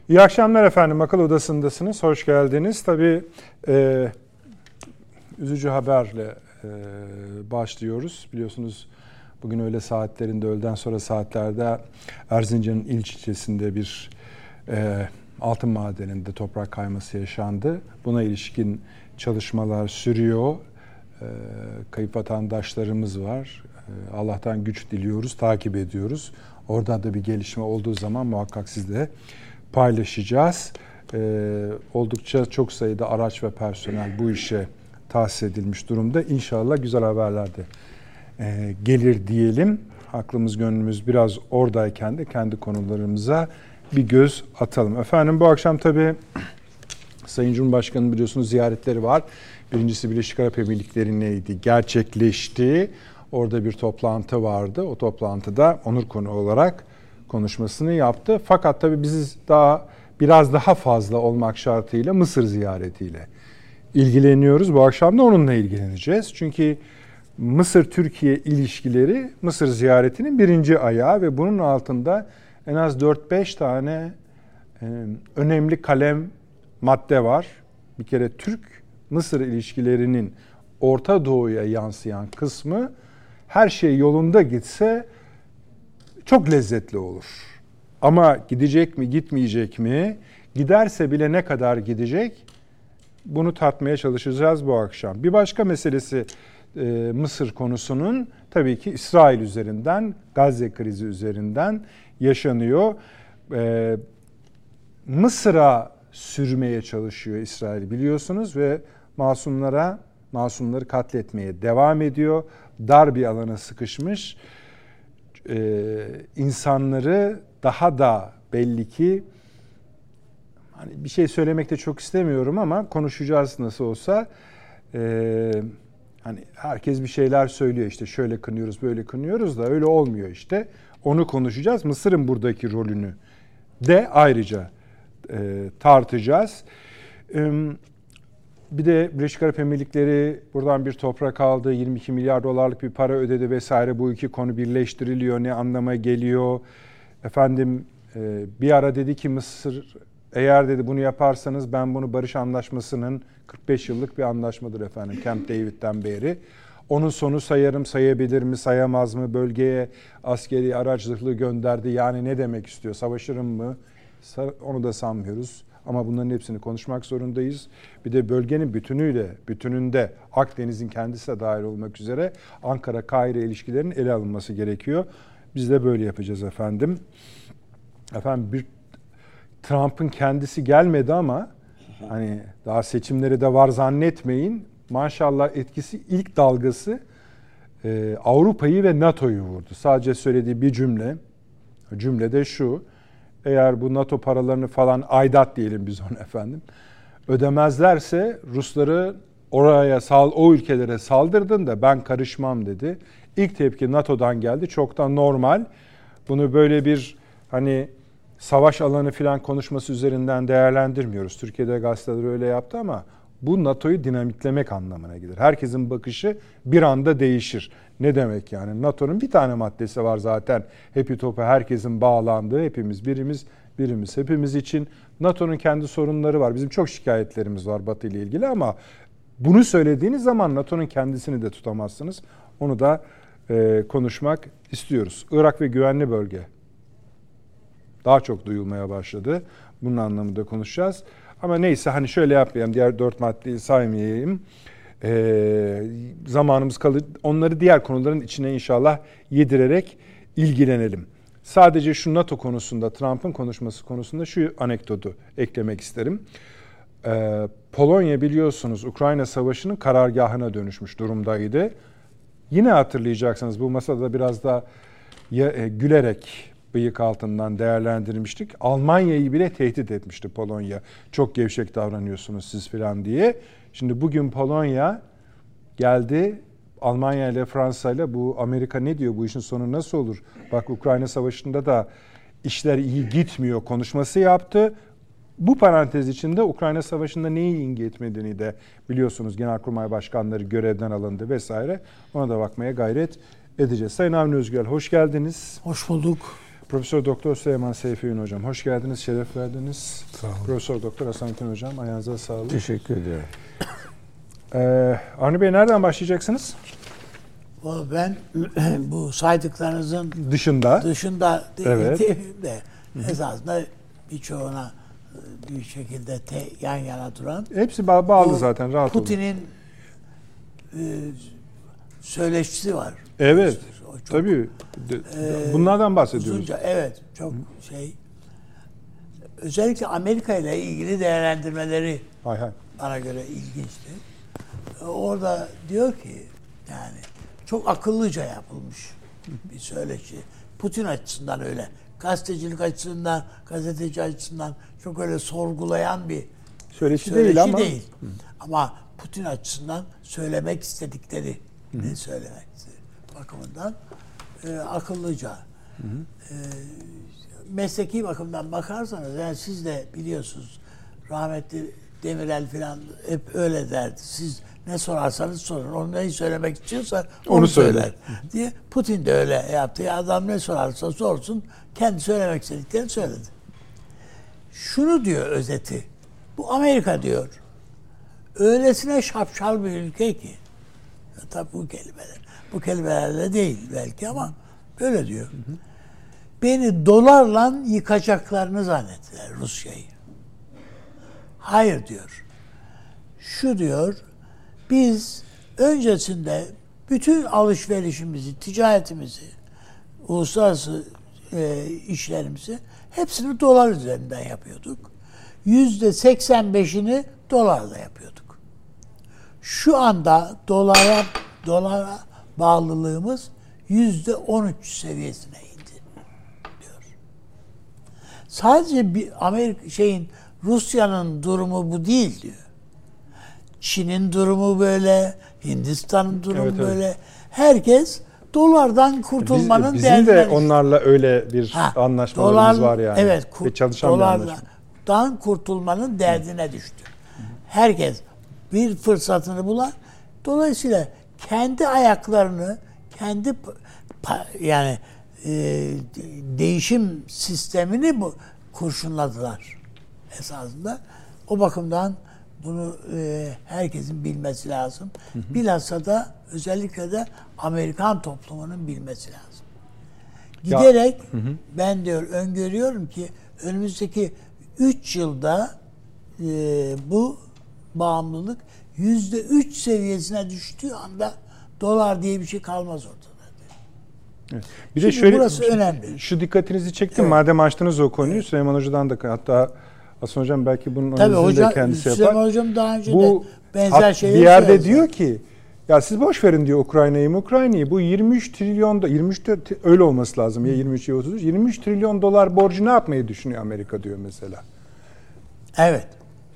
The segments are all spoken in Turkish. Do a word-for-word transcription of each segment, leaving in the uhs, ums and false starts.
İyi akşamlar efendim. Akıl Odası'ndasınız. Hoş geldiniz. Tabii e, üzücü haberle e, başlıyoruz. Biliyorsunuz bugün öğle saatlerinde, öğleden sonra saatlerde Erzincan'ın İliç ilçesinde bir e, altın madeninde toprak kayması yaşandı. Buna ilişkin çalışmalar sürüyor. E, kayıp vatandaşlarımız var. E, Allah'tan güç diliyoruz, takip ediyoruz. Oradan da bir gelişme olduğu zaman muhakkak sizle paylaşacağız. Ee, oldukça çok sayıda araç ve personel bu işe tahsis edilmiş durumda. İnşallah güzel haberler de e, gelir diyelim. Aklımız gönlümüz biraz oradayken de kendi konularımıza bir göz atalım. Efendim bu akşam tabii Sayın Cumhurbaşkanı'nın biliyorsunuz ziyaretleri var. Birincisi Birleşik Arap Emirlikleri'ndeydi, gerçekleşti. Orada bir toplantı vardı. O toplantıda onur konu olarak konuşmasını yaptı. Fakat tabii biz daha biraz daha fazla olmak şartıyla Mısır ziyaretiyle ilgileniyoruz. Bu akşam da onunla ilgileneceğiz. Çünkü Mısır-Türkiye ilişkileri Mısır ziyaretinin birinci ayağı ve bunun altında en az dört beş tane e, önemli kalem madde var. Bir kere Türk-Mısır ilişkilerinin Orta Doğu'ya yansıyan kısmı her şey yolunda gitse çok lezzetli olur. Ama gidecek mi, gitmeyecek mi? Giderse bile ne kadar gidecek? Bunu tartmaya çalışacağız bu akşam. Bir başka meselesi e, Mısır konusunun tabii ki İsrail üzerinden, Gazze krizi üzerinden yaşanıyor. E, Mısır'a sürmeye çalışıyor İsrail biliyorsunuz ve masumlara, masumları katletmeye devam ediyor. Dar bir alana sıkışmış. Ee, insanları daha da belli ki hani bir şey söylemekte çok istemiyorum ama konuşacağız nasıl olsa. Ee, hani herkes bir şeyler söylüyor işte şöyle kınıyoruz böyle kınıyoruz da öyle olmuyor işte. Onu konuşacağız. Mısır'ın buradaki rolünü de ayrıca e, tartacağız. Ee, Bir de Birleşik Arap Emirlikleri buradan bir toprak aldı, yirmi iki milyar dolarlık bir para ödedi vesaire. Bu iki konu birleştiriliyor, ne anlama geliyor? Efendim bir ara dedi ki Mısır, eğer dedi bunu yaparsanız ben bunu barış anlaşmasının kırk beş yıllık bir anlaşmadır efendim Camp David'den beri. Onun sonu sayarım, sayabilir mi, sayamaz mı? Bölgeye askeri araç zırhlı gönderdi. Yani ne demek istiyor? Savaşırım mı? Onu da sanmıyoruz. Ama bunların hepsini konuşmak zorundayız. Bir de bölgenin bütünüyle, bütününde Akdeniz'in kendisi de dahil olmak üzere Ankara-Kahire ilişkilerinin ele alınması gerekiyor. Biz de böyle yapacağız efendim. Efendim bir Trump'ın kendisi gelmedi ama hani daha seçimleri de var zannetmeyin. Maşallah etkisi ilk dalgası e, Avrupa'yı ve NATO'yu vurdu. Sadece söylediği bir cümle. Cümle de şu. Eğer bu NATO paralarını falan aidat diyelim biz ona efendim ödemezlerse Rusları oraya sal o ülkelere saldırdın da ben karışmam dedi. İlk tepki NATO'dan geldi. Çok da normal. Bunu böyle bir hani savaş alanı falan konuşması üzerinden değerlendirmiyoruz. Türkiye'de gazeteler öyle yaptı ama bu NATO'yu dinamitlemek anlamına gelir. Herkesin bakışı bir anda değişir. Ne demek yani? NATO'nun bir tane maddesi var zaten. Hepi topu herkesin bağlandığı, hepimiz birimiz, birimiz hepimiz için. NATO'nun kendi sorunları var. Bizim çok şikayetlerimiz var Batı ile ilgili ama bunu söylediğiniz zaman NATO'nun kendisini de tutamazsınız. Onu da e, konuşmak istiyoruz. Irak ve güvenli bölge daha çok duyulmaya başladı. Bunun anlamında konuşacağız. Ama neyse hani şöyle yapmayalım, diğer dört maddeyi saymayayım. Ee, zamanımız kalır. Onları diğer konuların içine inşallah yedirerek ilgilenelim. Sadece şu NATO konusunda, Trump'ın konuşması konusunda şu anekdotu eklemek isterim. Ee, Polonya biliyorsunuz Ukrayna Savaşı'nın karargahına dönüşmüş durumdaydı. Yine hatırlayacaksınız bu masada biraz da ya, e, gülerek bıyık altından değerlendirmiştik. Almanya'yı bile tehdit etmişti Polonya. Çok gevşek davranıyorsunuz siz filan diye. Şimdi bugün Polonya geldi Almanya ile Fransa ile bu Amerika ne diyor bu işin sonu nasıl olur? Bak Ukrayna Savaşı'nda da işler iyi gitmiyor konuşması yaptı. Bu parantez içinde Ukrayna Savaşı'nda neyi iyi etmediğini de biliyorsunuz Genelkurmay Başkanları görevden alındı vesaire. Ona da bakmaya gayret edeceğiz. Sayın Avni Özgür hoş geldiniz. Hoş bulduk. Profesör Doktor Süleyman Seyfi Ün hocam, hoş geldiniz, şeref verdiniz. Sağ olun. Profesör Doktor Hasan Kin hocam, ayağınıza sağlık. Teşekkür ediyorum. Ee, Avni Bey, nereden başlayacaksınız? Ben bu saydıklarınızın Dışında. dışında Evet. de esasında birçoğuna bir şekilde te, yan yana duran. Hepsi ba- bağlı zaten, rahat olun. Putin'in e, söyleşisi var. Evet, O çok, tabii. De- e, Bunlardan bahsediyoruz. Uzunca, evet, çok Hı. şey. Özellikle Amerika ile ilgili değerlendirmeleri Hay hay. bana göre ilginçti. Orada diyor ki yani çok akıllıca yapılmış bir söyleşi. Putin açısından öyle. Gazetecilik açısından, gazeteci açısından çok öyle sorgulayan bir Söyleşi, söyleşi değil ama. değil. Ama Putin açısından söylemek istedikleri ne söylemek bakımından e, akıllıca. Hı hı. E, mesleki bakımdan bakarsanız, yani siz de biliyorsunuz, rahmetli Demirel falan hep öyle derdi. Siz ne sorarsanız sorun. Onu neyi söylemek istiyorsa onu, onu söyler. söyler diye. Putin de öyle yaptı. Ya adam ne sorarsa sorsun, kendi söylemek istediklerini söyledi. Şunu diyor özeti. Bu Amerika diyor. Öylesine şapşal bir ülke ki. Ya tabii bu kelimeler. Bu kelimelerle değil belki ama böyle diyor. Hı hı. Beni dolarla yıkacaklarını zannettiler Rusya'yı. Hayır diyor. Şu diyor, biz öncesinde bütün alışverişimizi, ticaretimizi, uluslararası e, işlerimizi hepsini dolar üzerinden yapıyorduk. Yüzde seksen beşini dolarla yapıyorduk. Şu anda dolara dolara bağlılığımız yüzde on üç seviyesine indi diyor. Sadece bir Amerika şeyin Rusya'nın durumu bu değil diyor. Çin'in durumu böyle, Hindistan'ın durumu evet, böyle. Evet. Herkes dolardan kurtulmanın Biz, derdine Bizim de düştü. Onlarla öyle bir ha, anlaşmalarımız dolar, var yani. Evet, kur, ve çalışan dolardan kurtulmanın derdine düştü. Herkes bir fırsatını bulan. Dolayısıyla kendi ayaklarını, kendi yani e, değişim sistemini bu kurşunladılar esasında. O bakımdan bunu e, herkesin bilmesi lazım. Hı hı. Bilhassa da özellikle de Amerikan toplumunun bilmesi lazım. Giderek ya, hı hı. ben diyor öngörüyorum ki önümüzdeki üç yılda e, bu bağımlılık yüzde üç seviyesine düştüğü anda dolar diye bir şey kalmaz ortada. Evet. Bir Şimdi de şöyle, burası önemli. Şu dikkatinizi çektim. Evet. Madem açtınız o konuyu, evet. Süleyman Hoca'dan da, hatta Hasan Hocam belki bunun analizini de kendisi yapar. Süleyman Hocam daha önce bu, de benzer şeyleri bir yerde söyledi. Diyor ki, ya siz boş verin diyor Ukrayna'yı, Ukrayna'yı. Bu yirmi üç trilyon da yirmi üç öyle olması lazım ya yirmi üç ya otuz üç. yirmi üç trilyon dolar borcu ne yapmayı düşünüyor Amerika diyor mesela. Evet.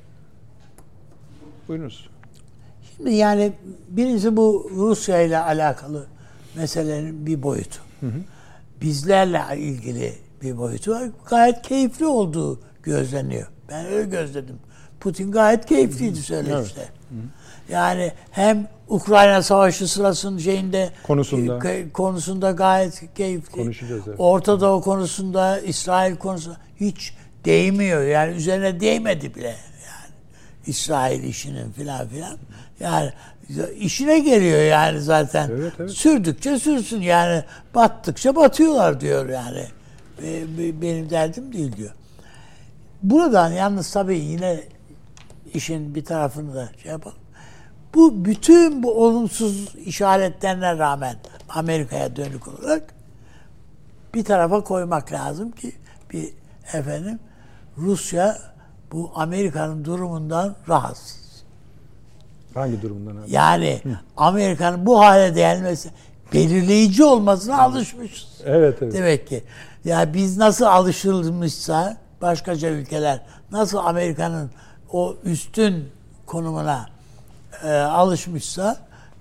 Buyurunuz. Şimdi yani birincisi bu Rusya ile alakalı meselenin bir boyutu. Hı hı. Bizlerle ilgili bir boyutu var. Gayet keyifli olduğu gözleniyor. Ben öyle gözledim. Putin gayet keyifliydi söyleşte. Evet. Yani hem Ukrayna Savaşı sırasının şeyinde konusunda e, konusunda gayet keyifli. Konuşacağız. Evet. Orta Doğu konusunda, İsrail konusunda hiç değmiyor. Yani üzerine değmedi bile. Yani İsrail işinin filan filan. Yani işine geliyor yani zaten. Evet, evet. Sürdükçe sürsün yani, battıkça batıyorlar diyor yani. Benim derdim değil diyor. Buradan yalnız tabii yine işin bir tarafını da şey yapalım. Bu bütün bu olumsuz işaretlerine rağmen Amerika'ya dönük olarak bir tarafa koymak lazım ki bir efendim Rusya bu Amerika'nın durumundan rahatsız. Hangi durumundan abi? Yani Amerika'nın bu hale gelmesi, belirleyici olmasına alışmışız. Evet, evet. Demek ki yani biz nasıl alışılmışsa başkaca ülkeler nasıl Amerika'nın o üstün konumuna e, alışmışsa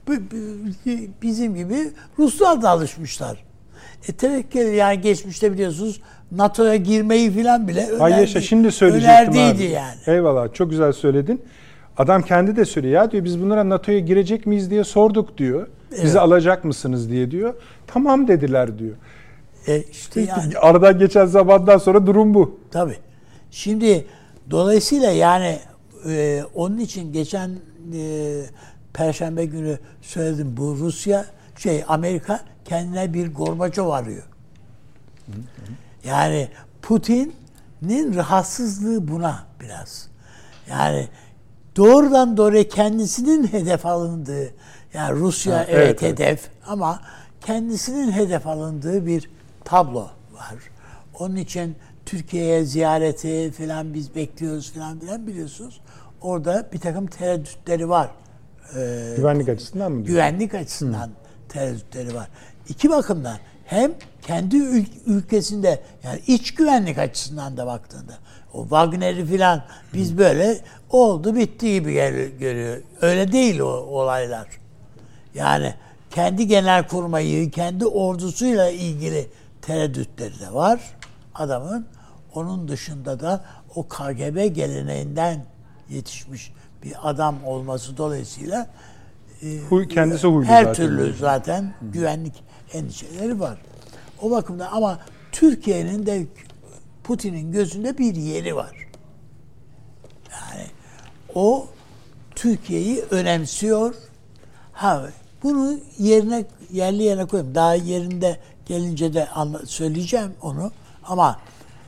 bizim gibi Ruslar da alışmışlar. E tevekkül yani geçmişte biliyorsunuz NATO'ya girmeyi falan bile önerdi. Hayır yaşa, şimdi söyleyecektim abi. Yani. Eyvallah, çok güzel söyledin. Adam kendi de söylüyor ya diyor, biz bunlara NATO'ya girecek miyiz diye sorduk diyor. Evet. Bizi alacak mısınız diye diyor. Tamam dediler diyor. E işte yani. Aradan geçen zamandan sonra durum bu. Tabii. Şimdi dolayısıyla yani e, onun için geçen e, Perşembe günü söyledim, bu Rusya şey Amerika kendine bir Gorbaçov arıyor. Hı hı. Yani Putin'in rahatsızlığı buna biraz. Yani doğrudan doğruya kendisinin hedef alındığı, yani Rusya ha, evet, evet hedef evet. ama kendisinin hedef alındığı bir tablo var. Onun için Türkiye'ye ziyareti falan biz bekliyoruz falan filan, biliyorsunuz. Orada bir takım tereddütleri var. Ee, güvenlik açısından mı diyorsun? Güvenlik açısından Hı. tereddütleri var. İki bakımdan, hem kendi ül- ülkesinde yani iç güvenlik açısından da baktığında o Wagner'i filan biz Hı. böyle oldu bitti gibi gel- görüyor. Öyle değil o olaylar. Yani kendi genelkurmayı, kendi ordusuyla ilgili tereddütleri de var adamın. Onun dışında da o K G B geleneğinden yetişmiş bir adam olması dolayısıyla Huy, kendisi huylu her zaten. türlü zaten Hı. güvenlik endişeleri var. O bakımdan ama Türkiye'nin de Putin'in gözünde bir yeri var. Yani o Türkiye'yi önemsiyor. Ha, bunu yerine yerli yerine koyayım. Daha yerinde gelince de anla, söyleyeceğim onu. Ama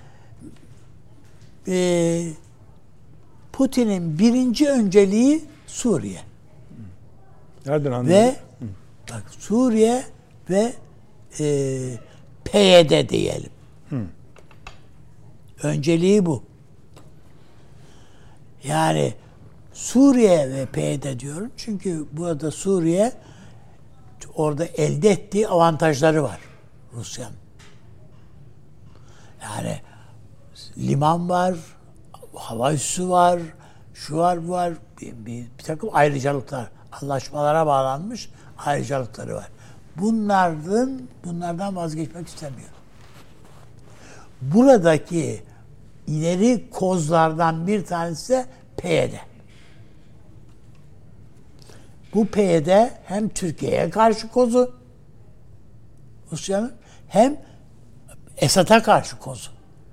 e, Putin'in birinci önceliği Suriye. Nereden anladın? Ve bak Suriye ve e, P Y D diyelim. Hı. Önceliği bu. Yani Suriye ve P Y D diyorum. Çünkü burada Suriye orada elde ettiği avantajları var Rusya'nın. Yani liman var, hava üssü var, şu var, bu var. Bir, bir, bir takım ayrıcalıklar, anlaşmalara bağlanmış ayrıcalıkları var. Bunlardan, bunlardan vazgeçmek istemiyor. Buradaki ileri kozlardan bir tanesi de P Y D. Bu P Y D hem Türkiye'ye karşı kozu Rusya'nın, hem Esad'a karşı kozu.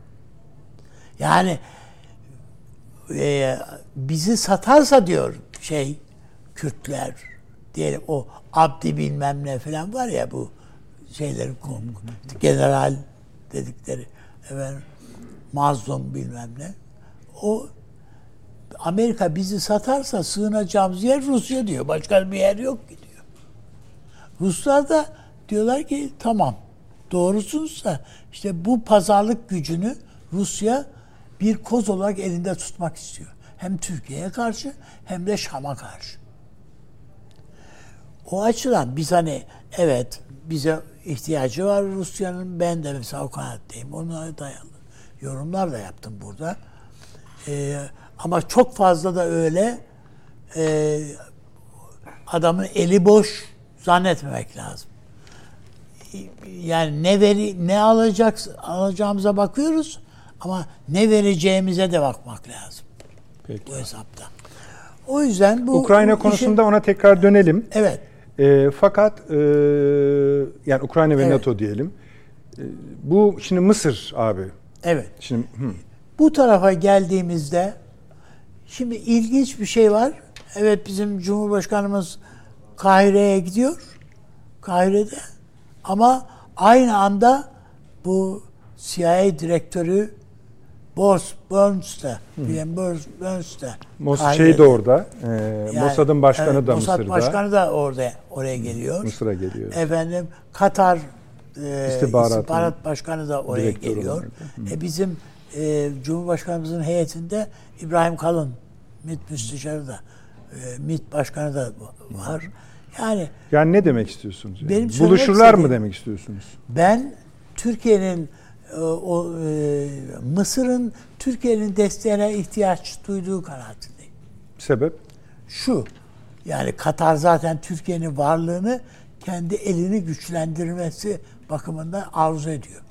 Yani e, bizi satarsa diyor şey Kürtler diyelim, o Abdi bilmem ne falan var ya, bu şeylerin general dedikleri efendim, mazlum bilmem ne, o Amerika bizi satarsa sığınacağımız yer Rusya diyor. Başka bir yer yok ki diyor. Ruslar da diyorlar ki tamam, doğrusunsa işte bu pazarlık gücünü Rusya bir koz olarak elinde tutmak istiyor. Hem Türkiye'ye karşı hem de Şam'a karşı. O açıdan biz hani evet bize ihtiyacı var Rusya'nın, ben de mesela o kanaatteyim. Ona dayalı yorumlar da yaptım burada. Ee, ama çok fazla da öyle e, adamın eli boş zannetmemek lazım. Yani ne veri ne alacak alacağımıza bakıyoruz ama ne vereceğimize de bakmak lazım. Peki. Bu hesapta. O yüzden bu Ukrayna işin, konusunda ona tekrar dönelim. Evet. E, fakat e, yani Ukrayna ve evet. NATO diyelim. E, bu şimdi Mısır abi. Evet. Şimdi hı. Bu tarafa geldiğimizde şimdi ilginç bir şey var. Evet, bizim Cumhurbaşkanımız Kahire'ye gidiyor. Kahire'de. Ama aynı anda bu C I A direktörü Burns da, William Burns da Mossad şey de orada. E, yani, Mossad'ın başkanı evet, da Mossad Mısır'da. Başkanı da orada oraya geliyor. Mısır'a geliyor. Efendim Katar e, İstihbarat, İstihbarat Başkanı da oraya geliyor. E, bizim e, Cumhurbaşkanımızın heyetinde İbrahim Kalın, MİT Müsteşarı da, e, MİT Başkanı da var. Yani yani ne demek istiyorsunuz? Yani? Benim buluşurlar mı demek istiyorsunuz? Ben Türkiye'nin o e, Mısır'ın Türkiye'nin desteğine ihtiyaç duyduğu kanaatindeyim. Sebep? Şu, yani Katar zaten Türkiye'nin varlığını kendi elini güçlendirmesi bakımından arzu ediyor.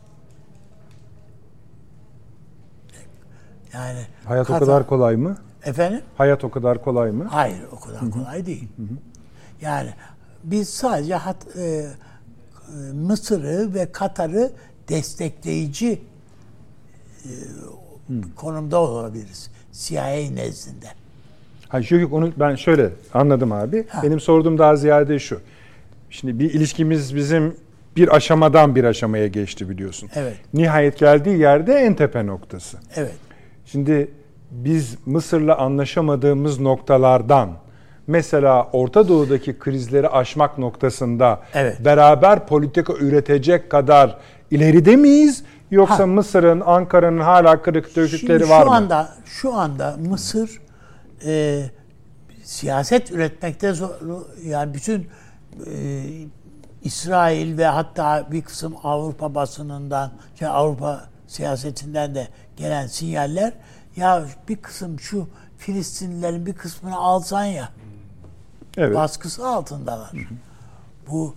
Yani hayat Katar, o kadar kolay mı? Efendim? Hayat o kadar kolay mı? Hayır, o kadar Hı-hı. kolay değil. Hı-hı. Yani biz sadece hat, e, Mısır'ı ve Katar'ı destekleyici e, hmm. konumda olabiliriz C I A nezdinde. Ha, yok yok, onu ben şöyle anladım abi. Ha. Benim sorduğum daha ziyade şu. Şimdi bir ilişkimiz bizim bir aşamadan bir aşamaya geçti biliyorsun. Evet. Nihayet geldiği yerde en tepe noktası. Evet. Şimdi biz Mısır'la anlaşamadığımız noktalardan, mesela Orta Doğu'daki krizleri aşmak noktasında evet. beraber politika üretecek kadar ileride miyiz? Yoksa ha. Mısır'ın, Ankara'nın hala kırık dökükleri Şimdi var şu mı? Anda, şu anda Mısır e, siyaset üretmekte zor, yani bütün e, İsrail ve hatta bir kısım Avrupa basınından, yani Avrupa siyasetinden de gelen sinyaller, ya bir kısım şu Filistinlilerin bir kısmını alsan ya, evet. baskısı altındalar. Hı hı. Bu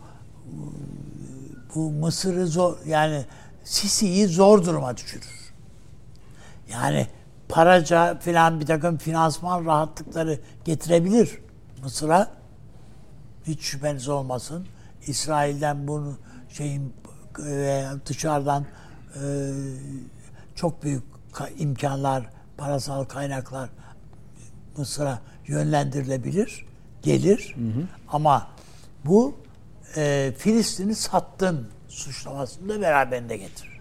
bu Mısır'ı zor, yani Sisi'yi zor duruma düşürür. Yani paraca filan bir takım finansman rahatlıkları getirebilir Mısır'a. Hiç şüpheniz olmasın. İsrail'den bunu şeyin e, dışarıdan e, çok büyük imkanlar, parasal kaynaklar Mısır'a yönlendirilebilir, gelir. Hı hı. Ama bu e, Filistin'i sattın suçlamasını da beraberinde getirir.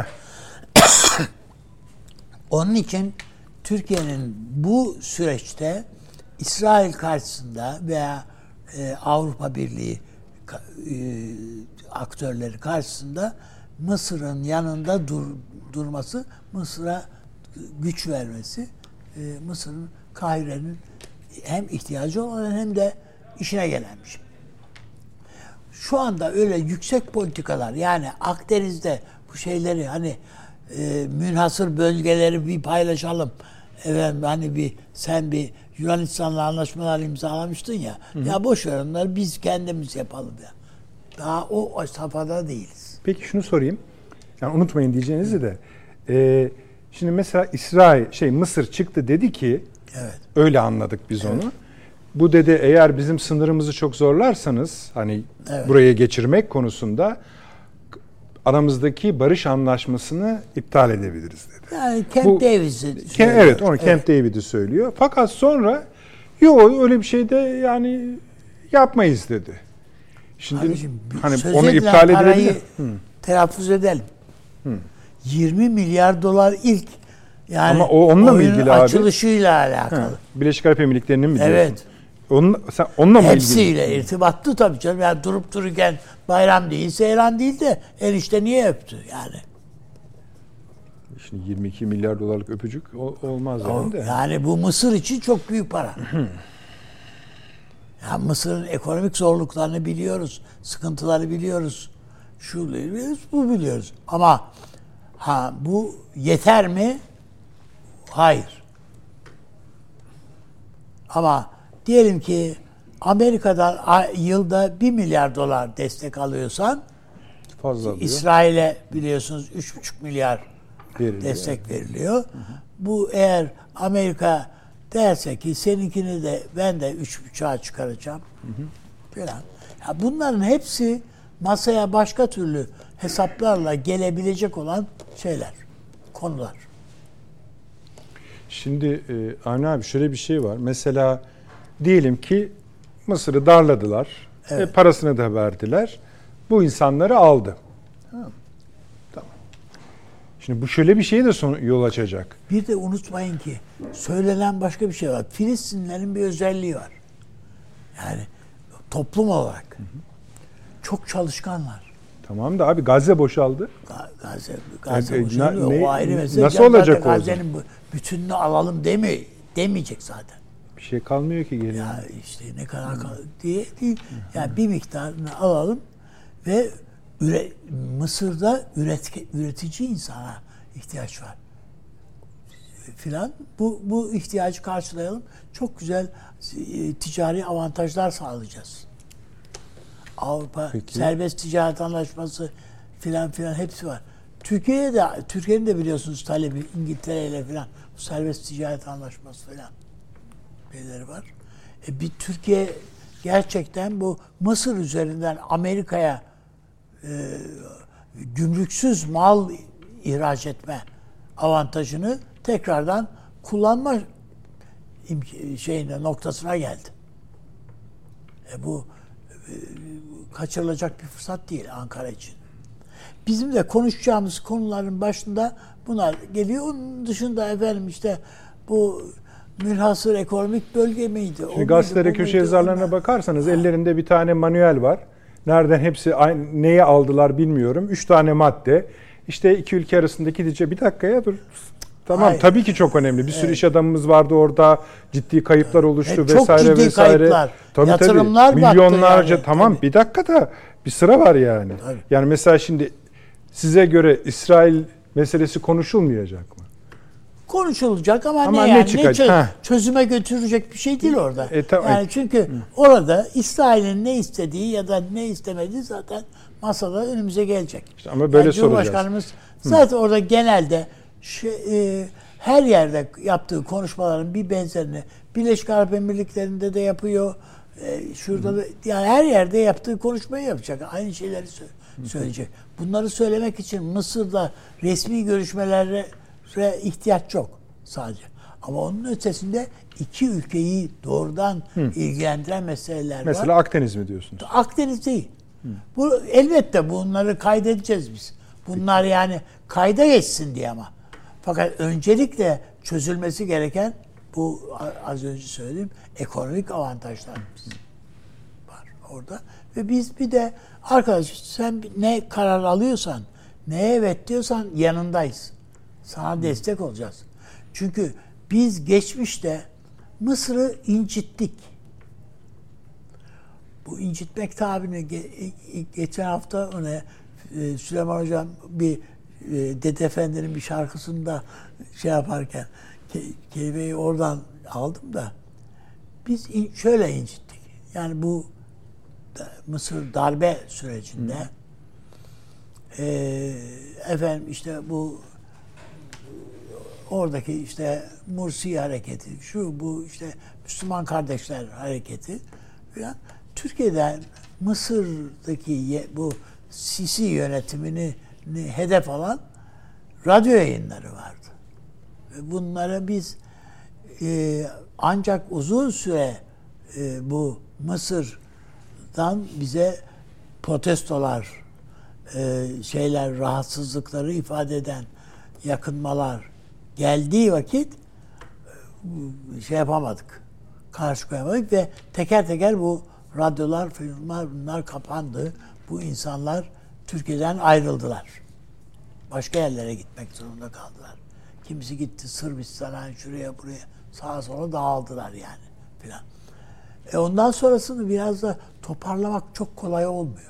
Onun için Türkiye'nin bu süreçte İsrail karşısında veya e, Avrupa Birliği e, aktörleri karşısında Mısır'ın yanında dur, durması, Mısır'a güç vermesi, e, Mısır'ın, Kahire'nin hem ihtiyacı olan hem de işine gelen bir şey. Şu anda öyle yüksek politikalar, yani Akdeniz'de bu şeyleri hani e, münhasır bölgeleri bir paylaşalım. Efendim hani bir sen bir Yunanistan'la anlaşmalar imzalamıştın ya. Hı hı. Ya boş ver onları, biz kendimiz yapalım ya. Daha o safhada değiliz. Peki şunu sorayım. Yani unutmayın diyeceğinizi de. E, şimdi mesela İsrail şey Mısır çıktı dedi ki, evet. öyle anladık biz evet. onu. Bu dedi, eğer bizim sınırımızı çok zorlarsanız hani evet. buraya geçirmek konusunda aramızdaki barış anlaşmasını iptal edebiliriz dedi. Yani Camp David'i evet, onu Camp evet. David'i söylüyor. Fakat sonra yok öyle bir şey de yani yapmayız dedi. Şimdi Abiciğim, hani onu iptal edilebilir. Telaffuz edelim. Hı. yirmi milyar dolar ilk, yani ama o onunla mı ilgili abi? Açılışıyla alakalı. Ha, Birleşik Arap Emirlikleri'nin mi diyorsun? Evet. Onun, sen onunla mı hepsiyle ilgili? irtibatlı tabii canım. Yani durup dururken bayram değil, seyran değil de enişte niye öptü yani? Şimdi yirmi iki milyar dolarlık öpücük olmaz yani de. Yani bu Mısır için çok büyük para. Yani Mısır'ın ekonomik zorluklarını biliyoruz, sıkıntıları biliyoruz. Şu biliyoruz, bu biliyoruz. Ama ha bu yeter mi? Hayır. Ama diyelim ki Amerika'dan yılda bir milyar dolar destek alıyorsan, fazla alıyor. İsrail'e biliyorsunuz üç buçuk milyar veriliyor. Destek veriliyor. Hı hı. Bu eğer Amerika derse ki seninkini de ben de üç buçuğa çıkaracağım hı hı. falan. Ya bunların hepsi masaya başka türlü hesaplarla gelebilecek olan şeyler, konular. Şimdi e, Avni abi şöyle bir şey var. Mesela diyelim ki Mısır'ı darladılar. Evet. E, parasını da verdiler. Bu insanları aldı. Ha. Tamam. Şimdi bu şöyle bir şeye de son, yol açacak. Bir de unutmayın ki söylenen başka bir şey var. Filistinlilerin bir özelliği var. Yani toplum olarak hı hı. çok çalışkanlar. Tamam da abi Gazze boşaldı. Gazze, Gazze yani, boşalıyor. Ne, o ayrı mesele. Nasıl olacak o? Gazze'nin bütününü alalım deme, demeyecek zaten. Bir şey kalmıyor ki geriye. Ya işte ne kadar kal diye değil. Yani bir miktarını alalım ve üre, Mısır'da üretke, üretici insana ihtiyaç var. Filan bu bu ihtiyacı karşılayalım. Çok güzel e, ticari avantajlar sağlayacağız. Avrupa Peki. Serbest ticaret anlaşması filan filan hepsi var. Türkiye'ye de Türkiye'nin de biliyorsunuz talebi İngiltere ile filan bu serbest ticaret anlaşması filan şeyleri var. E bir Türkiye gerçekten bu Mısır üzerinden Amerika'ya e, gümrüksüz mal ihraç etme avantajını tekrardan kullanma şeyine noktasına geldi. E bu e, kaçırılacak bir fırsat değil Ankara için. Bizim de konuşacağımız konuların başında bunlar geliyor. Onun dışında efendim işte bu münhasır ekonomik bölge miydi? Şimdi gazetelere, köşe yazarlarına bakarsanız ha. ellerinde bir tane manuel var. Nereden hepsi aynı, neye aldılar bilmiyorum. Üç tane madde. İşte iki ülke arasındaki gidecek. Bir dakika ya dur. Tamam Hayır. tabii ki çok önemli. Bir sürü evet. iş adamımız vardı orada. Ciddi kayıplar oluştu evet, vesaire çok ciddi vesaire. Kayıplar. Tabii, Yatırımlar tabii. Milyonlarca yani. tamam tabii. Bir dakika da bir sıra var yani. Tabii. Yani mesela şimdi size göre İsrail meselesi konuşulmayacak mı? Konuşulacak ama, ama ne yani ne çö- çözüme götürecek bir şey değil orada. E, tamam. Yani çünkü Hı. orada İsrail'in ne istediği ya da ne istemediği zaten masada önümüze gelecek. İşte ama böyle yani soracağız. Cumhurbaşkanımız zaten Hı. orada genelde şey, e, her yerde yaptığı konuşmaların bir benzerini Birleşik Arap Emirlikleri'nde de yapıyor. E, şurada Hı. da yani her yerde yaptığı konuşmayı yapacak. Aynı şeyleri sö- söyleyecek. Bunları söylemek için Mısır'da resmi görüşmelere ihtiyaç yok sadece. Ama onun ötesinde iki ülkeyi doğrudan Hı. ilgilendiren meseleler Mesela var. Mesela Akdeniz mi diyorsunuz? Akdeniz değil. Hı. Bu elbette bunları kaydedeceğiz biz. Bunlar yani kayda geçsin diye ama. Fakat öncelikle çözülmesi gereken bu az önce söylediğim ekonomik avantajlarımız var orada. Ve biz bir de arkadaş sen ne karar alıyorsan, neye evet diyorsan yanındayız. Sana destek olacağız. Çünkü biz geçmişte Mısır'ı incittik. Bu incitmek tabirini geçen hafta ona Süleyman Hocam bir Dede Efendi'nin bir şarkısında şey yaparken kelimeyi oradan aldım da biz şöyle incittik. Yani bu Mısır darbe sürecinde e, efendim işte bu oradaki işte Mursi hareketi, şu bu işte Müslüman Kardeşler hareketi falan Türkiye'den Mısır'daki bu Sisi yönetimini hedef alan radyo yayınları vardı. Ve bunlara biz e, ancak uzun süre e, bu Mısır'dan bize protestolar, e, şeyler, rahatsızlıkları ifade eden yakınmalar geldiği vakit şey yapamadık. Karşı koyamadık ve teker teker bu radyolar, filmler bunlar kapandı. Bu insanlar Türkiye'den ayrıldılar. Başka yerlere gitmek zorunda kaldılar. Kimisi gitti Sırbistan'a, şuraya buraya, sağa sola dağıldılar yani filan. E ondan sonrasını biraz da toparlamak çok kolay olmuyor.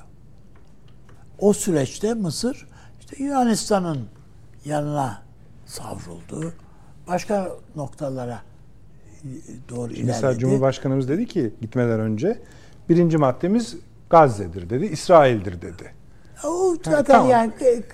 O süreçte Mısır işte Yunanistan'ın yanına savruldu. Başka noktalara doğru ilerledi. Mesela Cumhurbaşkanımız dedi ki gitmeden önce birinci maddemiz Gazze'dir dedi, İsrail'dir dedi. O zaten ha, tamam. yani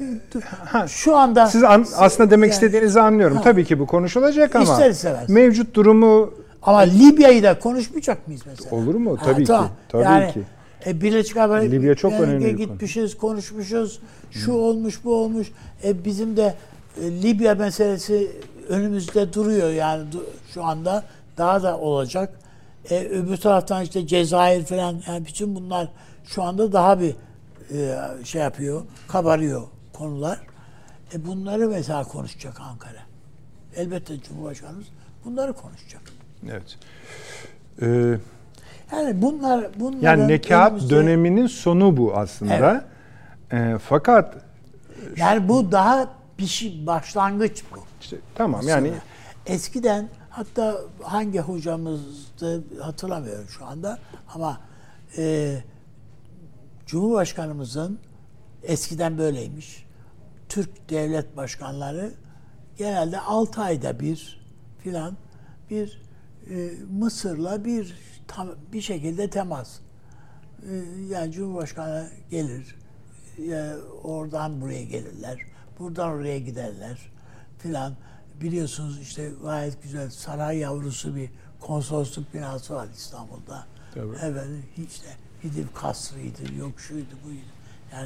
şu anda siz an, aslında demek yani, istediğinizi anlıyorum. Ha, tabii ki bu konuşulacak ama ister istemez. Mevcut durumu ama Libya'yı da konuşmayacak mıyız mesela? Olur mu? Tabii ha, tamam. ki. Tabii yani, ki. E, Birleşik Arap Libya çok yani, önemli. Gitmişiz, konuşmuşuz. Şu hmm. olmuş, bu olmuş. E, bizim de e, Libya meselesi önümüzde duruyor yani şu anda daha da olacak. E, öbür taraftan işte Cezayir falan yani bütün bunlar şu anda daha bir e, şey yapıyor, kabarıyor konular. E, bunları mesela konuşacak Ankara. Elbette Cumhurbaşkanımız bunları konuşacak. Evet. Ee, yani bunlar bunların yani nekat önümüzde... döneminin sonu bu aslında. Evet. E, fakat yani bu daha bir şey başlangıç bu. İşte, tamam aslında. Yani eskiden hatta hangi hocamızdı hatırlamıyorum şu anda ama e, Cumhurbaşkanımızın eskiden böyleymiş. Türk devlet başkanları genelde altı ayda bir filan bir e, Mısır'la bir tam bir şekilde temas. E, yani Cumhurbaşkanı gelir, ya oradan buraya gelirler, buradan oraya giderler filan. Biliyorsunuz işte gayet güzel saray yavrusu bir konsolosluk binası var İstanbul'da. Evet, hiç de gidip kasrıydı, yok şuydu buydu. Yani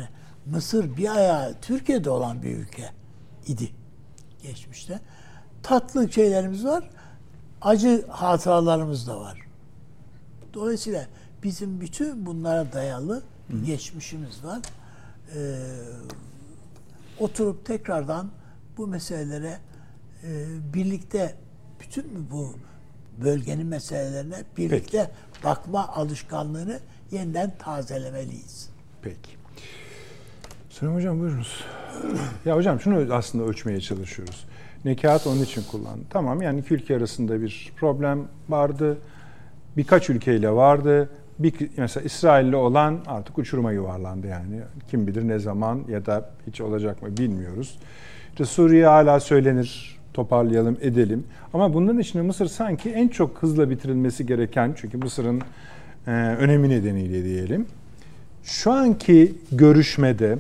Mısır bir ayağı Türkiye'de olan bir ülke idi geçmişte. Tatlı şeylerimiz var, acı hatıralarımız da var. Dolayısıyla bizim bütün bunlara dayalı bir geçmişimiz var. Ee, oturup tekrardan bu meselelere e, birlikte bütün bu bölgenin meselelerine birlikte Peki. bakma alışkanlığını yeniden tazelemeliyiz. Peki. Süleyman Hocam buyurunuz. Ya hocam şunu aslında ölçmeye çalışıyoruz. Nekaat onun için kullandı. Tamam yani iki ülke arasında bir problem vardı. Birkaç ülkeyle vardı. Bir, mesela İsrail'le olan artık uçuruma yuvarlandı yani. Kim bilir ne zaman ya da hiç olacak mı bilmiyoruz. İşte Suriye hala söylenir, toparlayalım, edelim. Ama bunların içinde Mısır sanki en çok hızla bitirilmesi gereken, çünkü Mısır'ın e, önemi nedeniyle diyelim. Şu anki görüşmede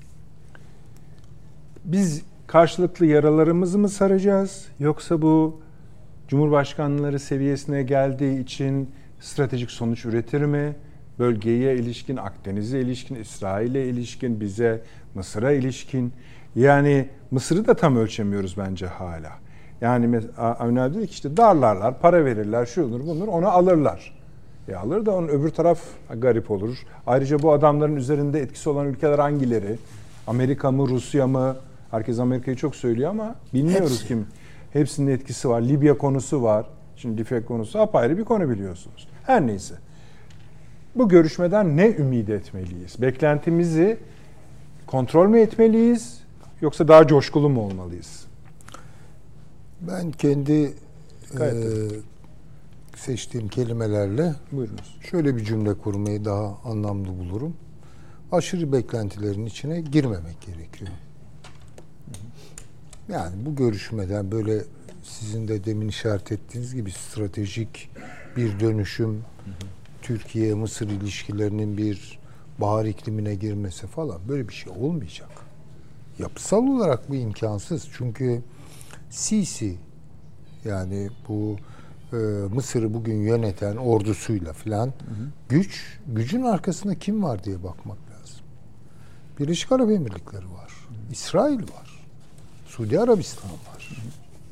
biz karşılıklı yaralarımızı mı saracağız, yoksa bu Cumhurbaşkanları seviyesine geldiği için stratejik sonuç üretir mi? Bölgeye ilişkin, Akdeniz'e ilişkin, İsrail'e ilişkin, bize, Mısır'a ilişkin. Yani Mısır'ı da tam ölçemiyoruz bence hala. Yani Avni abi dedi ki işte darlarlar, para verirler, şu olur, bunlar, onu alırlar. E alır da onun öbür taraf garip olur. Ayrıca bu adamların üzerinde etkisi olan ülkeler hangileri? Amerika mı, Rusya mı? Herkes Amerika'yı çok söylüyor ama bilmiyoruz Hepsi. kim. Hepsinin etkisi var. Libya konusu var. Şimdi Libya konusu apayrı bir konu biliyorsunuz. Her neyse. Bu görüşmeden ne ümit etmeliyiz? Beklentimizi kontrol mü etmeliyiz? Yoksa daha coşkulu mu olmalıyız? Ben kendi e, seçtiğim kelimelerle Buyurunuz. Şöyle bir cümle kurmayı daha anlamlı bulurum. Aşırı beklentilerin içine girmemek gerekiyor. Yani bu görüşmeden böyle sizin de demin işaret ettiğiniz gibi stratejik bir dönüşüm, Türkiye-Mısır ilişkilerinin bir bahar iklimine girmesi falan, böyle bir şey olmayacak. Yapısal olarak bu imkansız. Çünkü Sisi, yani bu e, Mısır'ı bugün yöneten ordusuyla filan güç, gücün arkasında kim var diye bakmak lazım. Birleşik Arap Emirlikleri var, hı hı. İsrail var, Suudi Arabistan var. Hı hı.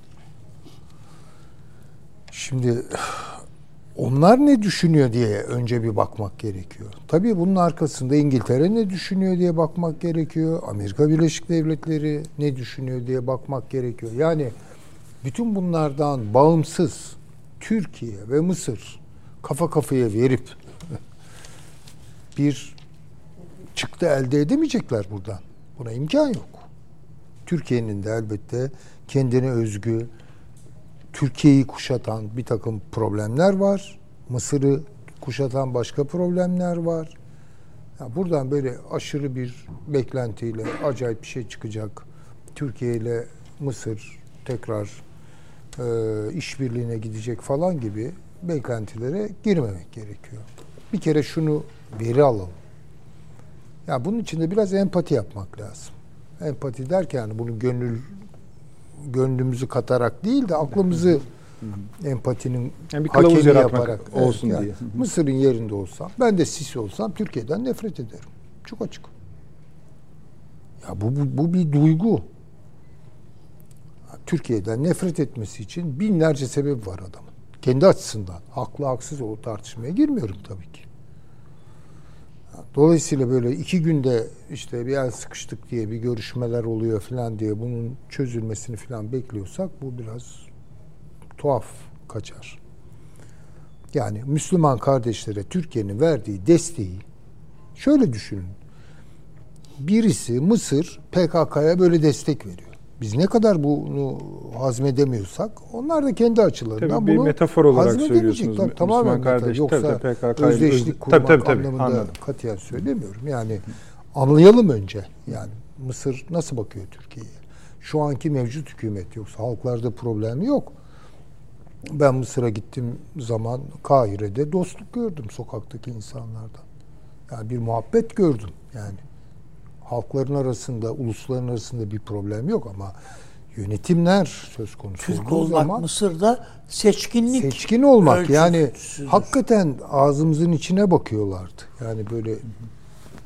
Şimdi onlar ne düşünüyor diye önce bir bakmak gerekiyor. Tabii bunun arkasında İngiltere ne düşünüyor diye bakmak gerekiyor. Amerika Birleşik Devletleri ne düşünüyor diye bakmak gerekiyor. Yani bütün bunlardan bağımsız Türkiye ve Mısır kafa kafaya verip bir çıktı elde edemeyecekler buradan. Buna imkan yok. Türkiye'nin de elbette kendine özgü, Türkiye'yi kuşatan bir takım problemler var. Mısır'ı kuşatan başka problemler var. Yani buradan böyle aşırı bir beklentiyle acayip bir şey çıkacak. Türkiye ile Mısır tekrar e, işbirliğine gidecek falan gibi beklentilere girmemek gerekiyor. Bir kere şunu veri alalım. Ya yani bunun için de biraz empati yapmak lazım. Empati derken bunu gönül gönlümüzü katarak değil de aklımızı hı hı. empatinin yani hakemi yaparak olsun evet, diye. Yani Mısır'ın yerinde olsam, ben de Sisi olsam Türkiye'den nefret ederim. Çok açık. Ya bu, bu, bu bir duygu. Türkiye'den nefret etmesi için binlerce sebep var adamın. Kendi açısından. Haklı haksız o tartışmaya girmiyorum tabii ki. Dolayısıyla böyle iki günde işte bir el sıkıştık diye bir görüşmeler oluyor falan diye bunun çözülmesini falan bekliyorsak bu biraz tuhaf kaçar. Yani Müslüman kardeşlere Türkiye'nin verdiği desteği şöyle düşünün. Birisi Mısır P K K'ya böyle destek veriyor. Biz ne kadar bunu hazmedemiyorsak onlar da kendi açılarından tabii bunu bir metafor olarak söylüyorsunuz. Tabii, tamamen kardeş, yoksa tabii, tabii, P K K özdeşlik kurmak tabii, tabii, anlamında anladım. Katiyen söylemiyorum. Yani anlayalım önce. Yani Mısır nasıl bakıyor Türkiye'ye? Şu anki mevcut hükümet, yoksa halklarda problem yok. Ben Mısır'a gittiğim zaman Kahire'de dostluk gördüm sokaktaki insanlardan. Yani bir muhabbet gördüm yani. Halkların arasında, ulusların arasında bir problem yok ama yönetimler söz konusu Türk olduğu olmak zaman Mısır'da seçkinlik seçkin olmak ölçüsüdür. Yani hakikaten ağzımızın içine bakıyorlardı. Yani böyle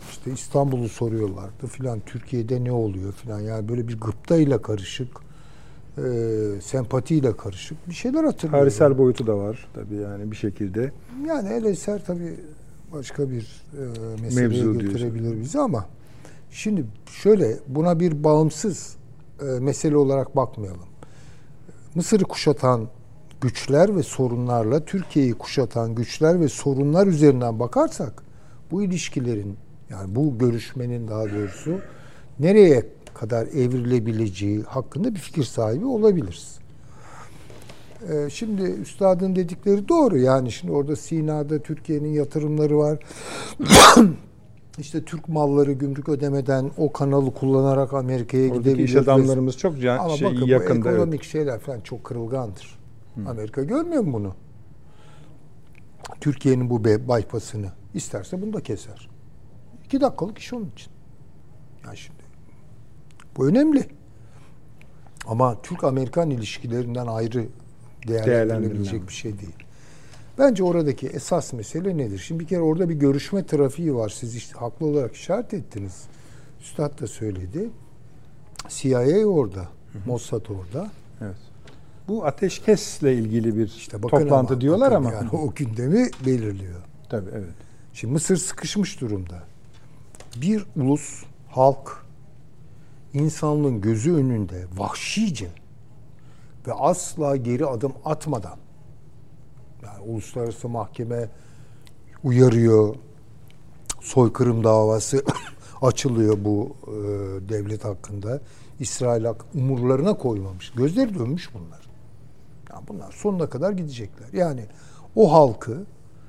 işte İstanbul'u soruyorlardı filan, Türkiye'de ne oluyor filan, yani böyle bir gıptayla karışık, e, sempatiyle karışık bir şeyler hatırlıyorum. Tarihsel boyutu da var tabii yani bir şekilde. Yani el eser tabii başka bir e, meseleye Mevzu götürebilir diyorsun. bizi ama şimdi şöyle, buna bir bağımsız e, mesele olarak bakmayalım. Mısır'ı kuşatan güçler ve sorunlarla Türkiye'yi kuşatan güçler ve sorunlar üzerinden bakarsak bu ilişkilerin, yani bu görüşmenin daha doğrusu nereye kadar evrilebileceği hakkında bir fikir sahibi olabiliriz. Ee, şimdi üstadın dedikleri doğru. Yani şimdi orada Sina'da Türkiye'nin yatırımları var. İşte Türk malları gümrük ödemeden o kanalı kullanarak Amerika'ya Oradaki gidebilir. iş adamlarımız çok can, Ama şey, bakın yakında. bu ekonomik Evet. şeyler falan çok kırılgandır. Hı. Amerika görmüyor mu bunu? Türkiye'nin bu bypass'ını isterse bunu da keser. İki dakikalık iş onun için. Yani şimdi bu önemli. Ama Türk-Amerikan ilişkilerinden ayrı değerlendirilebilecek bir şey değil. Bence oradaki esas mesele nedir? Şimdi bir kere orada bir görüşme trafiği var. Siz işte haklı olarak işaret ettiniz. Üstad da söyledi. C I A orada, hı hı. Mossad orada. Evet. Bu ateşkesle ilgili bir işte toplantı ama, diyorlar ama. Yani o gündemi belirliyor. Tabii evet. Şimdi Mısır sıkışmış durumda. Bir ulus, halk, insanlığın gözü önünde vahşice ve asla geri adım atmadan, yani uluslararası mahkeme uyarıyor, soykırım davası açılıyor bu e, devlet hakkında. İsrail umurlarına koymamış. Gözleri dönmüş bunlar. Yani bunlar sonuna kadar gidecekler. Yani o halkı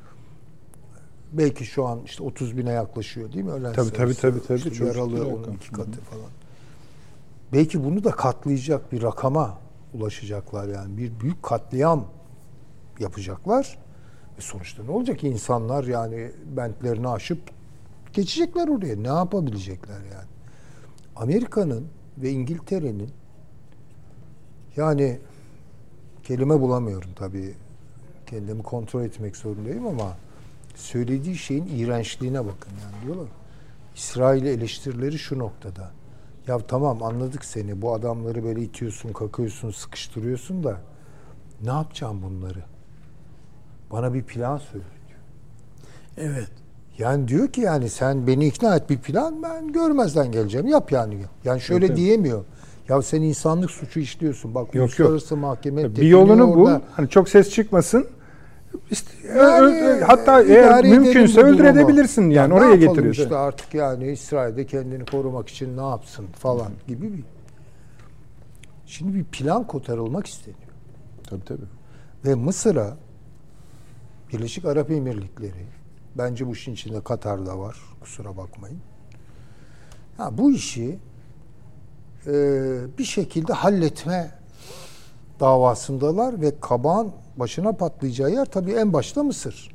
belki şu an işte otuz bine yaklaşıyor değil mi? Ölen tabii, tabii tabii tabii işte çok yaralı onun iki katı falan. Belki bunu da katlayacak bir rakama ulaşacaklar, yani bir büyük katliam yapacaklar. Ve sonuçta ne olacak? İnsanlar yani bentlerini aşıp geçecekler oraya. Ne yapabilecekler yani? Amerika'nın ve İngiltere'nin, yani kelime bulamıyorum tabii. Kendimi kontrol etmek zorundayım ama söylediği şeyin iğrençliğine bakın yani, diyorlar. İsrail'i eleştirileri şu noktada. Ya tamam, anladık seni. Bu adamları böyle itiyorsun, kakıyorsun, sıkıştırıyorsun da ne yapacağım bunları? Bana bir plan söyle diyor. Evet. Yani diyor ki yani sen beni ikna et bir plan, ben görmezden geleceğim. Yap yani. Yani şöyle evet, diyemiyor. Ya sen insanlık suçu işliyorsun. Bak yok, uluslararası yok. Mahkeme bir yolunu bul. Hani çok ses çıkmasın. İşte, yani, ö, hatta eğer mümkünse öldürebilirsin yani, yani oraya getiriyor. İşte artık yani İsrail'de kendini korumak için ne yapsın falan Hı. gibi bir. Şimdi bir plan kotarılmak isteniyor. Tabii tabii. Ve Mısır'a, Birleşik Arap Emirlikleri, bence bu işin içinde Katar da var, kusura bakmayın. Ha, bu işi e, bir şekilde halletme davasındalar ve kabağın başına patlayacağı yer tabii en başta Mısır.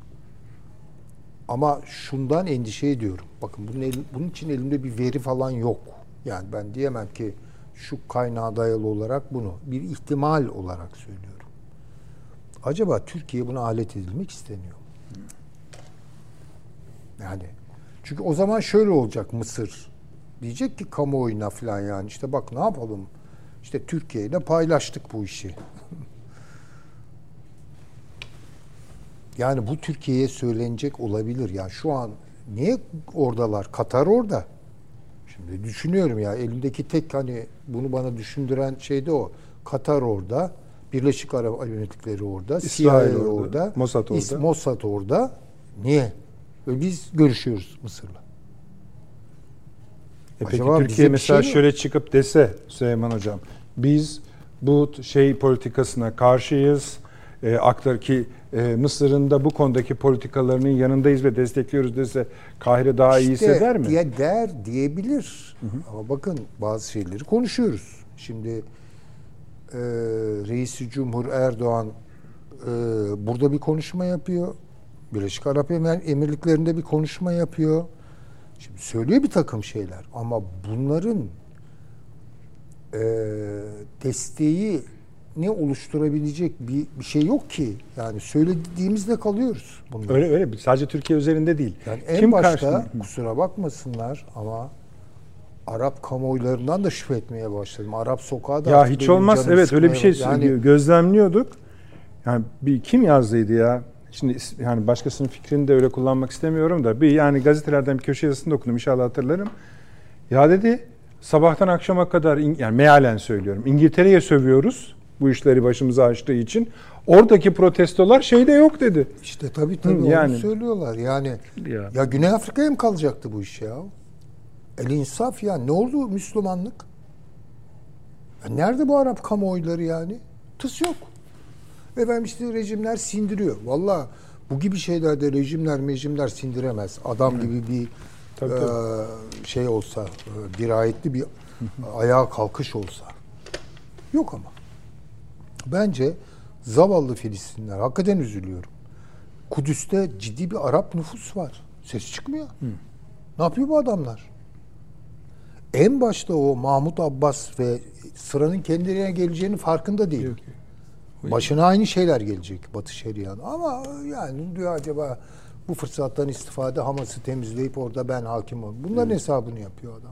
Ama şundan endişe ediyorum. Bakın bunun, el, bunun için elimde bir veri falan yok. Yani ben diyemem ki şu kaynağa dayalı olarak bunu. Bir ihtimal olarak söylüyorum. Acaba Türkiye buna alet edilmek isteniyor. Yani çünkü o zaman şöyle olacak Mısır. Diyecek ki kamuoyuna falan, yani işte bak ne yapalım. İşte Türkiye ile paylaştık bu işi. Yani bu Türkiye'ye söylenecek olabilir. Yani şu an niye oradalar? Katar orada. Şimdi düşünüyorum ya, elimdeki tek hani bunu bana düşündüren şey de o. Katar orada, Birleşik Arap Emirlikleri orada, İsrail C I A orada, orada, Mossad orada. Mossad orada. Niye? Ve biz görüşüyoruz Mısır'la. E peki Türkiye mesela şey şöyle çıkıp dese Süleyman Hocam, biz bu şey politikasına karşıyız, e, aktar ki e, Mısır'ın da bu konudaki politikalarının yanındayız ve destekliyoruz dese, Kahire daha iyi işte, hisseder mi? Diye der, diyebilir. Hı hı. Ama bakın bazı şeyleri konuşuyoruz. Şimdi e, Reis-i Cumhur Erdoğan e, burada bir konuşma yapıyor. Birleşik Arap Emirlikleri'nde bir konuşma yapıyor. Şimdi söylüyor bir takım şeyler ama bunların e, desteği ne oluşturabilecek bir, bir şey yok ki. Yani söylediğimizde kalıyoruz. Bunlar. Öyle öyle. Sadece Türkiye üzerinde değil. Yani en Kim başta karşısında? kusura bakmasınlar ama Arap kamuoylarından da şüphe etmeye başladım. Arap sokağı da Ya hiç olmaz. Evet öyle bir şey yani, gözlemliyorduk. Yani bir kim yazdıydı ya? Şimdi yani başkasının fikrini de öyle kullanmak istemiyorum da bir yani gazetelerden bir köşe yazısında okudum, inşallah hatırlarım. Ya dedi, sabahtan akşama kadar, yani mealen söylüyorum, İngiltere'ye sövüyoruz bu işleri başımıza açtığı için. Oradaki protestolar şeyde yok dedi. İşte tabii tabii Hı, onu yani. söylüyorlar. Yani Ya. ya Güney Afrika'ya mı kalacaktı bu iş ya? El insaf ya. Ne oldu Müslümanlık? Ya nerede bu Arap kamuoyları yani? Tıs yok. Efendim işte rejimler sindiriyor. Vallahi bu gibi şeylerde rejimler mecimler sindiremez. Adam Hı. gibi bir tabii, e, tabii. şey olsa, e, dirayetli bir ayağa kalkış olsa. Yok ama. Bence zavallı Filistinler, hakikaten üzülüyorum. Kudüs'te ciddi bir Arap nüfus var. Ses çıkmıyor. Hı. Ne yapıyor bu adamlar? En başta o Mahmut Abbas ve sıranın kendilerine geleceğinin farkında değil. Yok. Başına aynı şeyler gelecek Batı Şeria'nın. Ama yani diyor acaba bu fırsattan istifade Hamas'ı temizleyip orada ben hakim olayım. Bunların evet. hesabını yapıyor adam.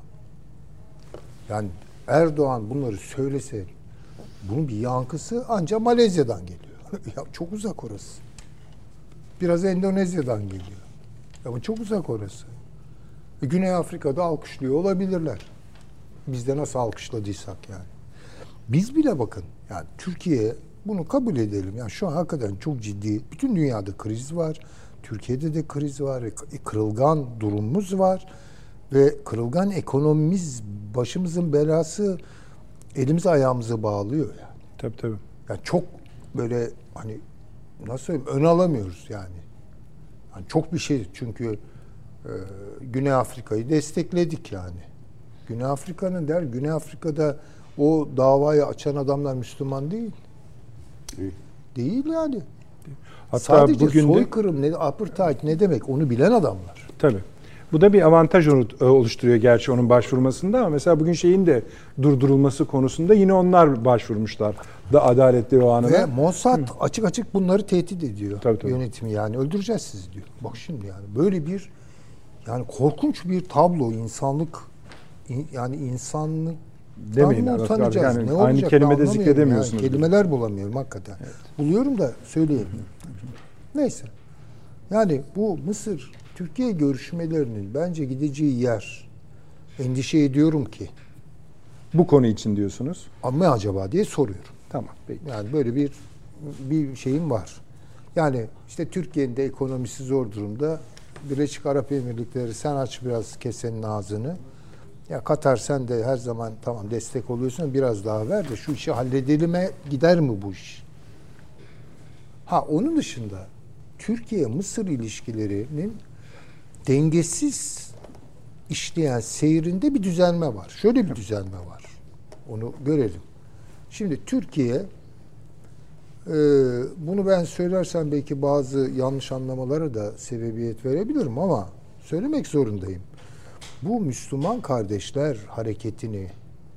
Yani Erdoğan bunları söylese bunun bir yankısı ancak Malezya'dan geliyor. Ya çok uzak orası. Biraz Endonezya'dan geliyor. Ama çok uzak orası. E Güney Afrika'da alkışlıyor olabilirler. Biz de nasıl alkışladıysak yani. Biz bile bakın yani Türkiye bunu kabul edelim. Yani şu an hakikaten çok ciddi. Bütün dünyada kriz var. Türkiye'de de kriz var. E, kırılgan durumumuz var. Ve kırılgan ekonomimiz başımızın belası, elimizi ayağımızı bağlıyor yani. Tabii tabii. Yani çok böyle hani nasıl söyleyeyim ön alamıyoruz yani. Yani çok bir şey çünkü e, Güney Afrika'yı destekledik yani. Güney Afrika'nın der Güney Afrika'da o davayı açan adamlar Müslüman değil. Değil, değil yani. Hatta sadece bugün soykırım ne, apartheid ne demek onu bilen adamlar. Tabii. Bu da bir avantaj oluşturuyor gerçi onun başvurmasında ama mesela bugün şeyin de durdurulması konusunda yine onlar başvurmuşlar da adaletli o anına. Ve Mossad Hı. açık açık bunları tehdit ediyor. Tabii, tabii. Yönetimi yani öldüreceğiz sizi diyor. Bak şimdi yani böyle bir yani korkunç bir tablo insanlık yani insanlık demeyin mı utanacağız? Yani ne aynı olacak? kelimede zikredemiyorsunuz. Yani. Kelimeler bulamıyorum hakikaten. Evet. Buluyorum da söyleyemiyorum. Neyse. Yani bu Mısır Türkiye görüşmelerinin bence gideceği yer endişe ediyorum ki. Bu konu için diyorsunuz. Ama acaba diye soruyorum. Tamam. Peki. Yani böyle bir bir şeyim var. Yani işte Türkiye'nin de ekonomisi zor durumda. Birleşik Arap Emirlikleri sen aç biraz kesenin ağzını. Ya Katar sen de her zaman tamam destek oluyorsun biraz daha ver de şu işi halledelime gider mi bu iş? Ha onun dışında Türkiye-Mısır ilişkilerinin dengesiz işleyen seyrinde bir düzelme var. Şöyle bir düzelme var. Onu görelim. Şimdi Türkiye e, bunu ben söylersem belki bazı yanlış anlamalara da sebebiyet verebilirim ama söylemek zorundayım. Bu Müslüman kardeşler hareketini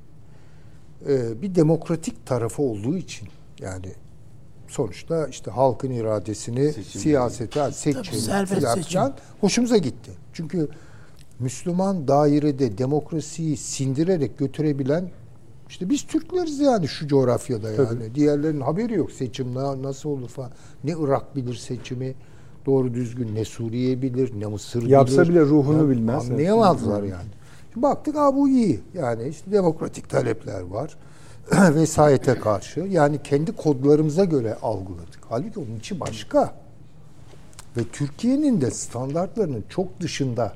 e, bir demokratik tarafı olduğu için yani sonuçta işte halkın iradesini seçim siyasete seçim falan hoşumuza gitti. Çünkü Müslüman dairede demokrasiyi sindirerek götürebilen işte biz Türkleriz yani şu coğrafyada yani. Tabii. Diğerlerinin haberi yok seçim nasıl olur falan. Ne Irak bilir seçimi doğru düzgün, ne Suriye bilir, ne Mısır bilir. Yapsa bile ruhunu yani, bilmez. Anlayamazlar yani. Şimdi baktık ha bu iyi. Yani işte demokratik talepler var. Vesayete karşı. Yani kendi kodlarımıza göre algıladık. Halbuki onun içi başka. Ve Türkiye'nin de standartlarının çok dışında.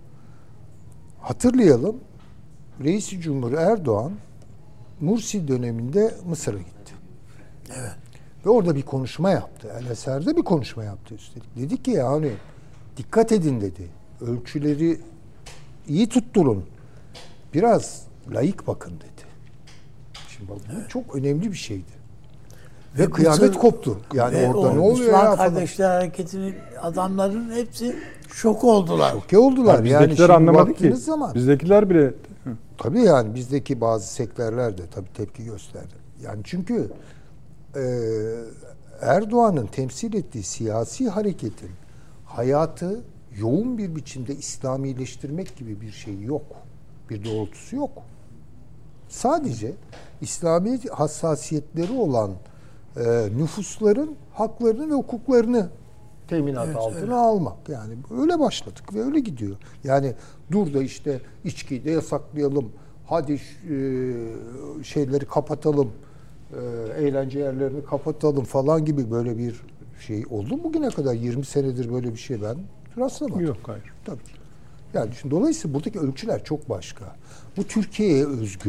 Hatırlayalım. Reis-i Cumhur Erdoğan Mursi döneminde Mısır'a gitti. Evet. Ve orada bir konuşma yaptı. El Eser'de bir konuşma yaptı üstelik. Dedi ki yani dikkat edin dedi. Ölçüleri iyi tutturun. Biraz layık bakın dedi. Şimdi bak, bu evet. çok önemli bir şeydi. Ve, ve kıyamet Mısır, koptu. Yani orada ne oluyor Müslüman ya? Kardeşler Hareketi'nin adamların hepsi şok oldular. Şoke oldular. Yani bizdekiler yani anlamadı ki. Zaman, bizdekiler bile. Tabii yani bizdeki bazı sektörler de tabii tepki gösterdi. Yani çünkü Erdoğan'ın temsil ettiği siyasi hareketin hayatı yoğun bir biçimde İslamileştirmek gibi bir şey yok. Bir doğrultusu yok. Sadece İslami hassasiyetleri olan e, nüfusların haklarını ve hukuklarını teminat evet, altına öyle. almak. Yani öyle başladık ve öyle gidiyor. Yani dur da işte içkiyi de yasaklayalım. Hadi e, şeyleri kapatalım. E, eğlence yerlerini kapatalım falan gibi böyle bir şey oldu mu bugüne kadar? yirmi senedir böyle bir şey ben rastlamadım. Yok, hayır. Tabii. Yani şimdi dolayısıyla buradaki ölçüler çok başka. Bu Türkiye'ye özgü.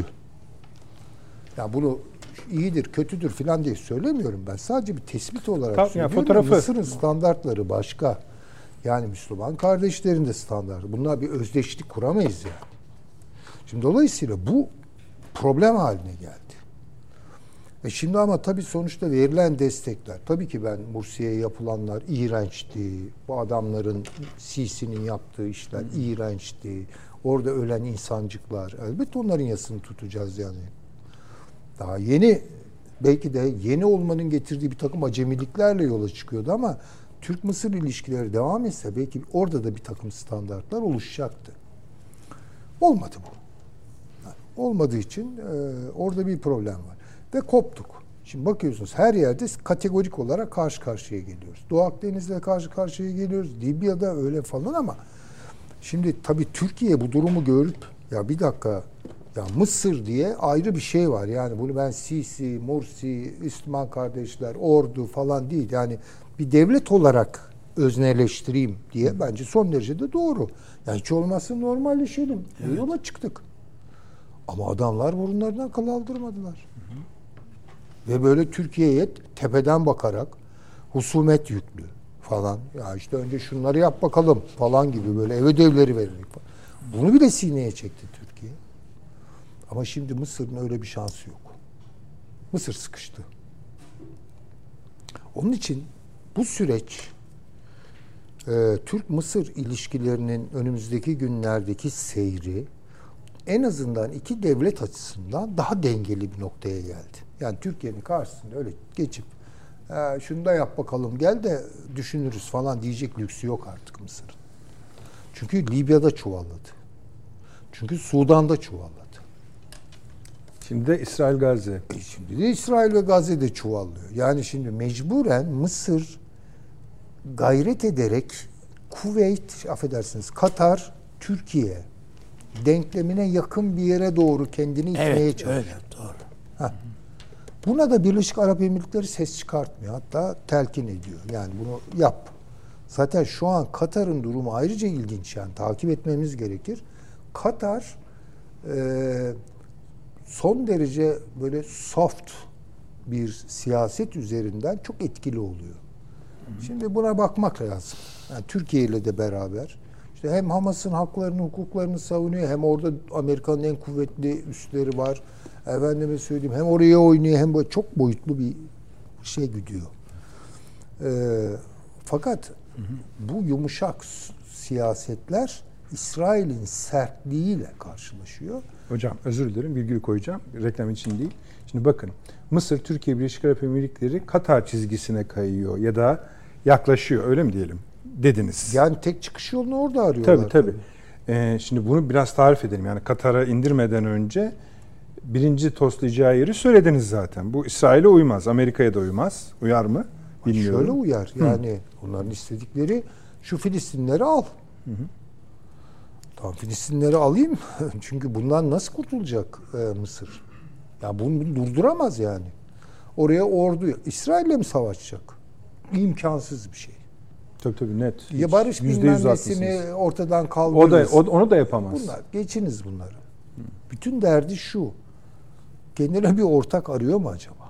Ya bunu iyidir, kötüdür falan diye söylemiyorum ben. Sadece bir tespit olarak Tam, söylüyorum. yani fotoğrafı... Mısır'ın standartları başka. Yani Müslüman kardeşlerin de standartı. Bunlar bir özdeşlik kuramayız yani. Şimdi dolayısıyla bu problem haline geldi. E şimdi ama tabii sonuçta verilen destekler. Tabii ki ben Mursi'ye yapılanlar iğrençti. Bu adamların Sisi'nin yaptığı işler hmm. iğrençti. Orada ölen insancıklar. Elbette onların yasını tutacağız yani. Daha yeni, belki de yeni olmanın getirdiği bir takım acemiliklerle yola çıkıyordu ama Türk-Mısır ilişkileri devam etse belki orada da bir takım standartlar oluşacaktı. Olmadı bu. Yani olmadığı için e, orada bir problem var. Ve koptuk. Şimdi bakıyorsunuz her yerde kategorik olarak karşı karşıya geliyoruz. Doğu Akdeniz'le karşı karşıya geliyoruz. Libya'da öyle falan ama şimdi tabii Türkiye bu durumu görüp ya bir dakika ya Mısır diye ayrı bir şey var. Yani bunu ben Sisi, Mursi, Müslüman kardeşler, ordu falan değil. Yani bir devlet olarak özneleştireyim diye bence son derece de doğru. Yani hiç olmazsa normalleşelim. Evet. Yola çıktık. Ama adamlar burunlarından kıl aldırmadılar. Hı hı. Ve böyle Türkiye'ye tepeden bakarak husumet yüklü falan. Ya işte önce şunları yap bakalım falan gibi böyle ev ödevleri vererek falan. Bunu bile sineye çekti Türkiye. Ama şimdi Mısır'ın öyle bir şansı yok. Mısır sıkıştı. Onun için bu süreç e, Türk-Mısır ilişkilerinin önümüzdeki günlerdeki seyri en azından iki devlet açısından daha dengeli bir noktaya geldi. Yani Türkiye'nin karşısında öyle geçip e, şunu da yap bakalım gel de düşünürüz falan diyecek lüksü yok artık Mısır'ın. Çünkü Libya'da çuvalladı. Çünkü Sudan'da çuvalladı. Şimdi de İsrail-Gazze. E şimdi de İsrail ve Gazze'de çuvallıyor. Yani şimdi mecburen Mısır gayret ederek Kuveyt, affedersiniz Katar, Türkiye denklemine yakın bir yere doğru kendini itmeye evet, çalışıyor. Evet, doğru. Ha. Buna da Birleşik Arap Emirlikleri ses çıkartmıyor. Hatta telkin ediyor. Yani bunu yap. Zaten şu an Katar'ın durumu ayrıca ilginç. Yani takip etmemiz gerekir. Katar e, son derece böyle soft bir siyaset üzerinden çok etkili oluyor. Hı-hı. Şimdi buna bakmak lazım. Yani Türkiye ile de beraber işte hem Hamas'ın haklarını, hukuklarını savunuyor hem orada Amerika'nın en kuvvetli üsleri var. Efendime söyleyeyim hem oraya oynuyor hem böyle çok boyutlu bir şey gidiyor. Ee, fakat hı hı. bu yumuşak siyasetler İsrail'in sertliğiyle karşılaşıyor. Hocam özür dilerim virgül koyacağım. Reklam için değil. Şimdi bakın Mısır, Türkiye, Birleşik Arap Emirlikleri Katar çizgisine kayıyor ya da yaklaşıyor öyle mi diyelim dediniz. Yani tek çıkış yolunu orada arıyorlar. Tabii tabii. Ee, şimdi bunu biraz tarif edelim. Yani Katar'a indirmeden önce birinci toslayacağı yeri söylediniz zaten. Bu İsrail'e uymaz, Amerika'ya da uymaz. Uyar mı? Bilmiyorum. Şöyle uyar. Yani Hı. onların istedikleri şu Filistinleri al. Hı hı. Tamam Filistinleri alayım. Çünkü bundan nasıl kurtulacak e, Mısır? Ya bunu, bunu durduramaz yani. Oraya ordu İsrail'le mi savaşacak? İmkansız bir şey. Tabii tabii net. Ya barış bilmem nesini ortadan kaldırırız. O da, o, onu da yapamaz. Bunlar, geçiniz bunları. Hı. Bütün derdi şu. Kendine bir ortak arıyor mu acaba?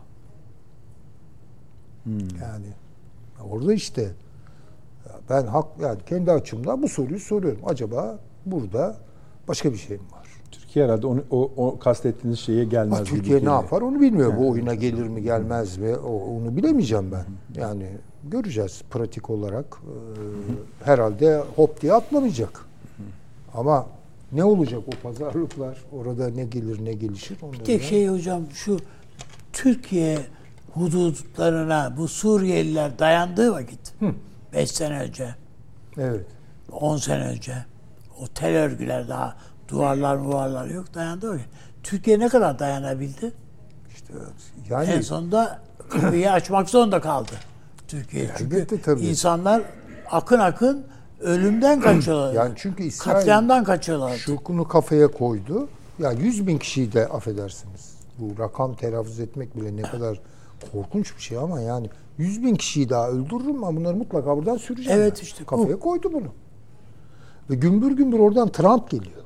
Hmm. Yani orada işte ben hak yani kendi açımdan bu soruyu soruyorum. Acaba burada başka bir şey mi var? Türkiye herhalde onu, o, o kastettiğiniz şeye gelmez. Ha, Türkiye ne yapar onu bilmiyor. Yani, bu oyuna gelir mi gelmez mi o, onu bilemeyeceğim ben. Yani göreceğiz pratik olarak. Ee, herhalde hop diye atlamayacak. Ama ne olacak o pazarlıklar? Orada ne gelir ne gelişir? Bir tek şey hocam şu Türkiye hudutlarına bu Suriyeliler dayandığı vakit beş sene önce, Evet. on sene önce o tel örgüler daha duvarlar muvarlar yok dayandığı vakit. Türkiye ne kadar dayanabildi? İşte yani En sonunda kapıyı açmak zorunda kaldı Türkiye. Çünkü elbette tabii. insanlar akın akın ölümden kaçıyorlar. Yani çünkü İsrail katliamdan kaçıyorlar. şunu kafaya koydu. Ya yüz bin kişiyi de affedersiniz. Bu rakam telaffuz etmek bile ne kadar korkunç bir şey ama yani yüz bin kişiyi daha öldürürüm ama bunları mutlaka buradan süreceğim. Evet ben. işte bu. Kafaya koydu bunu. Ve gümbür gümbür oradan Trump geliyor.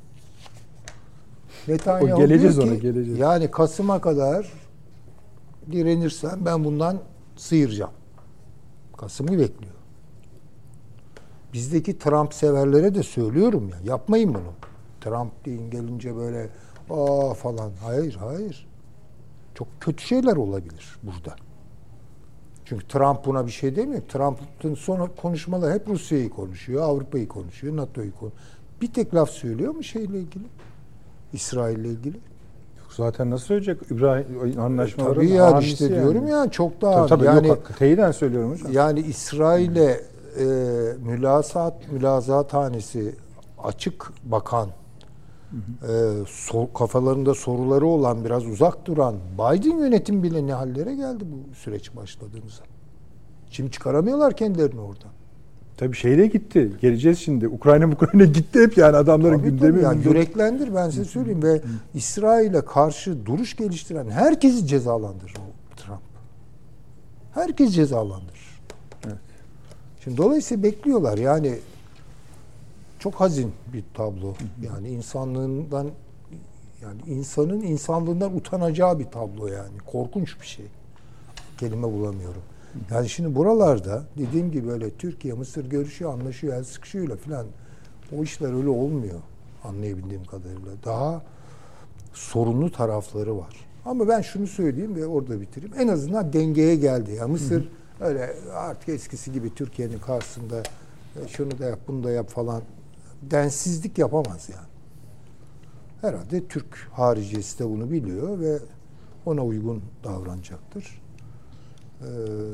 Netanyahu O geleceğiz diyor ki, ona, geleceğiz. yani Kasım'a kadar direnirsem ben bundan sıyıracağım. Kasım'ı bekliyor. Bizdeki Trump severlere de söylüyorum ya, yapmayın bunu. Trump deyin gelince böyle aa falan. Hayır, hayır. Çok kötü şeyler olabilir burada. Çünkü Trump buna bir şey demiyor. Trump'ın son konuşmaları hep Rusya'yı konuşuyor, Avrupa'yı konuşuyor, NATO'yu konuşuyor. Bir tek laf söylüyor mu şeyle ilgili? İsrail'le ilgili? Zaten nasıl söyleyecek? İbrahim anlaşmaları. Tabii ya işte yani. Diyorum ya çok daha tabii, tabii, yani yok, teyiden söylüyorum hocam. Yani İsrail'e e, mülazat mülazathanesi açık bakan, hı hı. E, so, kafalarında soruları olan, biraz uzak duran Biden yönetim bile ne hallere geldi bu süreç başladığımızda. Şimdi çıkaramıyorlar kendilerini oradan. Tabii şey de gitti. Geleceğiz şimdi. Ukrayna Ukrayna gitti hep yani adamların tabii, gündemi. Tabii yani yüreklendir ben size söyleyeyim ve İsrail'e karşı duruş geliştiren herkesi cezalandırır o Trump. Herkes cezalandırır. Evet. Şimdi dolayısıyla bekliyorlar yani çok hazin bir tablo. Yani insanlığından yani insanın insanlığından utanacağı bir tablo yani. Korkunç bir şey. Kelime bulamıyorum. Yani şimdi buralarda dediğim gibi böyle Türkiye, Mısır görüşüyor, anlaşıyor, el sıkışıyorlar falan. O işler öyle olmuyor anlayabildiğim kadarıyla. Daha sorunlu tarafları var. Ama ben şunu söyleyeyim ve orada bitireyim. En azından dengeye geldi. Yani Mısır hı hı. öyle artık eskisi gibi Türkiye'nin karşısında şunu da yap, bunu da yap falan densizlik yapamaz yani. Herhalde Türk hariciyesi de bunu biliyor ve ona uygun davranacaktır. Ee,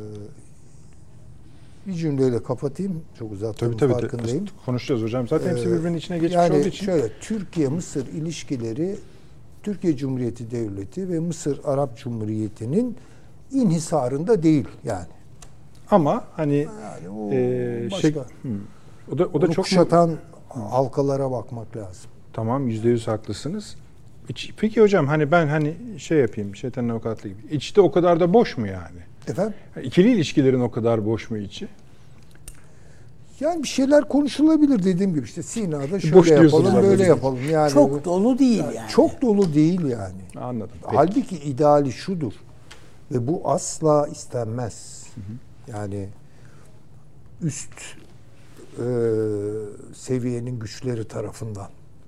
bir cümleyle kapatayım. Çok uzattığım tabii, tabii, farkındayım. Tabii, konuşacağız hocam. Zaten hepsi birbirinin içine geçmiş yani olduğu için. şöyle, Türkiye-Mısır ilişkileri Türkiye Cumhuriyeti Devleti ve Mısır Arap Cumhuriyeti'nin inhisarında değil yani. Ama hani yani o e, şey, hı. o da o da Onu çok kuşatan mu? halkalara bakmak lazım. Tamam, yüzde yüz haklısınız. Peki hocam hani ben hani şey yapayım, şeytanın avukatlığı gibi. İçte o kadar da boş mu yani? Efendim? İkili ilişkilerin o kadar boş mu içi? Yani bir şeyler konuşulabilir dediğim gibi işte Sina'da şöyle boş yapalım, böyle abi. yapalım. Yani çok dolu değil yani. yani. Çok dolu değil yani. Anladım. Peki. Halbuki ideali şudur ve bu asla istenmez. Hı hı. Yani üst e, seviyenin güçleri tarafından.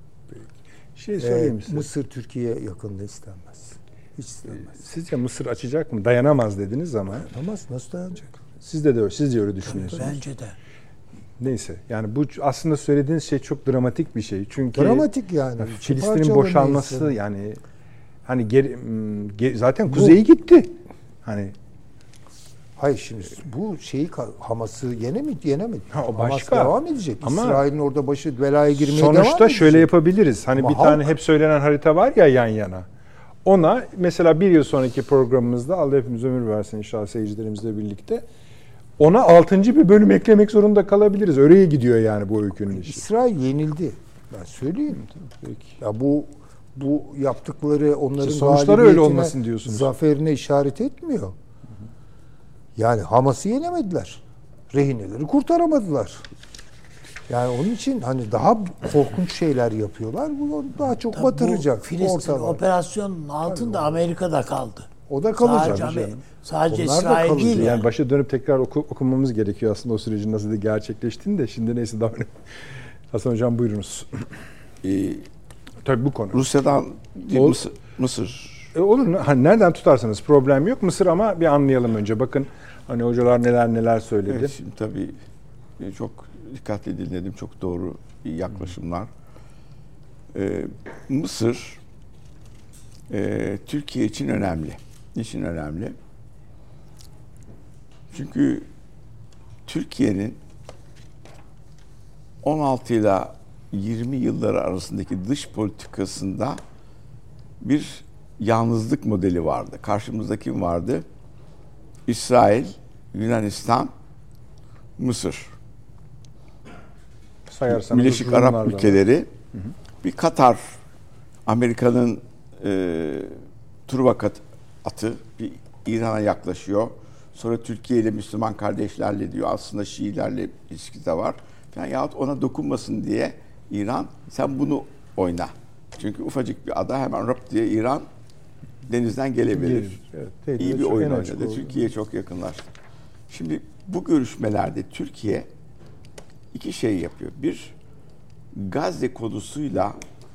Şey söyleyeyim e, size. Mısır Türkiye yakında istenmez. Hiç istenmez. Sizce Mısır açacak mı? Dayanamaz dediniz ama. Dayanamaz. Nasıl dayanacak? Siz de, de siz de öyle düşünüyorsunuz. Bence de. Neyse. Yani bu aslında söylediğiniz şey çok dramatik bir şey. Çünkü dramatik yani. Filistin'in boşalması neyse. Yani hani geri, geri, zaten kuzeyi bu, gitti. Hani hayır şimdi bu şeyi Hamas'ı yenemedi, yenemedi. Ha, o başka. Hamas devam edecek. Ama İsrail'in orada başı belaya girmeye devam edecek. Sonuçta şöyle yapabiliriz. Hani ama bir halk, tane hep söylenen harita var ya yan yana. Ona mesela bir yıl sonraki programımızda Allah hepimiz ömür versin inşallah seyircilerimizle birlikte. Ona altıncı bir bölüm eklemek zorunda kalabiliriz. Oraya gidiyor yani bu öykünün işi. İsrail yenildi. Ben söyleyeyim. Peki. Ya bu bu yaptıkları onların işte sonuçları öyle olmasın diyorsunuz. Zaferine işaret etmiyor. Hı hı. Yani Hamas'ı yenemediler. Rehineleri kurtaramadılar. Yani onun için hani daha korkunç şeyler yapıyorlar. Bu daha çok tabii batıracak. Filistin operasyonun altında tabii Amerika'da kaldı. O da kalacak. Sadece, sadece Onlar İsrail değil yani. Yani başa dönüp tekrar oku, okumamız gerekiyor aslında o sürecin nasıl gerçekleştiğini de. Şimdi neyse daha önemli. Hasan Hocam buyurunuz. Ee, Tabii bu konu. Rusya'dan Ol, Mısır. Mısır. E olur mu? Hani nereden tutarsanız problem yok. Mısır ama bir anlayalım önce. Bakın hani hocalar neler neler söyledi. Evet, şimdi tabii çok dikkatli dinledim. Çok doğru yaklaşımlar. Ee, Mısır e, Türkiye için önemli. Niçin önemli? Çünkü Türkiye'nin on altı ile yirmi yılları arasındaki dış politikasında bir yalnızlık modeli vardı. Karşımızda kim vardı? İsrail, Yunanistan, Mısır. Sayarsanız Birleşik Arap ülkeleri, hı hı. bir Katar, Amerika'nın e, Truva atı, bir İran'a yaklaşıyor. Sonra Türkiye ile Müslüman kardeşlerle diyor. Aslında Şiilerle ilişkisi de var. Yani yahut ona dokunmasın diye İran, sen bunu oyna. Çünkü ufacık bir ada, hemen rıp diye İran denizden gelebilir. Evet, İyi bir oyun oynadı. Türkiye'ye çok yakınlaştı. Şimdi bu görüşmelerde Türkiye iki şey yapıyor. Bir, Gazze konusuyla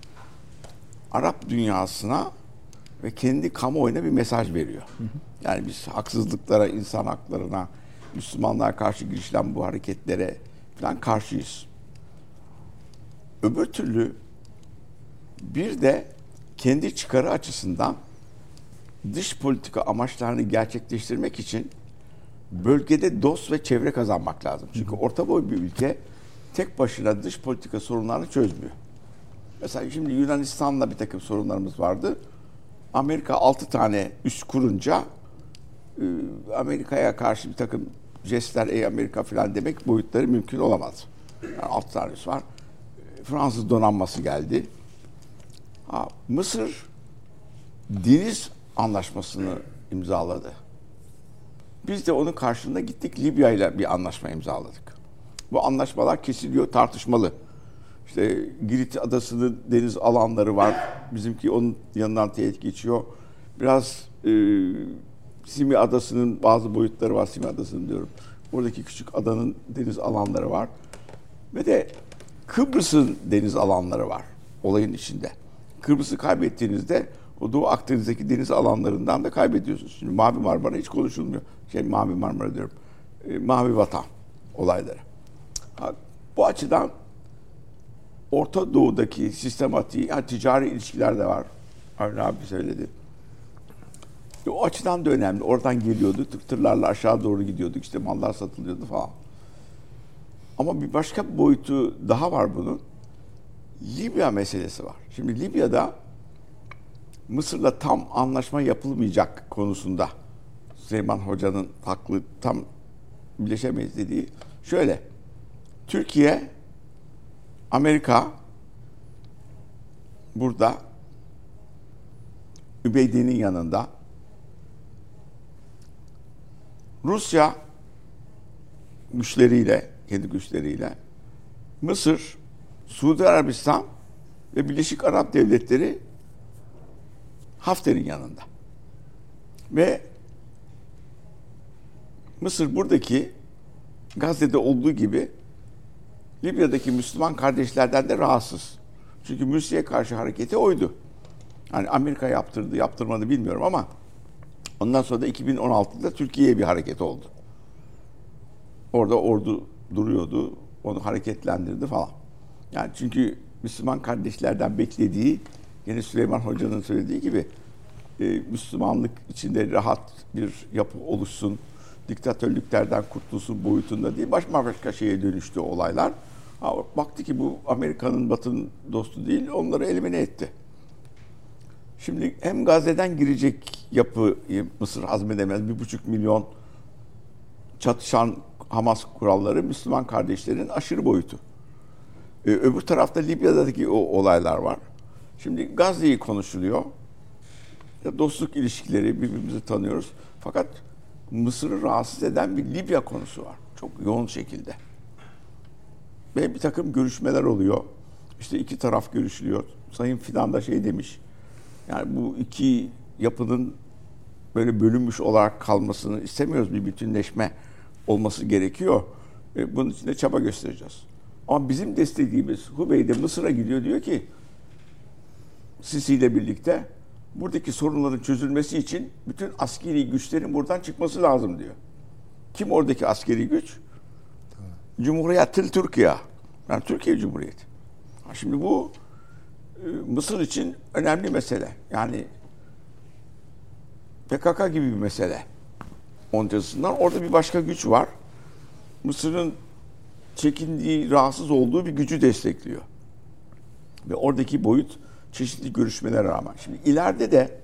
Arap dünyasına ve kendi kamuoyuna bir mesaj veriyor. Hı hı. Yani biz haksızlıklara, insan haklarına, Müslümanlara karşı girişilen bu hareketlere falan karşıyız. Öbür türlü bir de kendi çıkarı açısından dış politika amaçlarını gerçekleştirmek için bölgede dost ve çevre kazanmak lazım. Çünkü orta boy bir ülke tek başına dış politika sorunlarını çözmüyor. Mesela şimdi Yunanistan'la bir takım sorunlarımız vardı. Amerika altı tane üs kurunca Amerika'ya karşı bir takım jestler, ey Amerika falan demek boyutları mümkün olamaz. Yani altı tane üs var. Fransız donanması geldi. Ha, Mısır deniz anlaşmasını imzaladı. Biz de onun karşılığında gittik Libya ile bir anlaşma imzaladık. Bu anlaşmalar kesiliyor, tartışmalı. İşte Girit Adası'nın deniz alanları var. Bizimki onun yanından teğet geçiyor. Biraz e, Simi Adası'nın bazı boyutları var. Simi Adası'nın diyorum. Oradaki küçük adanın deniz alanları var. Ve de Kıbrıs'ın deniz alanları var olayın içinde. Kıbrıs'ı kaybettiğinizde o Doğu Akdeniz'deki deniz alanlarından da kaybediyorsunuz. Şimdi Mavi Marmara hiç konuşulmuyor. Şey Mavi Marmara diyorum. E, Mavi Vatan olayları. Ha, bu açıdan Orta Doğu'daki sistematiği, yani ticari ilişkiler de var. Avni abi söyledi. E, o açıdan da önemli. Oradan geliyordu. Tırlarla aşağı doğru gidiyorduk. İşte mallar satılıyordu falan. Ama bir başka bir boyutu daha var bunun. Libya meselesi var. Şimdi Libya'da Mısır'la tam anlaşma yapılmayacak konusunda Süleyman Hoca'nın haklı, tam birleşemeyiz dediği şöyle. Türkiye, Amerika burada Übeydi'nin yanında, Rusya güçleriyle, kendi güçleriyle, Mısır, Suudi Arabistan ve Birleşik Arap Devletleri Hafter'in yanında. Ve Mısır buradaki Gazze'de olduğu gibi Libya'daki Müslüman kardeşlerden de rahatsız. Çünkü Mürsi'ye karşı hareketi oydu. Yani Amerika yaptırdı, yaptırmadı bilmiyorum ama ondan sonra da iki bin on altıda Türkiye'ye bir hareket oldu. Orada ordu duruyordu, onu hareketlendirdi falan. Yani çünkü Müslüman kardeşlerden beklediği, yine Süleyman Hoca'nın söylediği gibi e, Müslümanlık içinde rahat bir yapı oluşsun, diktatörlüklerden kurtulsun boyutunda değil, başka başka şeye dönüştü olaylar. Ha, baktı ki bu Amerika'nın Batı'nın dostu değil, onları elimine etti. Şimdi hem Gazze'den girecek yapıyı Mısır hazmedemez, bir buçuk milyon çatışan Hamas kuralları Müslüman kardeşlerin aşırı boyutu. Ee, öbür tarafta Libya'daki o olaylar var. Şimdi Gazze'yi konuşuluyor. Ya dostluk ilişkileri, birbirimizi tanıyoruz. Fakat Mısır'ı rahatsız eden bir Libya konusu var. Çok yoğun şekilde. Ve bir takım görüşmeler oluyor. İşte iki taraf görüşülüyor. Sayın Fidan da şey demiş. Yani bu iki yapının böyle bölünmüş olarak kalmasını istemiyoruz. Bir bütünleşme olması gerekiyor. E, bunun için de çaba göstereceğiz. Ama bizim desteklediğimiz Hubeyde Mısır'a gidiyor, diyor ki Sisi ile birlikte buradaki sorunların çözülmesi için bütün askeri güçlerin buradan çıkması lazım diyor. Kim oradaki askeri güç? Cumhuriyetül Türkiye. Yani Türkiye Cumhuriyeti. Şimdi bu Mısır için önemli mesele. Yani P K K gibi bir mesele. oncasından. Orada bir başka güç var. Mısır'ın çekindiği, rahatsız olduğu bir gücü destekliyor. Ve oradaki boyut çeşitli görüşmelere rağmen. Şimdi ileride de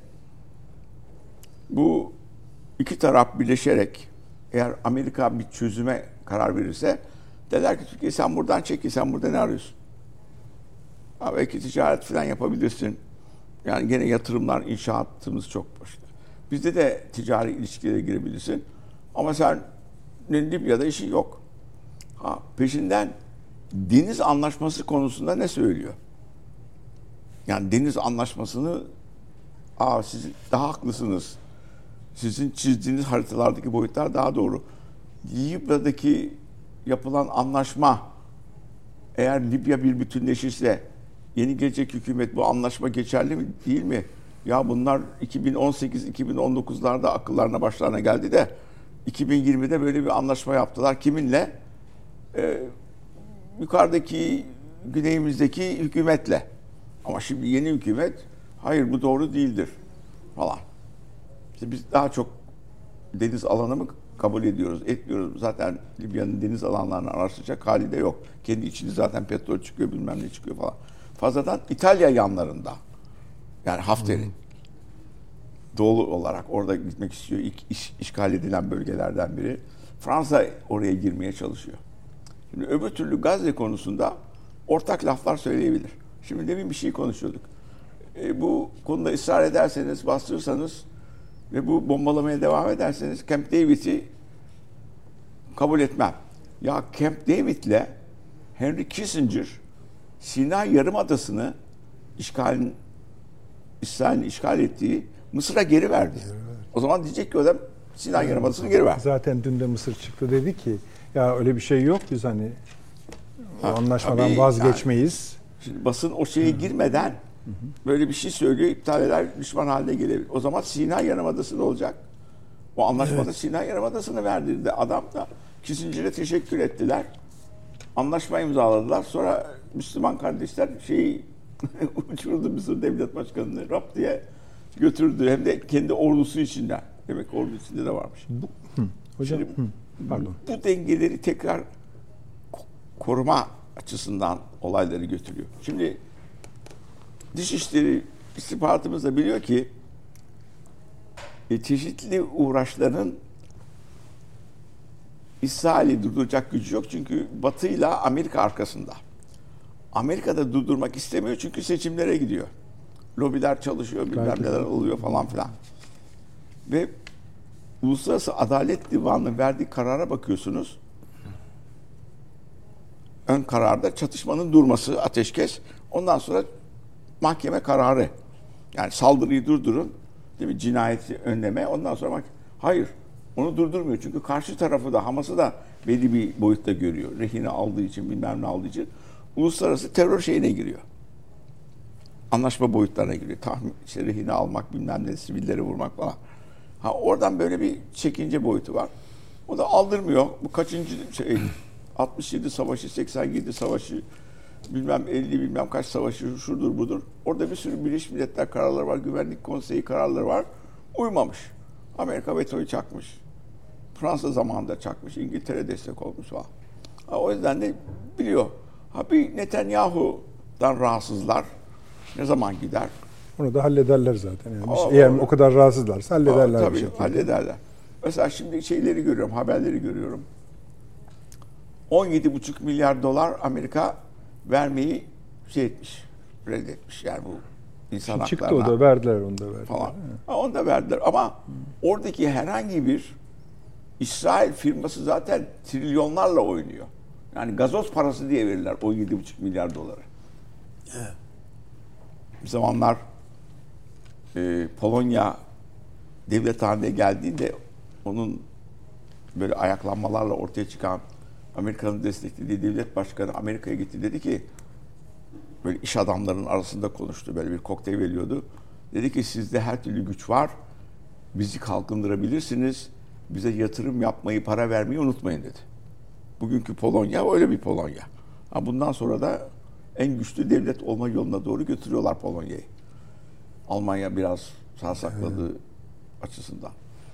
bu iki taraf birleşerek eğer Amerika bir çözüme karar verirse derler ki Türkiye sen buradan çekil, sen burada ne arıyorsun? Ha, belki ticaret falan yapabilirsin. Yani gene yatırımlar, inşaatımız çok başka. Bizde de ticari ilişkilere girebilirsin. Ama sen Libya'da işin yok. Ha, peşinden deniz anlaşması konusunda ne söylüyor? Yani deniz anlaşmasını aa siz daha haklısınız. Sizin çizdiğiniz haritalardaki boyutlar daha doğru. Libya'daki yapılan anlaşma eğer Libya bir bütünleşirse yeni gelecek hükümet bu anlaşma geçerli mi değil mi? Ya bunlar iki bin on sekiz iki bin on dokuzlarda akıllarına başlarına geldi de iki bin yirmide böyle bir anlaşma yaptılar. Kiminle? Ee, yukarıdaki güneyimizdeki hükümetle. Ama şimdi yeni hükümet hayır bu doğru değildir falan. İşte biz daha çok deniz alanı mı kabul ediyoruz, etmiyoruz. Zaten Libya'nın deniz alanlarını araştıracak hali de yok. Kendi içinde zaten petrol çıkıyor, bilmem ne çıkıyor falan. Fazladan İtalya yanlarında. Yani Hafter'in doğulu olarak orada gitmek istiyor. İlk iş, işgal edilen bölgelerden biri. Fransa oraya girmeye çalışıyor. Şimdi öbür türlü Gazze konusunda ortak laflar söyleyebilir. Şimdi demin bir şey konuşuyorduk. E, bu konuda ısrar ederseniz, bastırırsanız ve bu bombalamaya devam ederseniz Camp David'i kabul etmem. Ya Camp David'le Henry Kissinger Sinay Yarımadası'nı işgalin İsrail'in işgal ettiği Mısır'a geri verdi. O zaman diyecek ki o adam Sinay Yarımadası'nı geri ver. Zaten dün de Mısır çıktı dedi ki ya öyle bir şey yok biz hani o ha, anlaşmadan vazgeçmeyiz. Yani, şimdi basın o şeye girmeden hı hı. böyle bir şey söylüyor, iptal eder, düşman haline gelebilir. O zaman Sinay Yarımadası ne olacak? O anlaşmada evet. Sinay Yarımadası'nı verdirdi. Adam da Kissinger'e teşekkür ettiler. Anlaşma imzaladılar. Sonra Müslüman kardeşler şeyi uçurdu Mısır Devlet Başkanı'nı rap diye götürdü. Hem de kendi ordusu içinden. Demek ordu içinde de varmış. Bu, hı, hocam, Şimdi, hı, pardon. Bu dengeleri tekrar koruma açısından olayları götürüyor. Şimdi Dışişleri istihbaratımız da biliyor ki e, çeşitli uğraşların İsrail'i durduracak gücü yok. Çünkü Batı ile Amerika arkasında. Amerika da durdurmak istemiyor çünkü seçimlere gidiyor. Lobiler çalışıyor, bilmem Belki neler oluyor falan filan. Ve Uluslararası Adalet Divanı'nın verdiği karara bakıyorsunuz. Ön kararda çatışmanın durması, ateşkes. Ondan sonra mahkeme kararı. Yani saldırıyı durdurun, değil mi? Cinayeti önleme. Ondan sonra bak, hayır. Onu durdurmuyor. Çünkü karşı tarafı da Hamas'ı da belli bir boyutta görüyor. Rehine aldığı için, bilmem ne aldığı için. Uluslararası terör şeyine giriyor. Anlaşma boyutlarına giriyor. Tahmin, işte rehine almak, bilmem ne, sivilleri vurmak falan. Ha, oradan böyle bir çekince boyutu var. O da aldırmıyor. Bu kaçıncı şey, altmış yedi savaşı, seksen yedi savaşı, bilmem elli bilmem kaç savaşı, şudur budur. Orada bir sürü Birleşmiş Milletler kararları var, Güvenlik Konseyi kararları var. Uymamış. Amerika vetoyu çakmış. Fransa zamanında çakmış. İngiltere destek olmuş falan. Ha, o yüzden de biliyor. Ha, bir Netanyahu'dan rahatsızlar. Ne zaman gider? Onu da hallederler zaten. Yani Aa, eğer o kadar rahatsızlarsa hallederler. Aa, tabii bir hallederler. Mesela şimdi şeyleri görüyorum, haberleri görüyorum. on yedi buçuk milyar dolar Amerika vermeyi şey etmiş, reddetmiş. Yani bu insan haklarına. Çıktı o da verdiler, onu da verdiler. Falan. Ha, onu da verdiler ama hmm. oradaki herhangi bir İsrail firması zaten trilyonlarla oynuyor. Yani gazoz parası diye verirler on yedi buçuk milyar doları. Evet. Bir zamanlar e, Polonya devlet haline geldiğinde onun böyle ayaklanmalarla ortaya çıkan Amerika'nın desteklediği devlet başkanı Amerika'ya gitti. Dedi ki böyle iş adamlarının arasında konuştu. Böyle bir kokteyl veriyordu. Dedi ki sizde her türlü güç var. Bizi kalkındırabilirsiniz. Bize yatırım yapmayı, para vermeyi unutmayın dedi. Bugünkü Polonya öyle bir Polonya. Ha, bundan sonra da en güçlü devlet olma yoluna doğru götürüyorlar Polonya'yı. Almanya biraz sağ sakladığı evet. açısından.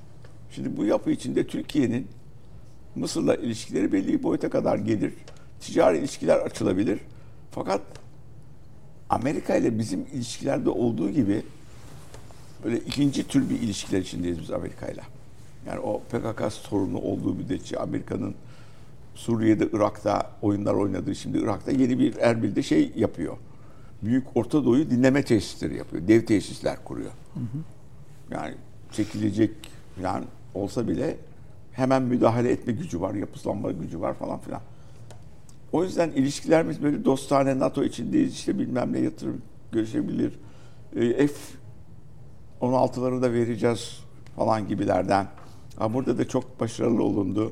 Şimdi bu yapı içinde Türkiye'nin Mısır'la ilişkileri belli bir boyuta kadar gelir. Ticari ilişkiler açılabilir. Fakat Amerika ile bizim ilişkilerde olduğu gibi böyle ikinci tür bir ilişkiler içindeyiz biz Amerika ile. Yani o P K K sorunu olduğu müddetçe Amerika'nın Suriye'de, Irak'ta oyunlar oynadığı, şimdi Irak'ta yeni bir Erbil'de şey yapıyor. Büyük Orta Doğu'yu dinleme tesisleri yapıyor. Dev tesisler kuruyor. Hı hı. Yani çekilecek falan olsa bile hemen müdahale etme gücü var, yapıslanma gücü var falan filan. O yüzden ilişkilerimiz böyle dostane, NATO içindeyiz, işte bilmem ne yatırım görüşebilir. E, F on altıları da vereceğiz falan gibilerden. Ha, burada da çok başarılı olundu.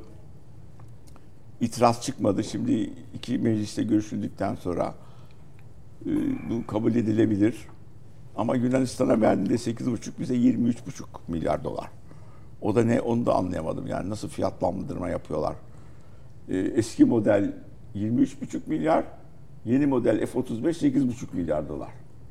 İtiraz çıkmadı. Şimdi iki mecliste görüşüldükten sonra e, bu kabul edilebilir. Ama Yunanistan'a verdiğinde sekiz buçuk, bize yirmi üç buçuk milyar dolar. O da ne, onu da anlayamadım. Yani nasıl fiyatlandırma yapıyorlar. E, eski model yirmi üç buçuk milyar, yeni model F otuz beş sekiz buçuk milyar dolar.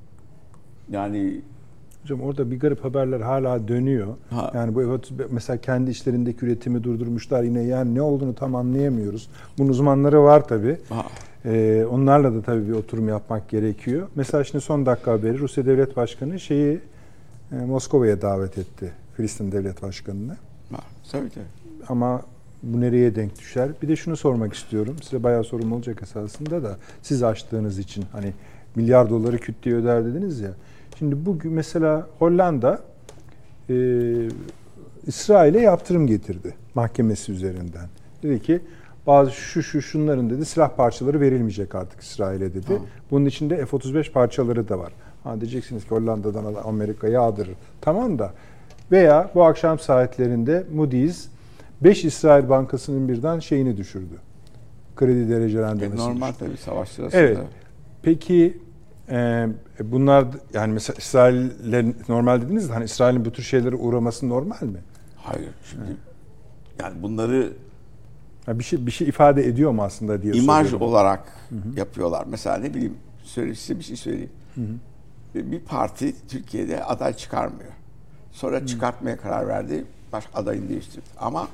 Yani hocam orada bir garip haberler hala dönüyor. Ha. Yani bu mesela kendi işlerindeki üretimi durdurmuşlar yine, yani ne olduğunu tam anlayamıyoruz. Bunun uzmanları var tabii. Ee, onlarla da tabii bir oturum yapmak gerekiyor. Mesela şimdi son dakika haberi, Rusya Devlet Başkanı şeyi e, Moskova'ya davet etti. Filistin Devlet Başkanı'nı. Ha, tabii tabii. Ama bu nereye denk düşer? Bir de şunu sormak istiyorum. Size bayağı sorum olacak esasında da, siz açtığınız için hani milyar doları küt diye öder dediniz ya. Şimdi bugün mesela Hollanda e, İsrail'e yaptırım getirdi mahkemesi üzerinden. Dedi ki bazı şu şu şunların dedi silah parçaları verilmeyecek artık İsrail'e dedi. Ha. Bunun içinde F otuz beş parçaları da var. Ha, diyeceksiniz ki Hollanda'dan Amerika yağdırır. Tamam da, veya bu akşam saatlerinde Moody's beş İsrail bankasının birden şeyini düşürdü. Kredi derecelendirmesini. E, normal düşürdü. tabii savaş sırasında. Evet. Peki e, bunlar yani mesela İsrail'le normal dediniz de hani İsrail'in bu tür şeylere uğraması normal mi? Hayır. Şimdi evet. Yani bunları bir şey bir şey ifade ediyor mu aslında diye İmaj soruyorum. olarak Hı-hı. yapıyorlar. Mesela ne bileyim, söyle, size bir şey söyleyeyim. Hı-hı. Bir parti Türkiye'de aday çıkarmıyor. Sonra Hı-hı. çıkartmaya karar verdi. Baş adayını değiştirdi. Ama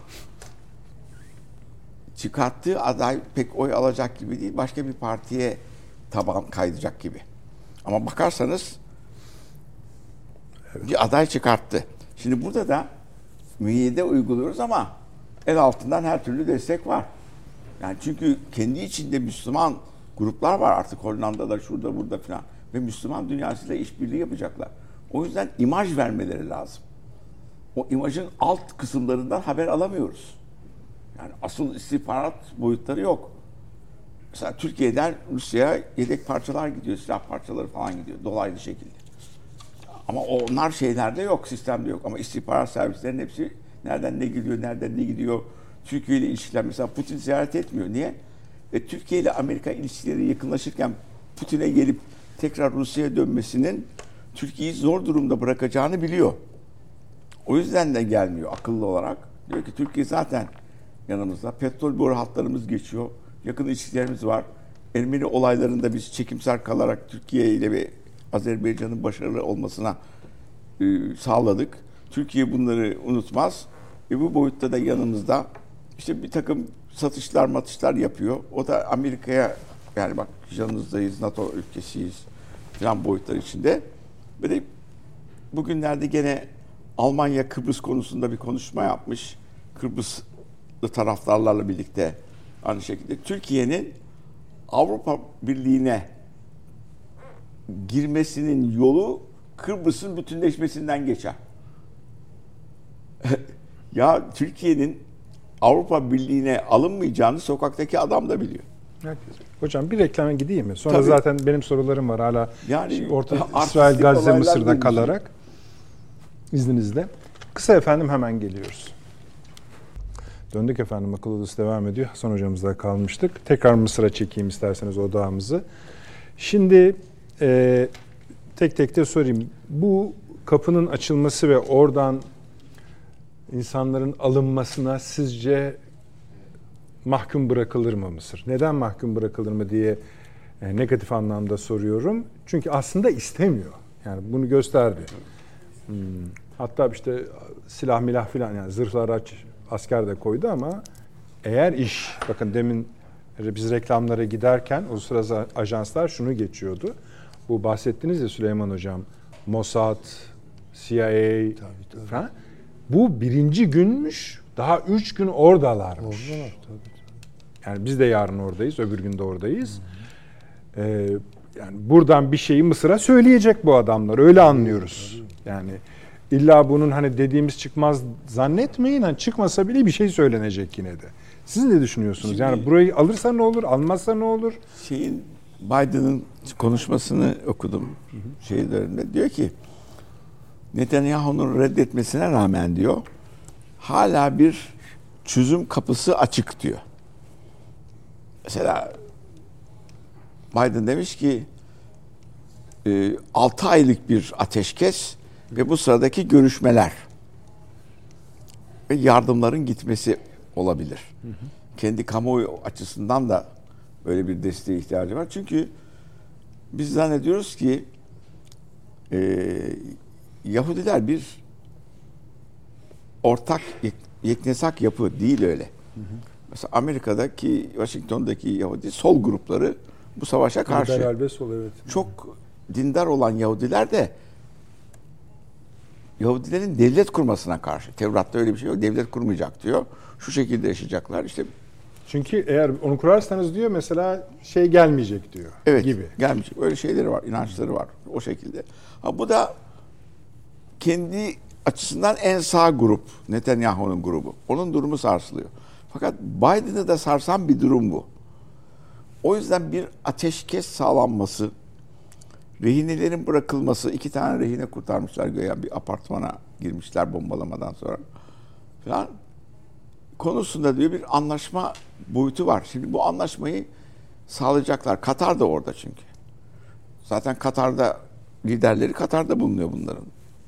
çıkarttığı aday pek oy alacak gibi değil. Başka bir partiye taban kaydıracak gibi. Ama bakarsanız evet. bir aday çıkarttı. Şimdi burada da müeyyide uyguluyoruz ama el altından her türlü destek var. Yani çünkü kendi içinde Müslüman gruplar var artık Hollanda'da, şurada, burada falan. Ve Müslüman dünyasıyla işbirliği yapacaklar. O yüzden imaj vermeleri lazım. O imajın alt kısımlarından haber alamıyoruz. Yani asıl istihbarat boyutları yok. Mesela Türkiye'den Rusya'ya yedek parçalar gidiyor, silah parçaları falan gidiyor dolaylı şekilde. Ama onlar şeylerde yok, sistemde yok. Ama istihbarat servislerinin hepsi nereden ne gidiyor, nereden ne gidiyor. Türkiye ile ilişkiler, mesela Putin ziyaret etmiyor. Niye? Ve Türkiye ile Amerika ilişkileri yakınlaşırken Putin'e gelip tekrar Rusya'ya dönmesinin Türkiye'yi zor durumda bırakacağını biliyor. O yüzden de gelmiyor akıllı olarak. Diyor ki Türkiye zaten yanımızda. Petrol boru hatlarımız geçiyor. Yakın ilişkilerimiz var. Ermeni olaylarında biz çekimser kalarak Türkiye ile ve Azerbaycan'ın başarılı olmasına e, sağladık. Türkiye bunları unutmaz. Ve bu boyutta da yanımızda işte bir takım satışlar matışlar yapıyor. O da Amerika'ya, yani bak yanınızdayız, NATO ülkesiyiz falan boyutlar içinde. Böyle bugünlerde gene Almanya Kıbrıs konusunda bir konuşma yapmış. Kıbrıslı taraftarlarla birlikte aynı şekilde Türkiye'nin Avrupa Birliği'ne girmesinin yolu Kıbrıs'ın bütünleşmesinden geçer. Ya Türkiye'nin Avrupa Birliği'ne alınmayacağını sokaktaki adam da biliyor. Herkes. Hocam bir reklama gideyim mi? Sonra Tabii. zaten benim sorularım var hala. Yani orta İsrail, Gazze, Mısır'da kalarak. İzninizle. Kısa efendim, hemen geliyoruz. Döndük efendim, akıl odası devam ediyor. Hasan hocamızla kalmıştık. Tekrar Mısır'a çekeyim isterseniz odağımızı. Şimdi e, tek tek de sorayım. Bu kapının açılması ve oradan insanların alınmasına sizce mahkum bırakılır mı Mısır? Neden mahkum bırakılır mı diye e, negatif anlamda soruyorum. Çünkü aslında istemiyor. Yani bunu gösterdi. Hmm. Hatta işte silah milah filan yani zırhlı araç asker de koydu ama eğer iş, bakın demin biz reklamlara giderken uluslararası ajanslar şunu geçiyordu. Bu bahsettiniz ya Süleyman Hocam, Mossad, C I A tabii, tabii. Falan. Bu birinci günmüş, daha üç gün oradalarmış. Oradalar, tabii, tabii. Yani biz de yarın oradayız, öbür gün de oradayız. Ee, yani buradan bir şeyi Mısır'a söyleyecek bu adamlar, öyle anlıyoruz. Tabii, tabii. Yani illa bunun hani dediğimiz çıkmaz zannetmeyin, hani çıkmasa bile bir şey söylenecek yine de. Siz ne düşünüyorsunuz? Şimdi, yani burayı alırsa ne olur, almazsa ne olur? Şeyin Biden'ın konuşmasını okudum şey üzerinde. Diyor ki Netanyahu'nun reddetmesine rağmen diyor hala bir çözüm kapısı açık diyor. Mesela Biden demiş ki e, altı aylık bir ateşkes ve bu sıradaki görüşmeler ve yardımların gitmesi olabilir. Hı hı. Kendi kamuoyu açısından da böyle bir desteğe ihtiyacı var. Çünkü biz zannediyoruz ki e, Yahudiler bir ortak yeknesak yapı değil öyle. Hı hı. Mesela Amerika'daki, Washington'daki Yahudi sol grupları bu savaşa karşı. Liberal ve sol, evet. Çok dindar olan Yahudiler de Yahudilerin devlet kurmasına karşı. Tevrat'ta öyle bir şey yok. Devlet kurmayacak diyor. Şu şekilde yaşayacaklar. İşte çünkü eğer onu kurarsanız diyor mesela şey gelmeyecek diyor. Evet, gibi. Gelmeyecek. Öyle şeyleri var, inançları var o şekilde. Ha, bu da kendi açısından en sağ grup, Netanyahu'nun grubu. Onun durumu sarsılıyor. Fakat Biden'ı da sarsan bir durum bu. O yüzden bir ateşkes sağlanması, rehinelerin bırakılması, iki tane rehine kurtarmışlar göğe, bir apartmana girmişler bombalamadan sonra falan konusunda diyor bir anlaşma boyutu var. Şimdi bu anlaşmayı sağlayacaklar. Katar da orada çünkü. Zaten Katar'da liderleri Katar'da bulunuyor bunların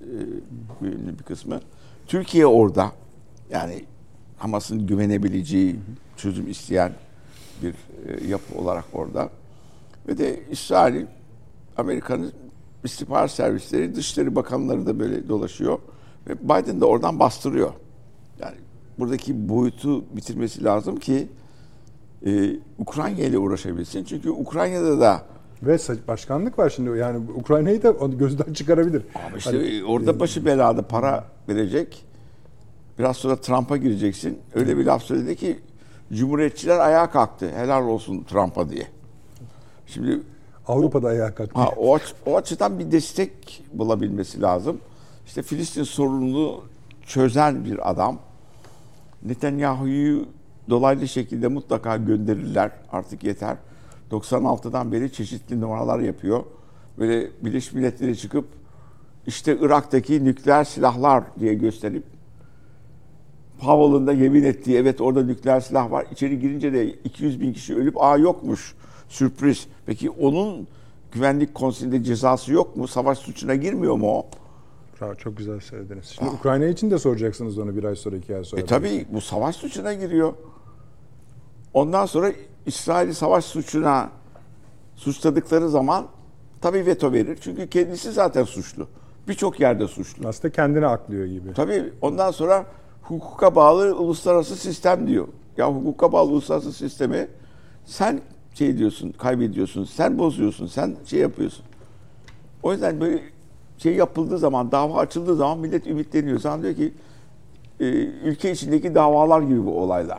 ee, bir kısmı. Türkiye orada. Yani Hamas'ın güvenebileceği, çözüm isteyen bir e, yapı olarak orada. Ve de İsrail, Amerika'nın istihbarat servisleri, Dışişleri Bakanları da böyle dolaşıyor. Ve Biden de oradan bastırıyor. Yani buradaki boyutu bitirmesi lazım ki e, Ukrayna ile uğraşabilsin. Çünkü Ukrayna'da da ve başkanlık var şimdi. Yani Ukrayna'yı da gözden çıkarabilir. Ama işte hani, orada başı belada para verecek. Biraz sonra Trump'a gireceksin. Öyle bir laf söyledi ki Cumhuriyetçiler ayağa kalktı. Helal olsun Trump'a diye. Şimdi Avrupa'da ayağa kalktı. Ha, o, aç, o açıdan bir destek bulabilmesi lazım. İşte Filistin sorununu çözen bir adam. Netanyahu'yu dolaylı şekilde mutlaka gönderirler. Artık yeter. doksan altıdan beri çeşitli numaralar yapıyor. Böyle Birleşmiş Milletler'e çıkıp işte Irak'taki nükleer silahlar diye gösterip Powell'ın da yemin ettiği evet orada nükleer silah var. İçeri girince de iki yüz bin kişi ölüp aa yokmuş. Sürpriz. Peki onun Güvenlik Konseyi'nde cezası yok mu? Savaş suçuna girmiyor mu o? Çok güzel söylediniz. Şimdi Aa. Ukrayna için de soracaksınız onu bir ay sonra, iki ay sonra. E tabii bu savaş suçuna giriyor. Ondan sonra İsrail'i savaş suçuna suçladıkları zaman tabii veto verir. Çünkü kendisi zaten suçlu. Birçok yerde suçlu. Aslında kendini aklıyor gibi. Tabii ondan sonra hukuka bağlı uluslararası sistem diyor. Ya hukuka bağlı uluslararası sistemi sen şey diyorsun, kaybediyorsun, sen bozuyorsun, sen şey yapıyorsun. O yüzden böyle şey yapıldığı zaman, dava açıldığı zaman millet ümitleniyor. Sana diyor ki e, ülke içindeki davalar gibi bu olaylar.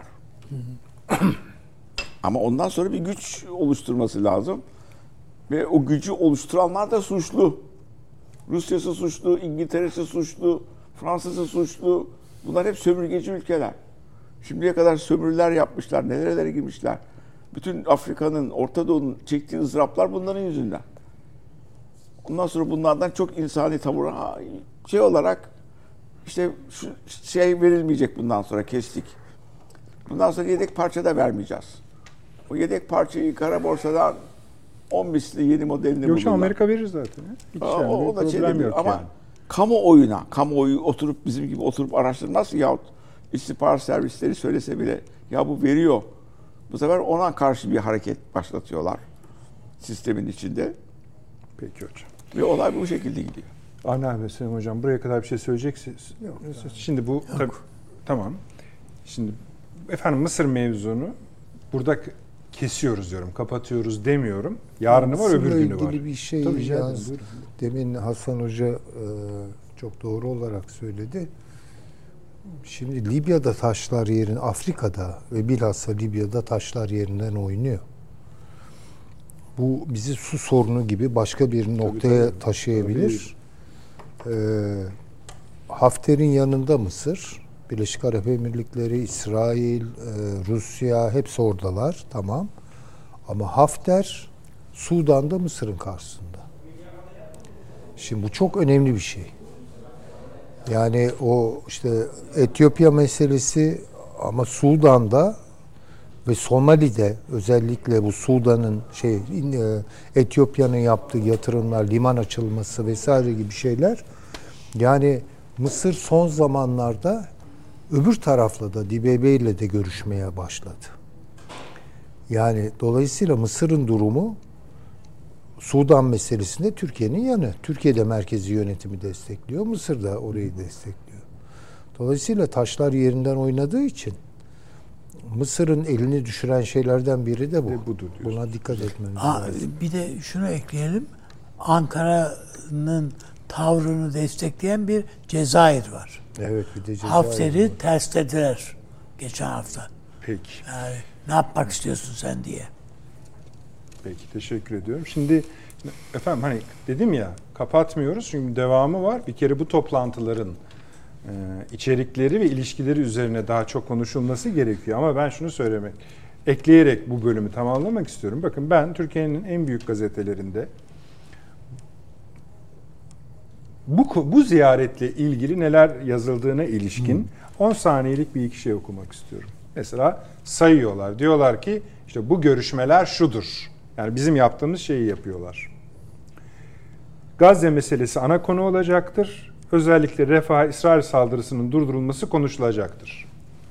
Ama ondan sonra bir güç oluşturması lazım. Ve o gücü oluşturanlar da suçlu. Rusya'sı suçlu, İngiltere'si suçlu, Fransa'sı suçlu. Bunlar hep sömürgeci ülkeler. Şimdiye kadar sömürüler yapmışlar, nerelere girmişler. Bütün Afrika'nın, Orta Doğu'nun çektiği ızdıraplar bunların yüzünden. Ondan sonra bunlardan çok insani tavır şey olarak işte şu şey verilmeyecek bundan sonra kestik. Bundan sonra yedek parça da vermeyeceğiz. O yedek parçayı kara borsadan on misli yeni modelini bulurlar. Yoksa Amerika verir zaten. Hiç Aa, yani o, o da problem yok ama yani. Kamuoyuna, kamuoyu oturup bizim gibi oturup araştırmaz yahut istihbarat servisleri söylese bile ya bu veriyor. Bu sefer ona karşı bir hareket başlatıyorlar sistemin içinde. Peki hocam. Ve olay bu şekilde gidiyor. Avni abi, Süleyman Hocam buraya kadar bir şey söyleyeceksiniz. Yok, Şimdi bu tabii, tamam. Şimdi efendim Mısır mevzunu burada kesiyoruz diyorum, kapatıyoruz demiyorum. Yarını var, öbür günü var. Mısır'la ilgili bir şey Tabii, yaz. Demin Hasan Hoca e, çok doğru olarak söyledi. Şimdi Libya'da taşlar yerin, Afrika'da ve bilhassa Libya'da taşlar yerinden oynuyor. Bu bizi su sorunu gibi başka bir noktaya tabii, tabii. taşıyabilir. Ee, Hafter'in yanında Mısır, Birleşik Arap Emirlikleri, İsrail, e, Rusya hepsi oradalar, tamam. Ama Hafter Sudan'da Mısır'ın karşısında. Şimdi bu çok önemli bir şey. Yani o işte Etiyopya meselesi ama Sudan'da ve Somali'de özellikle bu Sudan'ın şey Etiyopya'nın yaptığı yatırımlar, liman açılması vesaire gibi şeyler. Yani Mısır son zamanlarda öbür tarafla da D B B ile de görüşmeye başladı. Yani dolayısıyla Mısır'ın durumu Sudan meselesinde Türkiye'nin yanı. Türkiye de merkezi yönetimi destekliyor. Mısır da orayı destekliyor. Dolayısıyla taşlar yerinden oynadığı için Mısır'ın elini düşüren şeylerden biri de bu. Ve budur diyorsun. Buna dikkat etmemiz Aa, lazım. bir de şunu ekleyelim. Ankara'nın tavrını destekleyen bir Cezayir var. Evet, bir de Cezayir Hafter'i var. terslediler geçen hafta. Peki. Yani ne yapmak istiyorsun sen diye. Peki, teşekkür ediyorum. Şimdi efendim hani dedim ya, kapatmıyoruz çünkü devamı var. Bir kere bu toplantıların e, içerikleri ve ilişkileri üzerine daha çok konuşulması gerekiyor. Ama ben şunu söylemek, ekleyerek bu bölümü tamamlamak istiyorum. Bakın ben Türkiye'nin en büyük gazetelerinde bu, bu ziyaretle ilgili neler yazıldığına ilişkin on saniyelik bir iki şey okumak istiyorum. Mesela sayıyorlar. Diyorlar ki işte bu görüşmeler şudur. Yani bizim yaptığımız şeyi yapıyorlar. Gazze meselesi ana konu olacaktır. Özellikle Refah İsrail saldırısının durdurulması konuşulacaktır.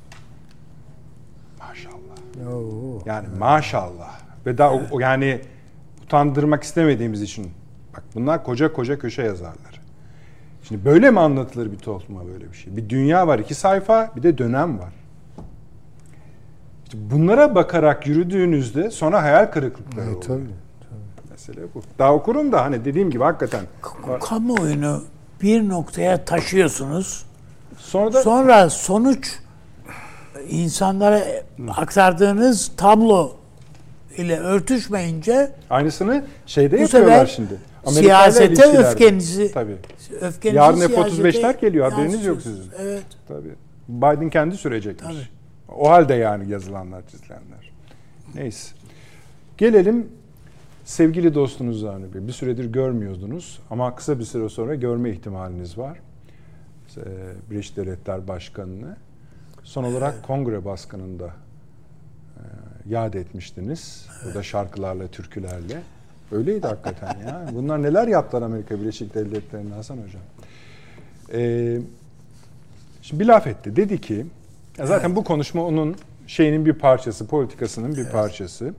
Maşallah. Oo. Yani maşallah. Ve daha o, yani utandırmak istemediğimiz için. Bak bunlar koca koca köşe yazarları. Şimdi böyle mi anlatılır bir topluma böyle bir şey? Bir dünya var, iki sayfa, bir de dönem var. İşte bunlara bakarak yürüdüğünüzde sonra hayal kırıklıkları Evet, oluyor. tabii, tabii. Mesele bu. Daha okurum da hani dediğim gibi hakikaten. K- kamuoyunu bir noktaya taşıyorsunuz. Sonra da Sonra sonuç insanlara aktardığınız tablo ile örtüşmeyince aynısını şeyde bu yapıyorlar sefer şimdi. siyasete ilişkilerde. öfkenizi Tabii. öfkenizi Yarın F otuz siyasete beşler geliyor, haberiniz yok yansıtıyorsunuz. sizin. Evet. Tabii. Biden kendi sürecekmiş. Tabii. O halde yani yazılanlar, çizilenler. Neyse. Gelelim sevgili dostunuz Avni Bey. Bir süredir görmüyordunuz ama kısa bir süre sonra görme ihtimaliniz var. Ee, Birleşik Devletler Başkanı'nı. Son olarak Kongre Başkanı'nı da e, yad etmiştiniz. Bu da şarkılarla, türkülerle. Öyleydi hakikaten ya. Bunlar neler yaptılar Amerika Birleşik Devletleri'nde Hasan Hocam. Ee, şimdi bir laf etti. Dedi ki, ya zaten evet. Bu konuşma onun şeyinin bir parçası, politikasının bir evet. parçası.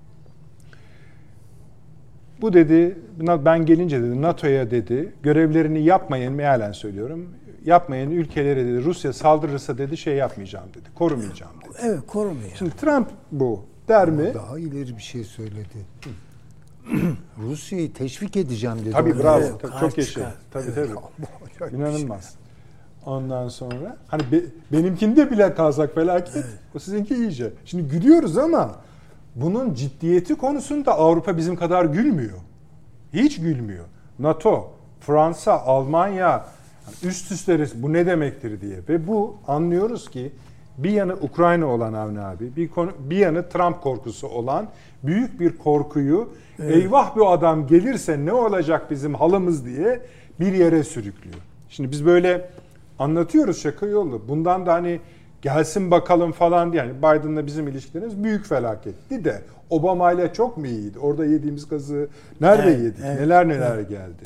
Bu dedi, ben gelince dedi NATO'ya dedi, görevlerini yapmayan, mealen söylüyorum, yapmayan ülkelere dedi, Rusya saldırırsa dedi şey yapmayacağım dedi, korumayacağım dedi. Evet, korumayacağım. Şimdi Trump bu der mi? Daha ileri bir şey söyledi. Rusya'yı teşvik edeceğim dedi. Tabii bravo, Evet, tabii, çok yaşa. Tabii tabii. İnanılmaz. Ondan sonra hani be, benimkinde bile kalsak felaket, evet. O sizinki iyice. Şimdi gülüyoruz ama bunun ciddiyeti konusunda Avrupa bizim kadar gülmüyor. Hiç gülmüyor. NATO, Fransa, Almanya üst üste bu ne demektir diye. Ve bu anlıyoruz ki bir yanı Ukrayna olan Avni abi, bir, konu, bir yanı Trump korkusu olan büyük bir korkuyu evet. Eyvah bu adam gelirse ne olacak bizim halımız diye bir yere sürüklüyor. Şimdi biz böyle anlatıyoruz şaka yolu. Bundan da hani gelsin bakalım falan diye. Yani Biden'la bizim ilişkilerimiz büyük felaketti de Obama ile çok mu iyiydi? Orada yediğimiz gazı nerede evet, yedik? Evet, neler neler evet. geldi.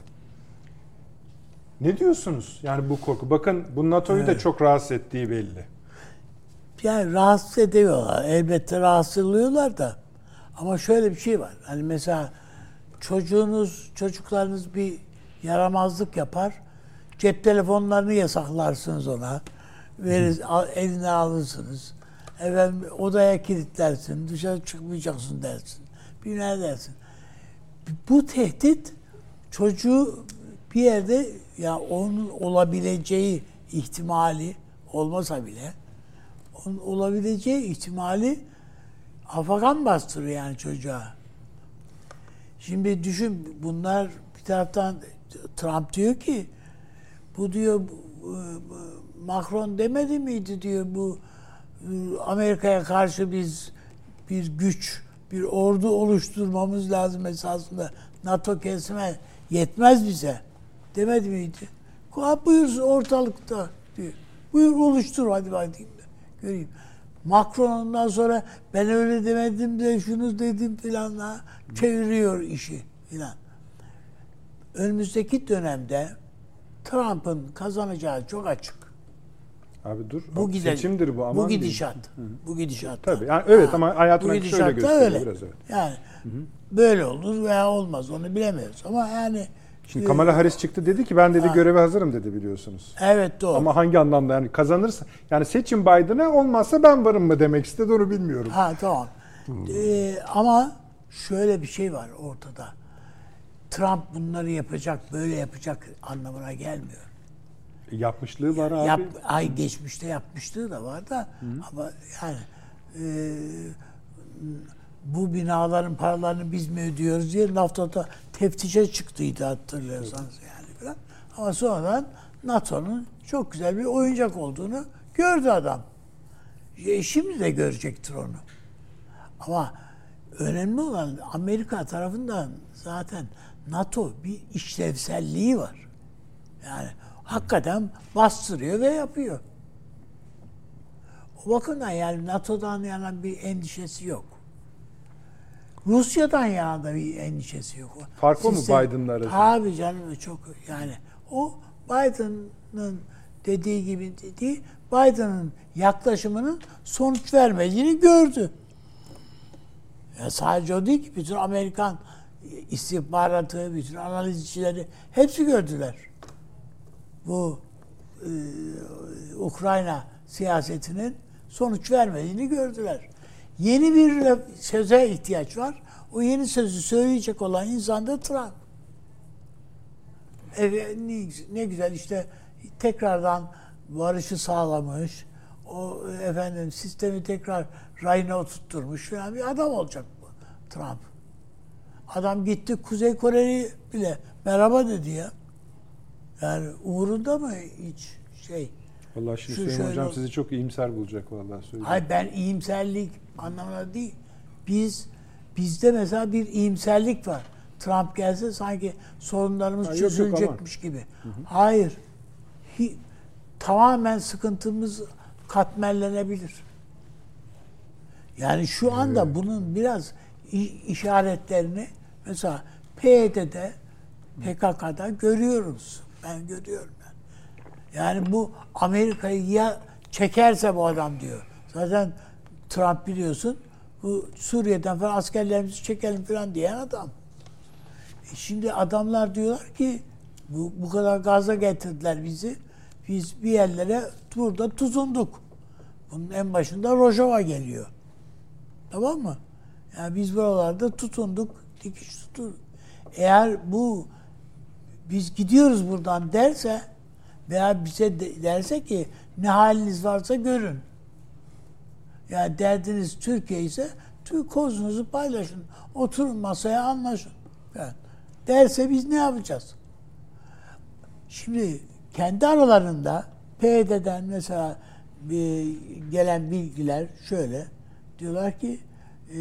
Ne diyorsunuz? Yani bu korku. Bakın bu NATO'yu evet. da çok rahatsız ettiği belli. Yani rahatsız ediyorlar. Elbette rahatsız oluyorlar da. Ama şöyle bir şey var. Hani mesela çocuğunuz, çocuklarınız bir yaramazlık yapar. Cep telefonlarını yasaklarsınız ona. Verir, al, eline alırsınız. Efendim, odaya kilitlersin. Dışarı çıkmayacaksın dersin. Bir ne dersin. Bu tehdit çocuğu bir yerde ya onun olabileceği ihtimali olmasa bile onun olabileceği ihtimali afakan bastırıyor yani çocuğa. Şimdi düşün, bunlar bir taraftan Trump diyor ki bu diyor Macron demedi miydi diyor bu Amerika'ya karşı biz bir güç, bir ordu oluşturmamız lazım esasında. NATO kesme yetmez bize. Demedi miydi? Buyur ortalıkta diyor. Buyur oluştur hadi bakayım da göreyim. Macron ondan sonra ben öyle demedim de şunu dedim filanla çeviriyor işi filan. Önümüzdeki dönemde Trump'ın kazanacağı çok açık. Abi dur. Bu abi, gide- seçimdir bu. Aman bu değil. gidişat. Hı hı. Bu gidişat. Tabii. Yani evet ha, ama hayatın bu akışı öyle gidişatta gösteriyor öyle. biraz evet. Yani hı hı. Böyle olur veya olmaz onu bilemiyoruz ama yani Şimdi Kamala Harris çıktı dedi ki ben dedi ha. göreve hazırım dedi biliyorsunuz. Evet doğru. Ama hangi anlamda yani kazanırsa yani seçim Biden'a olmazsa ben varım mı demek istedi onu bilmiyorum. Ha tamam. Hmm. Ee, ama şöyle bir şey var ortada. Trump bunları yapacak, böyle yapacak anlamına gelmiyor. Yapmışlığı var abi. Yap, ay geçmişte yapmışlığı da var da Hı. ama yani e, bu binaların paralarını biz mi ödüyoruz diye NAFTA'da teftişe çıktıydı hatırlıyorsanız evet. yani falan. Ama sonradan NATO'nun çok güzel bir oyuncak olduğunu gördü adam. E, şimdi de görecektir onu. Ama önemli olan Amerika tarafından zaten NATO bir işlevselliği var. Yani hakikaten bastırıyor ve yapıyor. O bakımdan yani NATO'dan yana bir endişesi yok. Rusya'dan yana da bir endişesi yok. Fark o mu Biden'la arasında? Tabii canım çok yani o Biden'ın dediği gibi dediği Biden'ın yaklaşımının sonuç vermediğini gördü. Ya sadece o değil ki bütün Amerikan istihbaratı, bütün analizcileri hepsi gördüler. Bu e, Ukrayna siyasetinin sonuç vermediğini gördüler. Yeni bir söze ihtiyaç var. O yeni sözü söyleyecek olan insan da Trump. Evet, ne, ne güzel işte tekrardan barışı sağlamış. O efendim sistemi tekrar rayına oturtturmuş falan bir adam olacak bu Trump. Adam gitti Kuzey Kore'yi bile merhaba dedi ya. Yani umurunda mı hiç şey? Vallahi şimdi Şu, Süleyman Hocam sizi çok iyimser bulacak vallahi söyleyeyim. Hayır ben iyimserlik anlamına değil. Biz bizde mesela bir iyimserlik var. Trump gelse sanki sorunlarımız ha, çözülecekmiş gibi. Hı hı. Hayır. Hi, tamamen sıkıntımız katmerlenebilir. Yani şu anda evet. bunun biraz işaretlerini mesela P Y D'de, P K K'da görüyoruz. Ben görüyorum ben. Yani bu Amerika'yı ya çekerse bu adam diyor. Zaten Trump biliyorsun bu Suriye'den falan askerlerimizi çekelim falan diyen adam. E şimdi adamlar diyorlar ki bu, bu kadar gaza getirdiler bizi. Biz bir yerlere burada tuzunduk. Bunun en başında Rojava geliyor. Tamam mı? Yani biz buralarda tutunduk, dikiş tutunduk. Eğer bu biz gidiyoruz buradan derse veya bize de, derse ki ne haliniz varsa görün. Yani derdiniz Türkiye ise kozunuzu paylaşın. Oturun masaya anlaşın. Yani derse biz ne yapacağız? Şimdi kendi aralarında P Y D'den mesela bir gelen bilgiler şöyle diyorlar ki e,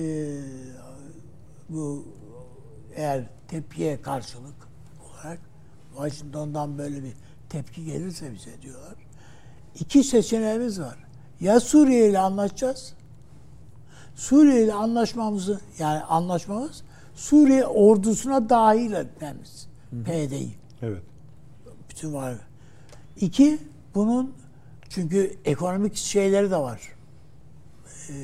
bu eğer tepkiye karşılık olarak Washington'dan böyle bir tepki gelirse bize diyorlar. İki seçeneğimiz var. Ya Suriye ile anlaşacağız. Suriye ile anlaşmamızı yani anlaşmamız Suriye ordusuna dahil etmemiz. P Y D'yi. Evet. Bütün var. İki, bunun çünkü ekonomik şeyleri de var. Ee,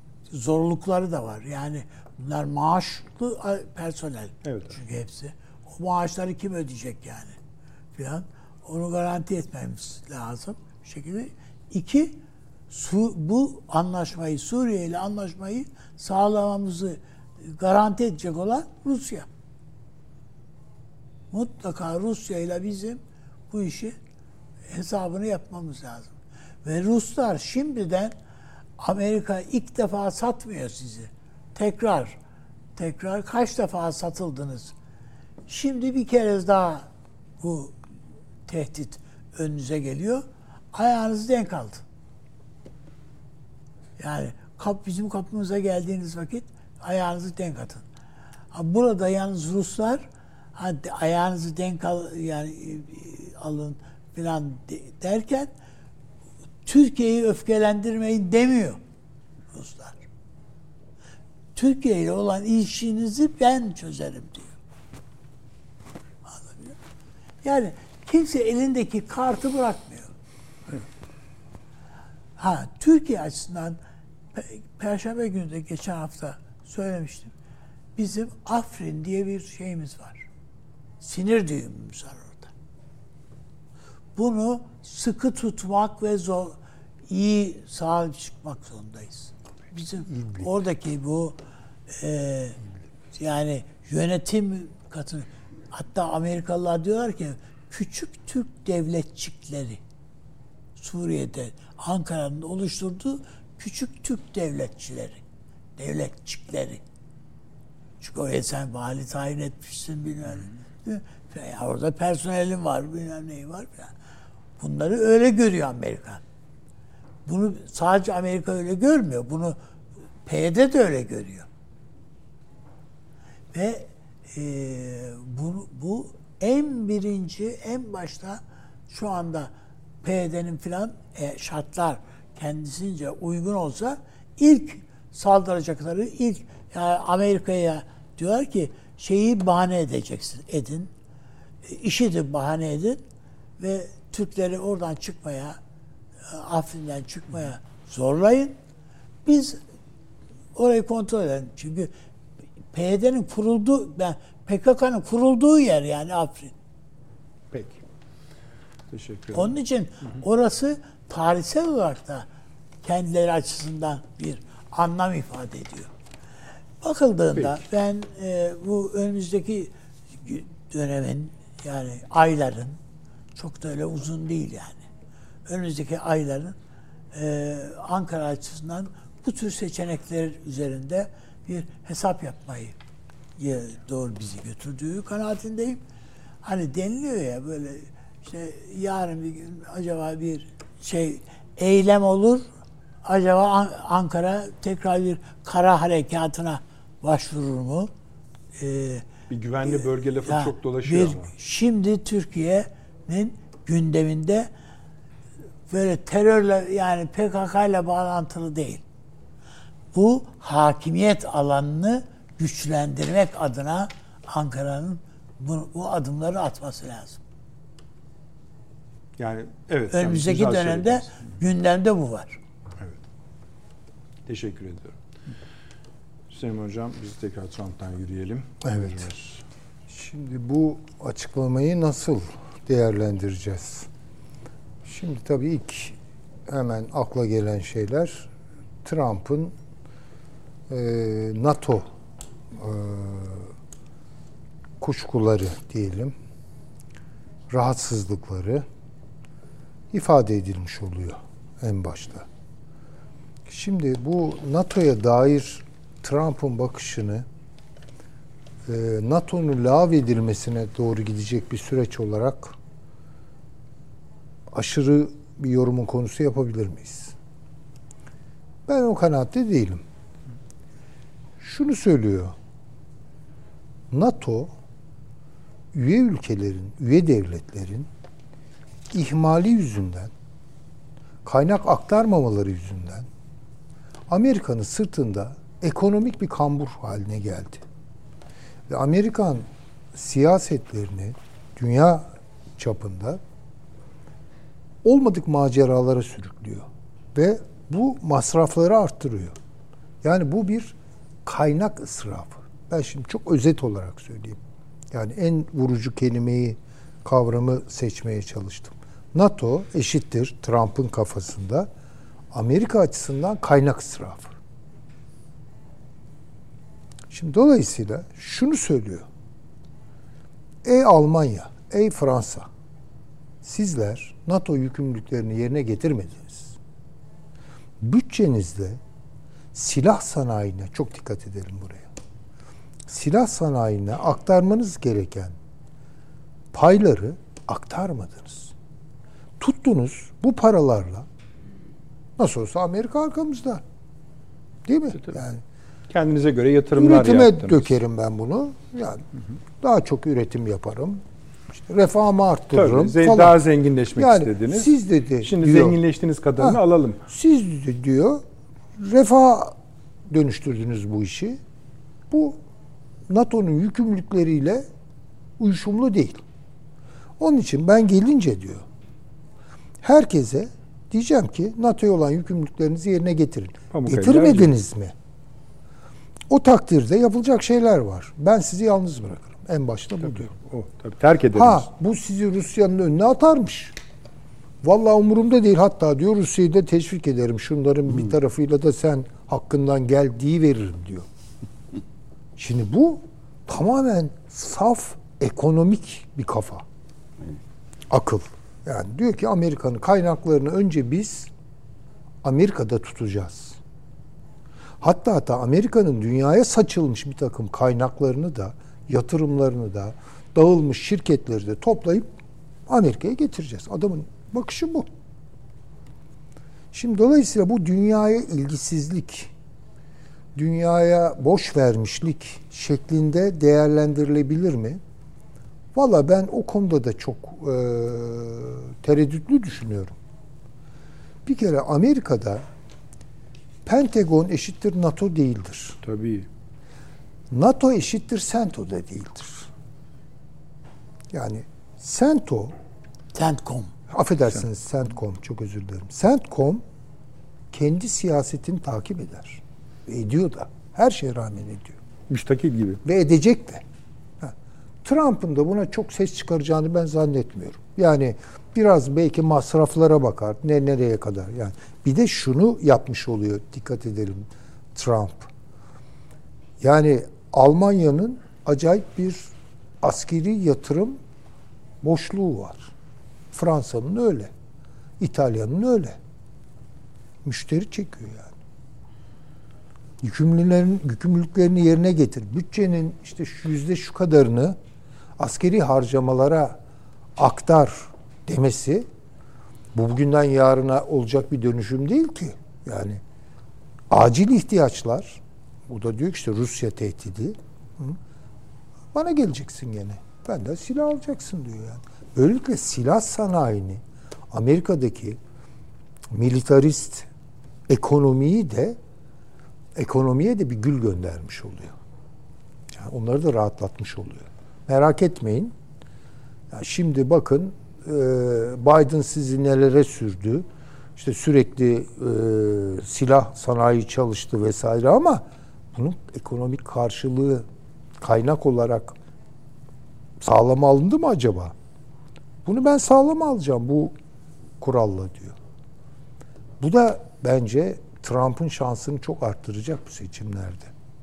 zorlukları da var. Yani bunlar maaşlı personel. Evet. Çünkü hepsi. maaşları kim ödeyecek yani filan. Onu garanti etmemiz lazım bir şekilde. İki, Su, bu anlaşmayı, Suriye ile anlaşmayı sağlamamızı garanti edecek olan Rusya. Mutlaka Rusya ile bizim bu işi hesabını yapmamız lazım. Ve Ruslar şimdiden Amerika ilk defa satmıyor sizi. Tekrar, tekrar kaç defa satıldınız? Şimdi bir kere daha bu tehdit önünüze geliyor. Ayağınızı denk alın. Yani kap, bizim kapımıza geldiğiniz vakit ayağınızı denk atın. Burada yalnız Ruslar hadi ayağınızı denk al, yani alın falan derken Türkiye'yi öfkelendirmeyin demiyor Ruslar. Türkiye ile olan ilişkinizi ben çözerim diyor. Anladın mı? Yani kimse elindeki kartı bırakmıyor. Ha, Türkiye açısından Perşembe günü de geçen hafta söylemiştim. Bizim Afrin diye bir şeyimiz var. Sinir düğümümüz var orada. Bunu sıkı tutmak ve zor, iyi sahip çıkmak zorundayız. Bizim İdlib. Oradaki bu e, yani yönetim katı, hatta Amerikalılar diyorlar ki küçük Türk devletçikleri, Suriye'de Ankara'nın oluşturduğu küçük Türk devletçileri, devletçikleri. Çünkü oraya sen vali tayin etmişsin bilmem ne. Ya orada personelin var, bilmem neyi var falan. Bunları öyle görüyor Amerika. Bunu sadece Amerika öyle görmüyor. Bunu P Y D de öyle görüyor. Ve e, bu, bu en birinci, en başta şu anda P Y D'nin filan e, şartlar kendisince uygun olsa ilk saldıracakları ilk yani Amerika'ya diyor ki şeyi bahane edeceksin, edin. İşi de bahane edin ve Türkleri oradan çıkmaya, Afrin'den çıkmaya zorlayın. Biz orayı kontrol edelim. Çünkü P Y D'nin kurulduğu, ben P K K'nın kurulduğu yer yani Afrin. Peki. Teşekkür ederim. Onun için orası tarihsel olarak da kendileri açısından bir anlam ifade ediyor. Bakıldığında Peki. ben e, bu önümüzdeki dönemin yani ayların çok da öyle uzun değil yani. Önümüzdeki ayların e, Ankara açısından bu tür seçenekler üzerinde bir hesap yapmayı doğru bizi götürdüğü kanaatindeyim. Hani deniliyor ya böyle işte yarın bir gün acaba bir şey eylem olur. Acaba Ankara tekrar bir kara harekatına başvurur mu? Ee, bir güvenli bölge lafı ya, çok dolaşıyor bir, ama. Şimdi Türkiye'nin gündeminde böyle terörle yani P K K ile bağlantılı değil. Bu hakimiyet alanını güçlendirmek adına Ankara'nın bu, bu adımları atması lazım. Yani evet. Önümüzdeki yani dönemde gündemde bu var. Evet. Teşekkür ediyorum. Hüseyin Hocam biz tekrar Trump'tan yürüyelim. Evet. Şimdi bu açıklamayı nasıl değerlendireceğiz? Şimdi tabii ilk hemen akla gelen şeyler Trump'ın e, NATO e, kuşkuları diyelim, rahatsızlıkları ifade edilmiş oluyor en başta. Şimdi bu NATO'ya dair Trump'ın bakışını e, NATO'nun lağvedilmesine doğru gidecek bir süreç olarak aşırı bir yorumun konusu yapabilir miyiz? Ben o kanaatte değilim. Şunu söylüyor. NATO üye ülkelerin, üye devletlerin ihmali yüzünden, kaynak aktarmamaları yüzünden Amerika'nın sırtında ekonomik bir kambur haline geldi. Ve Amerikan siyasetlerini dünya çapında olmadık maceralara sürüklüyor. Ve bu masrafları arttırıyor. Yani bu bir kaynak israfı. Ben şimdi çok özet olarak söyleyeyim. Yani en vurucu kelimeyi, kavramı seçmeye çalıştım. NATO eşittir Trump'ın kafasında Amerika açısından kaynak israfı. Şimdi dolayısıyla şunu söylüyor. Ey Almanya, ey Fransa, sizler NATO yükümlülüklerini yerine getirmediniz. Bütçenizde silah sanayine, çok dikkat edelim buraya, silah sanayine aktarmanız gereken payları aktarmadınız. Tuttunuz bu paralarla, nasıl olsa Amerika arkamızda. Değil mi? Tabii. Yani kendinize göre yatırımlar üretime yaptınız. dökerim ben bunu. Yani hı hı. daha çok üretim yaparım. İşte refahımı arttırırım Tabii, falan. Daha zenginleşmek yani istediniz. Siz dedi Şimdi diyor, zenginleştiğiniz kadarını ha, alalım. Siz dedi, diyor refah dönüştürdünüz bu işi. Bu NATO'nun yükümlülükleriyle uyuşumlu değil. Onun için ben gelince diyor herkese diyeceğim ki NATO'ya olan yükümlülüklerinizi yerine getirin. Pamuk Getirmediniz mi? O takdirde yapılacak şeyler var. Ben sizi yalnız bırakırım. En başta bu diyor. O, tabii, terk ederiz. Ha, bu sizi Rusya'nın önüne atarmış. Vallahi umurumda değil. Hatta diyor Rusya'yı da teşvik ederim. Şunların hmm. bir tarafıyla da sen hakkından gel veririm diyor. Şimdi bu tamamen saf ekonomik bir kafa. Akıl. Yani diyor ki Amerika'nın kaynaklarını önce biz Amerika'da tutacağız. Hatta hatta Amerika'nın dünyaya saçılmış bir takım kaynaklarını da, yatırımlarını da, dağılmış şirketleri de toplayıp Amerika'ya getireceğiz. Adamın bakışı bu. Şimdi dolayısıyla bu dünyaya ilgisizlik, dünyaya boş vermişlik şeklinde değerlendirilebilir mi? Valla ben o konuda da çok e, tereddütlü düşünüyorum. Bir kere Amerika'da Pentagon eşittir NATO değildir. Tabii. NATO eşittir CENTO da değildir. Yani CENTO, CENTCOM. affedersiniz CENTCOM, çok özür dilerim. CENTCOM kendi siyasetini takip eder. Ve ediyor da. Her şeye rağmen ediyor. Müstakil gibi. Ve edecek de. Ha. Trump'ın da buna çok ses çıkaracağını ben zannetmiyorum. Yani biraz belki masraflara bakar. Ne nereye kadar yani. Bir de şunu yapmış oluyor. Dikkat edelim Trump. Yani Almanya'nın acayip bir askeri yatırım boşluğu var. Fransa'nın öyle. İtalya'nın öyle. Müşteri çekiyor yani. Yükümlülerin, yükümlülüklerini yerine getir. Bütçenin işte şu yüzde şu kadarını askeri harcamalara aktar demesi bu bugünden yarına olacak bir dönüşüm değil ki. Yani acil ihtiyaçlar, bu da diyor ki işte Rusya tehdidi. Hı? Bana geleceksin gene. Benden silah alacaksın diyor yani. Böylelikle silah sanayini, Amerika'daki militarist ekonomiyi de ekonomiye de bir gül göndermiş oluyor. Yani onları da rahatlatmış oluyor. Merak etmeyin. Yani şimdi bakın Biden sizi nelere sürdü. İşte sürekli e, silah sanayi çalıştı vesaire ama bunun ekonomik karşılığı kaynak olarak sağlam alındı mı acaba? Bunu ben sağlam alacağım bu kuralla diyor. Bu da bence Trump'ın şansını çok arttıracak bu seçimlerde.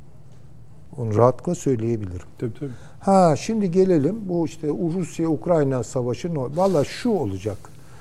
Onu rahatlıkla söyleyebilirim. Tabii tabii. Ha şimdi gelelim bu işte Rusya-Ukrayna savaşı. Valla şu olacak.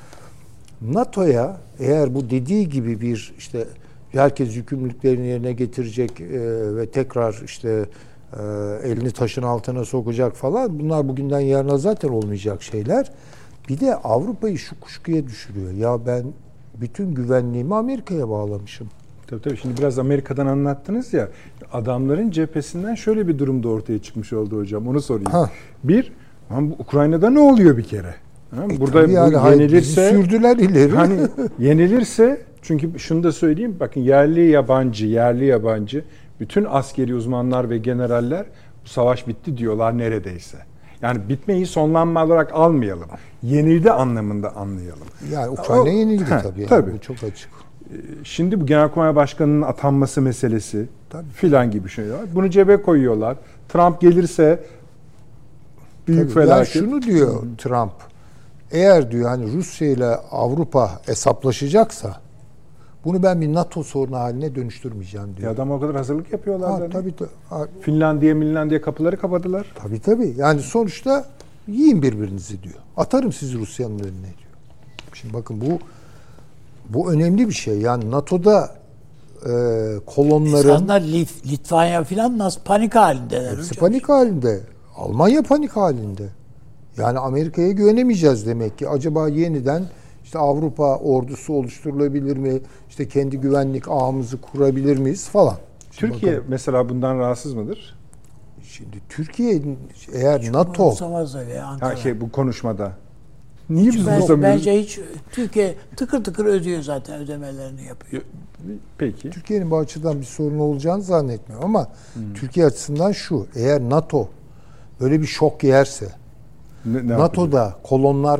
NATO'ya eğer bu dediği gibi bir işte herkes yükümlülüklerini yerine getirecek e, ve tekrar işte e, elini taşın altına sokacak falan, bunlar bugünden yarına zaten olmayacak şeyler. Bir de Avrupa'yı şu kuşkuya düşürüyor. Ya ben bütün güvenliğimi Amerika'ya bağlamışım. Tabii tabii. Şimdi biraz Amerika'dan anlattınız ya. Adamların cephesinden şöyle bir durumda ortaya çıkmış oldu hocam. Onu sorayım. Ha. Bir, bu Ukrayna'da ne oluyor bir kere? Ha, e burada yani, bu yenilirse sürdüler ileri. Hani yenilirse, çünkü şunu da söyleyeyim, bakın yerli yabancı, yerli yabancı bütün askeri uzmanlar ve generaller bu savaş bitti diyorlar neredeyse. Yani bitmeyi sonlanma olarak almayalım. Yenildi anlamında anlayalım. Yani Ukrayna yenildi ha, tabii. Yani. tabii. Bu çok açık. Şimdi bu Genelkurmay Başkanı'nın atanması meselesi tabii. filan gibi şeyler var. Bunu cebe koyuyorlar. Trump gelirse büyük Tabii, felaket. yani şunu diyor Hı-hı. Trump. Eğer diyor hani Rusya ile Avrupa hesaplaşacaksa bunu ben bir NATO sorunu haline dönüştürmeyeceğim diyor. Ya adam o kadar hazırlık yapıyorlar. Ha, da tabii, tabii. Ha, Finlandiya, Finlandiya kapıları kapadılar. Tabii tabii. Yani sonuçta yiyin birbirinizi diyor. Atarım sizi Rusya'nın önüne diyor. Şimdi bakın bu bu önemli bir şey. Yani NATO'da e, kolonların... İnsanlar Lit- Litvanya falan nasıl panik halindeler. Hepsi hocam. panik halinde. Almanya panik halinde. Yani Amerika'ya güvenemeyeceğiz demek ki. Acaba yeniden işte Avrupa ordusu oluşturulabilir mi? İşte kendi güvenlik ağımızı kurabilir miyiz falan. Şimdi Türkiye bakalım. mesela bundan rahatsız mıdır? Şimdi Türkiye eğer Hiç NATO... umursamaz öyle Ankara. Ha şey bu konuşmada. Niye biz Ben, umursamıyoruz? bence hiç Türkiye tıkır tıkır ödüyor zaten, ödemelerini yapıyor. Peki. Türkiye'nin bu açıdan bir sorun olacağını zannetmiyorum ama hmm. Türkiye açısından şu, eğer NATO böyle bir şok yerse, Ne, ne NATO'da yapacak? Kolonlar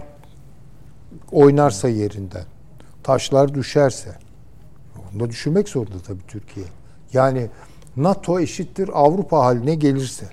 oynarsa yerinden, taşlar düşerse, onu da düşünmek zorunda tabii Türkiye. Yani NATO eşittir Avrupa haline gelirse,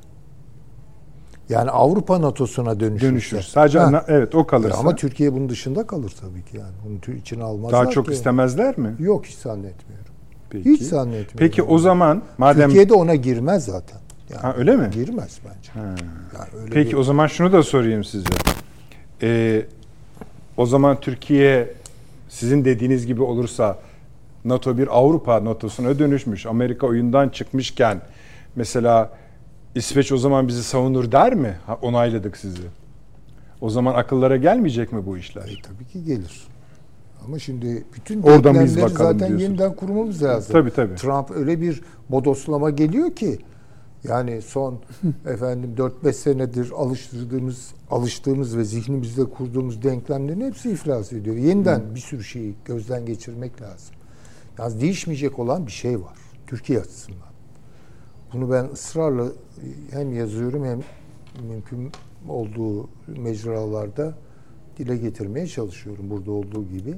yani Avrupa NATO'suna dönüşürse. Dönüşür. Sadece ha. evet o kalırsa. Ama Türkiye bunun dışında kalır tabii ki yani. Bunu içine almazlar. Daha çok ki. istemezler mi? Yok, hiç zannetmiyorum. Peki. Hiç zannetmiyorum. Peki o zaman madem Türkiye de ona girmez zaten. Yani ha, öyle mi? Girmez bence. Ha. Yani öyle Peki bir... o zaman şunu da sorayım size. Ee, o zaman Türkiye sizin dediğiniz gibi olursa NATO bir Avrupa NATO'suna dönüşmüş. Amerika oyundan çıkmışken mesela İsveç o zaman bizi savunur der mi? Ha, onayladık sizi. O zaman akıllara gelmeyecek mi bu işler? E, tabii ki gelir. Ama şimdi bütün oradan biz denklemleri bakalım zaten diyorsun. yeniden kurmamız lazım. Tabii tabii. Trump öyle bir bodoslama geliyor ki yani son efendim dört beş senedir alıştırdığımız, alıştığımız ve zihnimizde kurduğumuz denklemlerin hepsi iflas ediyor. Yeniden Hı. bir sürü şeyi gözden geçirmek lazım. Yani değişmeyecek olan bir şey var Türkiye açısından. Bunu ben ısrarla hem yazıyorum hem mümkün olduğu mecralarda dile getirmeye çalışıyorum burada olduğu gibi.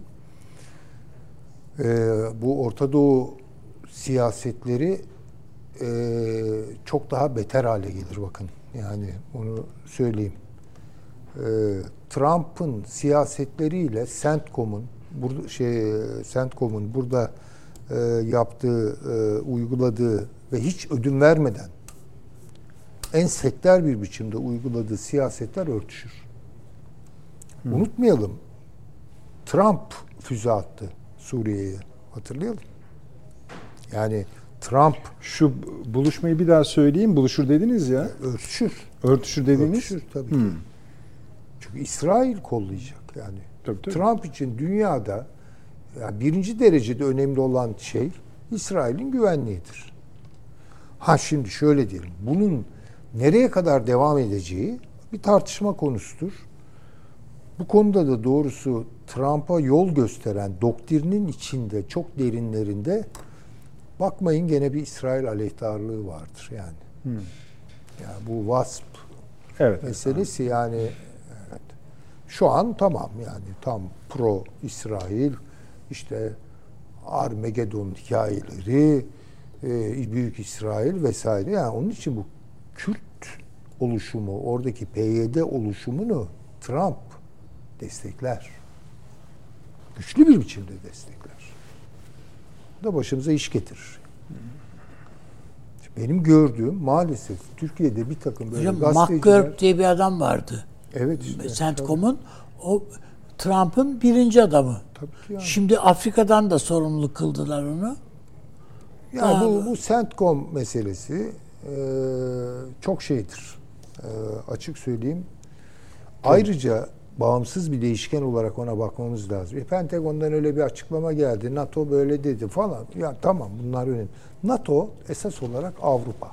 Ee, bu Orta Doğu siyasetleri e, çok daha beter hale gelir bakın. Yani onu söyleyeyim. Ee, Trump'ın siyasetleriyle CENTCOM'un burada şey CENTCOM'un burada e, yaptığı, e, uyguladığı ve hiç ödün vermeden en sektör bir biçimde uyguladığı siyasetler örtüşür. Hı. Unutmayalım. Trump füze attı Suriye'ye. Hatırlayalım. Yani Trump... Şu buluşmayı bir daha söyleyeyim. Buluşur dediniz ya. Örtüşür. Örtüşür dediğiniz? Örtüşür tabii ki. Hmm. Çünkü İsrail kollayacak yani. Tabii, tabii. Trump için dünyada yani birinci derecede önemli olan şey İsrail'in güvenliğidir. Ha şimdi şöyle diyelim. Bunun nereye kadar devam edeceği bir tartışma konusudur. Bu konuda da doğrusu Trump'a yol gösteren doktrinin içinde, çok derinlerinde bakmayın gene bir İsrail aleyhtarlığı vardır yani. Hmm. Yani bu WASP evet, meselesi evet. yani evet. Şu an tamam yani tam pro İsrail işte Armagedon hikayeleri, e, Büyük İsrail vesaire. Yani onun için bu Kürt oluşumu, oradaki P Y D oluşumunu Trump destekler. Güçlü bir biçimde destekler. Bu da başımıza iş getirir. Benim gördüğüm maalesef Türkiye'de bir takım böyle Hocam, gazeteciler... McGurk diye bir adam vardı. Evet işte. CENTCOM'un o Trump'ın birinci adamı. Tabii ki yani. Şimdi Afrika'dan da sorumlu kıldılar onu. Ya yani bu, bu CENTCOM meselesi e, çok şeydir. E, açık söyleyeyim. Tabii. Ayrıca bağımsız bir değişken olarak ona bakmamız lazım. E, Pentagon'dan öyle bir açıklama geldi. NATO böyle dedi falan. Ya tamam bunlar önemli. NATO esas olarak Avrupa.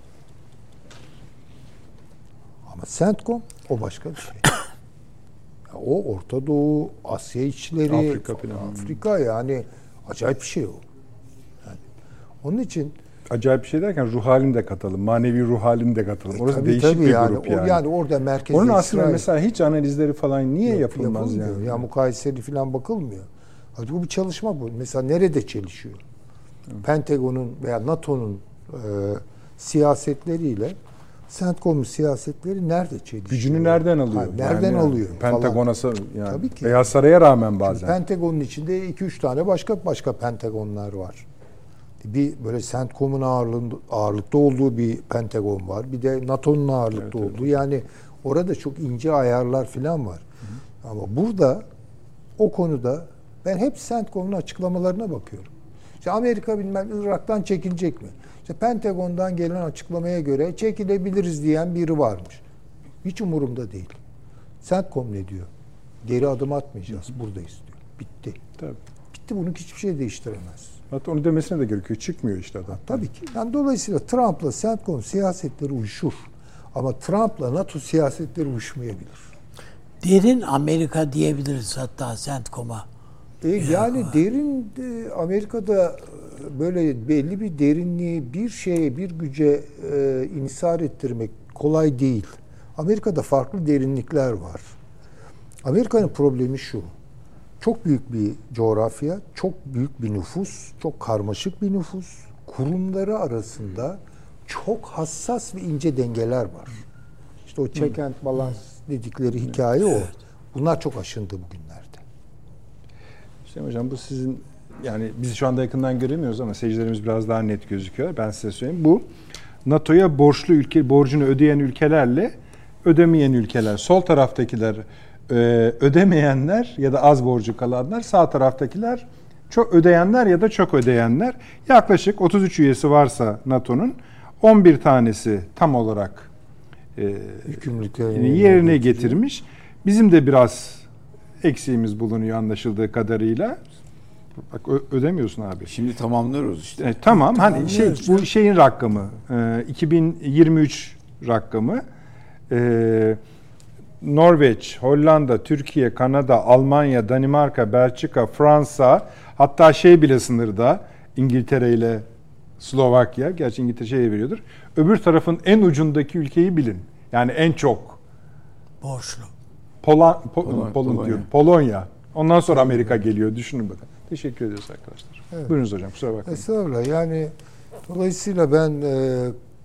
Ama CENTCOM o başka bir şey. O Orta Doğu, Asya içleri, Afrika, Afrika yani acayip bir şey o. Yani onun için acayip bir şey derken ruh halini de katalım. Manevi ruh halini de katalım. E, Orası tabii, değişik tabii bir yani. grup yani. O, yani orada merkezde onun aslında İsrail. mesela hiç analizleri falan niye Yok, yapılmaz yapılmıyor. yani? Ya mukayeseli falan bakılmıyor. Hadi bu bir çalışma bu. Mesela nerede çelişiyor? Hı. Pentagon'un veya NATO'nun e, siyasetleriyle CENTCOM siyasetleri nerede çelişiyor? Gücünü nereden alıyor? Ha, nereden yani, alıyor? Pentagon'a yani. Tabii ki. Beyaz Saray'a rağmen bazen. Şimdi Pentagon'un içinde iki üç tane başka başka Pentagonlar var. Bir böyle CENTCOM'un ağırlığında, ağırlıkta olduğu bir Pentagon var. Bir de NATO'nun ağırlıkta evet, olduğu. Evet. Yani orada çok ince ayarlar falan var. Hı hı. Ama burada o konuda ben hep CENTCOM'un açıklamalarına bakıyorum. İşte Amerika bilmem Irak'tan çekilecek mi? İşte Pentagon'dan gelen açıklamaya göre çekilebiliriz diyen biri varmış. Hiç umurumda değil. CENTCOM ne diyor? Geri adım atmayacağız. Buradayız diyor. Bitti. Tabii. Bitti. Bunu hiçbir şey değiştiremez. Hatta onu demesine de gerekiyor. Çıkmıyor işte adam. Tabii ki. Yani dolayısıyla Trump'la CENTCOM siyasetleri uyuşur. Ama Trump'la NATO siyasetleri uyuşmayabilir. Derin Amerika diyebiliriz hatta CENTCOM'a. E, yani derin de Amerika'da böyle belli bir derinliği bir şeye, bir güce e, inhisar ettirmek kolay değil. Amerika'da farklı derinlikler var. Amerika'nın problemi şu. Çok büyük bir coğrafya, çok büyük bir nüfus, çok karmaşık bir nüfus. Kurumları arasında çok hassas ve ince dengeler var. İşte o check and balance dedikleri hikaye o. Bunlar çok aşındı bugünlerde. Hüseyin Hocam bu sizin yani biz şu anda yakından göremiyoruz ama seyircilerimiz biraz daha net gözüküyor. Ben size söyleyeyim. Bu NATO'ya borçlu ülke borcunu ödeyen ülkelerle ödemeyen ülkeler. Sol taraftakiler ödemeyenler ya da az borcu kalanlar, sağ taraftakiler çok ödeyenler ya da çok ödeyenler. Yaklaşık otuz üç üyesi varsa NATO'nun on bir tanesi tam olarak e, yerine getirmiş. Bizim de biraz eksiğimiz bulunuyor anlaşıldığı kadarıyla. Bak ödemiyorsun abi. Şimdi tamamlıyoruz işte. E, tamam hani şey bu şeyin rakamı e, iki bin yirmi üç rakamı. E, Norveç, Hollanda, Türkiye, Kanada, Almanya, Danimarka, Belçika, Fransa, hatta şey bile sınırda İngiltere ile Slovakya. Gerçi İngiltere şeye veriyordur. Öbür tarafın en ucundaki ülkeyi bilin. Yani en çok borçlu. Pola, po, Polonya. Polonya. Diyorum. Polonya. Ondan sonra Amerika geliyor. Düşünün bakın. Teşekkür ediyoruz arkadaşlar. Evet. Buyurunuz hocam. Kusura bakmayın. Estağfurullah. Yani dolayısıyla ben e,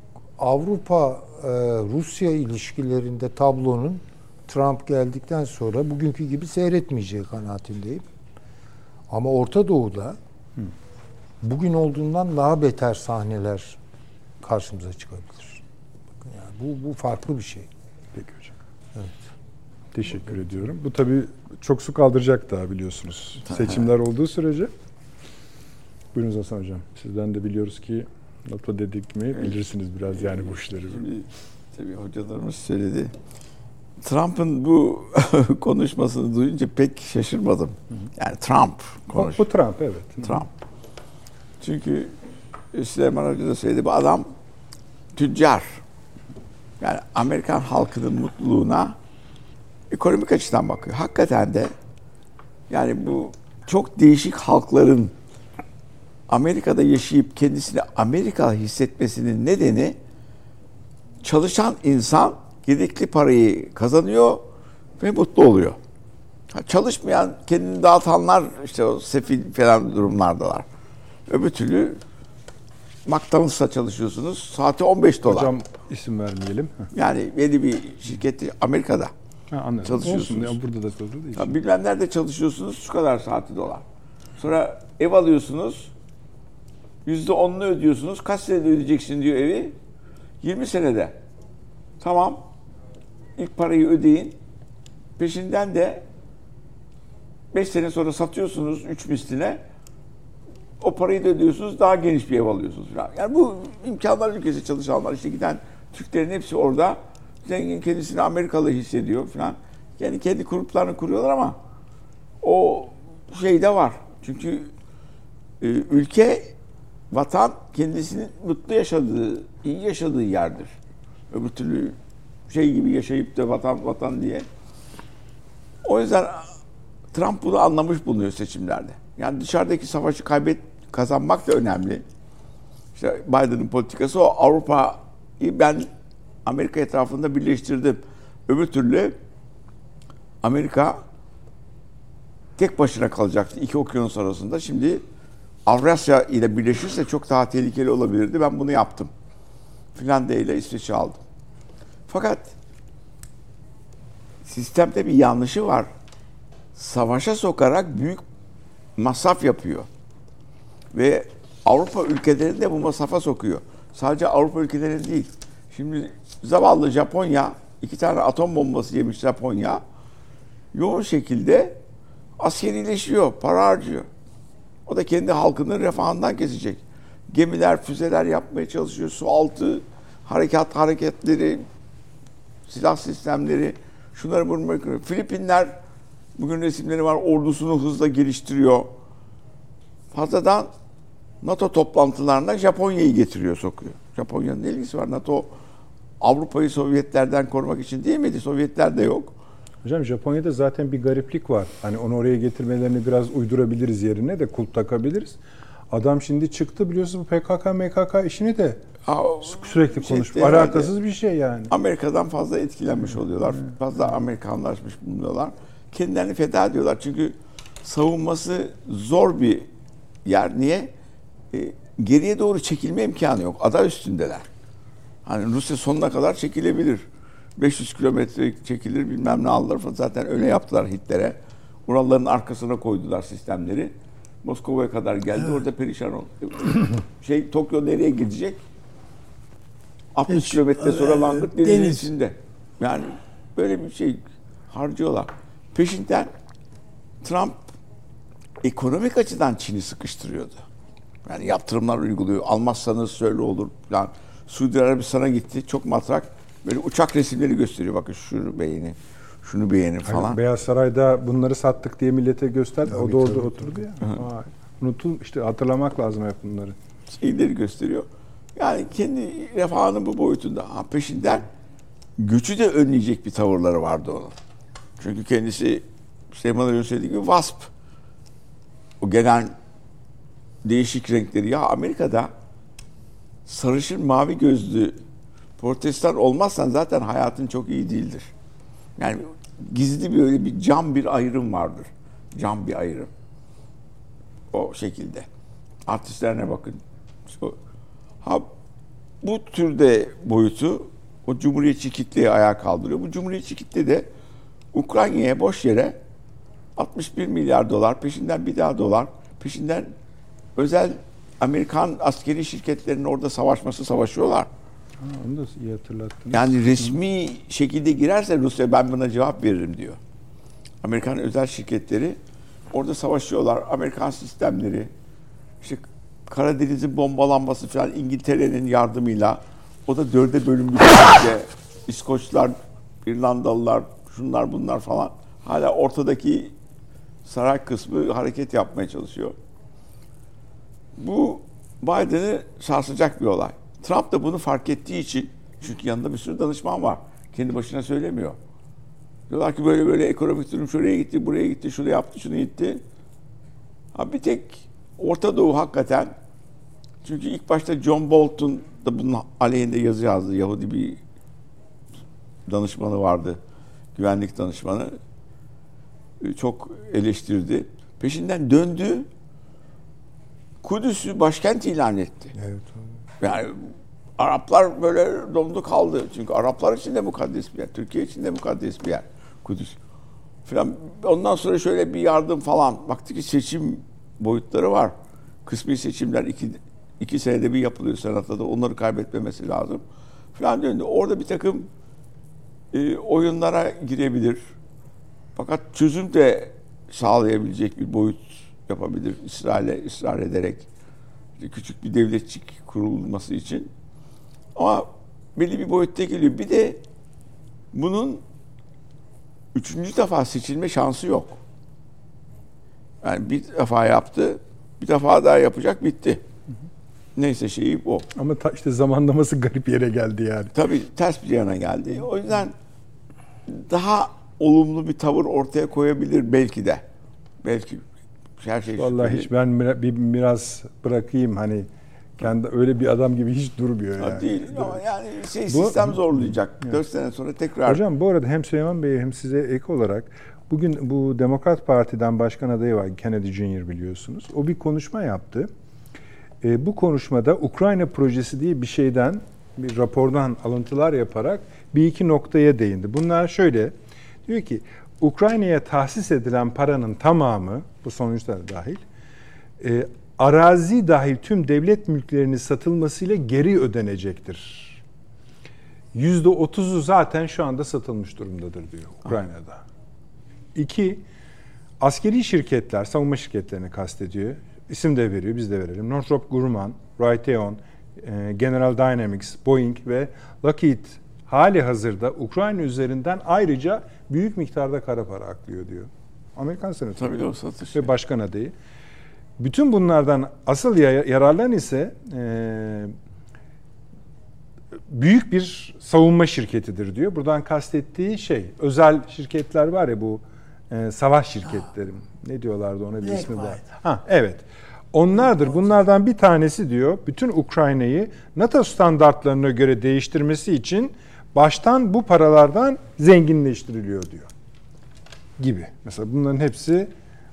Avrupa e, Rusya ilişkilerinde tablonun Trump geldikten sonra bugünkü gibi seyretmeyeceği kanaatindeyim. Ama Orta Doğu'da Hı. bugün olduğundan daha beter sahneler karşımıza çıkabilir. Bakın yani bu bu farklı bir şey. Peki hocam. Evet. Teşekkür evet. ediyorum. Bu tabii çok su kaldıracak daha biliyorsunuz. Seçimler olduğu sürece. Buyurunuz Hasan hocam. Sizden de biliyoruz ki NATO dedik mi bilirsiniz biraz yani bu işleri. Şimdi, tabii hocalarımız söyledi. Trump'ın bu konuşmasını duyunca pek şaşırmadım. Yani Trump konuş. Bu Trump evet. Trump. Çünkü Süleyman Hoca da söyledi bu adam tüccar. Yani Amerikan halkının mutluluğuna ekonomik açıdan bakıyor. Hakikaten de yani bu çok değişik halkların Amerika'da yaşayıp kendisini Amerikalı hissetmesinin nedeni çalışan insan gerekli parayı kazanıyor ve mutlu oluyor. Çalışmayan, kendini dağıtanlar işte o sefil falan durumlardalar. Öbür türlü McDonald's'ta çalışıyorsunuz. Saati on beş dolar. Hocam isim vermeyelim. Yani belli bir şirketi Amerika'da ha, anladım. çalışıyorsunuz. Olsun, burada da çalışıyorsunuz. Ya, bilmem nerede çalışıyorsunuz. Şu kadar saati dolar. Sonra ev alıyorsunuz. yüzde onunu ödüyorsunuz. Kaç senede ödeyeceksin diyor evi? yirmi senede. Tamam. İlk parayı ödeyin. Peşinden de beş sene sonra satıyorsunuz üç misline. O parayı da ödüyorsunuz. Daha geniş bir ev alıyorsunuz falan. Yani bu imkanlar ülkesi çalışanlar. İşte giden Türklerin hepsi orada. Zengin kendisini Amerikalı hissediyor falan. Yani kendi gruplarını kuruyorlar ama o şey de var. Çünkü e, ülke, vatan kendisinin mutlu yaşadığı, iyi yaşadığı yerdir. Öbür türlü şey gibi yaşayıp da vatan vatan diye. O yüzden Trump bunu anlamış bulunuyor seçimlerde. Yani dışarıdaki savaşı kaybet kazanmak da önemli. İşte Biden'ın politikası o. Avrupa'yı ben Amerika etrafında birleştirdim. Öbür türlü Amerika tek başına kalacaktı iki okyanus arasında. Şimdi Avrasya ile birleşirse çok daha tehlikeli olabilirdi. Ben bunu yaptım. Finlandiya ile İsveç'i aldım. Fakat sistemde bir yanlışı var. Savaşa sokarak büyük masraf yapıyor. Ve Avrupa ülkelerini de bu masrafa sokuyor. Sadece Avrupa ülkeleri değil. Şimdi zavallı Japonya, iki tane atom bombası yemiş Japonya, yoğun şekilde askerileşiyor, para harcıyor. O da kendi halkının refahından kesecek. Gemiler, füzeler yapmaya çalışıyor. Su altı harekat hareketleri, silah sistemleri, şunları bulmak. Filipinler, bugün resimleri var, ordusunu hızla geliştiriyor. Fazladan NATO toplantılarına Japonya'yı getiriyor, sokuyor. Japonya'nın ne ilgisi var? NATO Avrupa'yı Sovyetlerden korumak için değil miydi? Sovyetler de yok. Hocam Japonya'da zaten bir gariplik var. Hani onu oraya getirmelerini biraz uydurabiliriz, yerine de kulp takabiliriz. Adam şimdi çıktı, biliyorsunuz bu P K K M K K işini de ha, sürekli şey konuşuyor. Alakasız bir şey yani. Amerika'dan fazla etkilenmiş oluyorlar. Evet. Fazla Amerikanlaşmış bulunuyorlar. Kendilerini feda ediyorlar. Çünkü savunması zor bir yer. Niye? E, geriye doğru çekilme imkanı yok. Ada üstündeler. Hani Rusya sonuna kadar çekilebilir. beş yüz kilometre çekilir, bilmem ne aldılar falan. Zaten öyle yaptılar Hitler'e. Uralların arkasına koydular sistemleri. Moskova'ya kadar geldi. Evet. Orada perişan oldu. Şey, Tokyo nereye gidecek? altmış kilometre sonra langırt denizin içinde. Yani böyle bir şey harcıyorlar. Peşinden Trump ekonomik açıdan Çin'i sıkıştırıyordu. Yani yaptırımlar uyguluyor. Almazsanız şöyle olur falan. Suudi Arabistan'a gitti. Çok matrak. Böyle uçak resimleri gösteriyor. Bakın şunu beğenin, şunu beğenin falan. Yani Beyaz Saray'da bunları sattık diye millete gösterdi. Tabii, o da orada tabii, oturdu ya. Unutul işte, hatırlamak lazım hep bunları. Şeyleri gösteriyor. Yani kendi refahının bu boyutunda. Ha, peşinden göçü de önleyecek bir tavırları vardı onun. Çünkü kendisi Süleyman Hoca'nın söylediği gibi WASP. O gelen değişik renkleri. Ya Amerika'da sarışın mavi gözlü Protestan olmazsan zaten hayatın çok iyi değildir. Yani gizli böyle bir cam bir ayrım vardır. Cam bir ayrım. O şekilde. Artistlerine bakın. Ha, bu türde boyutu o cumhuriyetçi kitleyi ayağa kaldırıyor. Bu cumhuriyetçi kitle de Ukrayna'ya boş yere altmış bir milyar dolar, peşinden bir daha dolar, peşinden özel Amerikan askeri şirketlerinin orada savaşması savaşıyorlar. Ha, onu da iyi hatırlattınız. Yani resmi şekilde girerse Rusya ben buna cevap veririm diyor. Amerikan özel şirketleri orada savaşıyorlar. Amerikan sistemleri, işte Karadeniz'in bombalanması falan İngiltere'nin yardımıyla, o da dörde bölünmüş. İşte İskoçlar, İrlandalılar, şunlar bunlar falan hala ortadaki saray kısmı hareket yapmaya çalışıyor. Bu Biden'ı sarsacak bir olay. Trump da bunu fark ettiği için, çünkü yanında bir sürü danışman var. Kendi başına söylemiyor. Diyorlar ki böyle böyle ekonomik durum şuraya gitti, buraya gitti, şunu yaptı, şunu gitti. Ha, bir tek Orta Doğu hakikaten, çünkü ilk başta John Bolton da bunun aleyhinde yazı yazdı. Yahudi bir danışmanı vardı. Güvenlik danışmanı. Çok eleştirdi. Peşinden döndü. Kudüs'ü başkent ilan etti. Evet. Yani Araplar böyle dondu kaldı. Çünkü Araplar için de mukaddes bir yer. Türkiye için de mukaddes bir yer. Kudüs. Falan. Ondan sonra şöyle bir yardım falan. Baktı ki seçim boyutları var. Kısmi seçimler iki, iki senede bir yapılıyor Senato'da. Onları kaybetmemesi lazım. Falan döndü. Orada bir takım e, oyunlara girebilir. Fakat çözüm de sağlayabilecek bir boyut yapabilir. İsrail'e ısrar ederek. İşte küçük bir devletçik kurulması için. Ama belli bir boyutta geliyor. Bir de bunun üçüncü defa seçilme şansı yok. Yani bir defa yaptı, bir defa daha yapacak, bitti. Neyse şeyi o. Ama ta işte zamanlaması garip yere geldi yani. Tabii ters bir yana geldi. O yüzden daha olumlu bir tavır ortaya koyabilir belki de. Belki her şey. Vallahi şüpheli. Hiç ben bir biraz bırakayım hani kendi öyle bir adam gibi hiç durmuyor yani. Değil ama yani şey, sistem bu, zorlayacak. Evet. Dört sene sonra tekrar. Hocam bu arada hem Süleyman Bey hem size ek olarak bugün bu Demokrat Parti'den başkan adayı var, Kennedy Junior biliyorsunuz. O bir konuşma yaptı. E, bu konuşmada Ukrayna projesi diye bir şeyden bir rapordan alıntılar yaparak bir iki noktaya değindi. Bunlar şöyle, diyor ki Ukrayna'ya tahsis edilen paranın tamamı, bu sonuçlar dahil, e, arazi dahil tüm devlet mülklerinin satılmasıyla geri ödenecektir. yüzde otuzu zaten şu anda satılmış durumdadır diyor Ukrayna'da. İki, askeri şirketler, savunma şirketlerini kastediyor. İsim de veriyor, biz de verelim. Northrop Grumman, Raytheon, General Dynamics, Boeing ve Lockheed hali hazırda Ukrayna üzerinden ayrıca büyük miktarda kara para aklıyor diyor. Amerikan senatörü. Tabii o satış. Ve başkan adayı. Bütün bunlardan asıl yararlanan ise e, büyük bir savunma şirketidir diyor. Buradan kastettiği şey, özel şirketler var ya, bu e, savaş şirketleri. Ne diyorlardı ona, bir Black ismi var. White. Ha, evet. Onlardır. Bunlardan bir tanesi diyor, bütün Ukrayna'yı NATO standartlarına göre değiştirmesi için baştan bu paralardan zenginleştiriliyor diyor. Gibi. Mesela bunların hepsi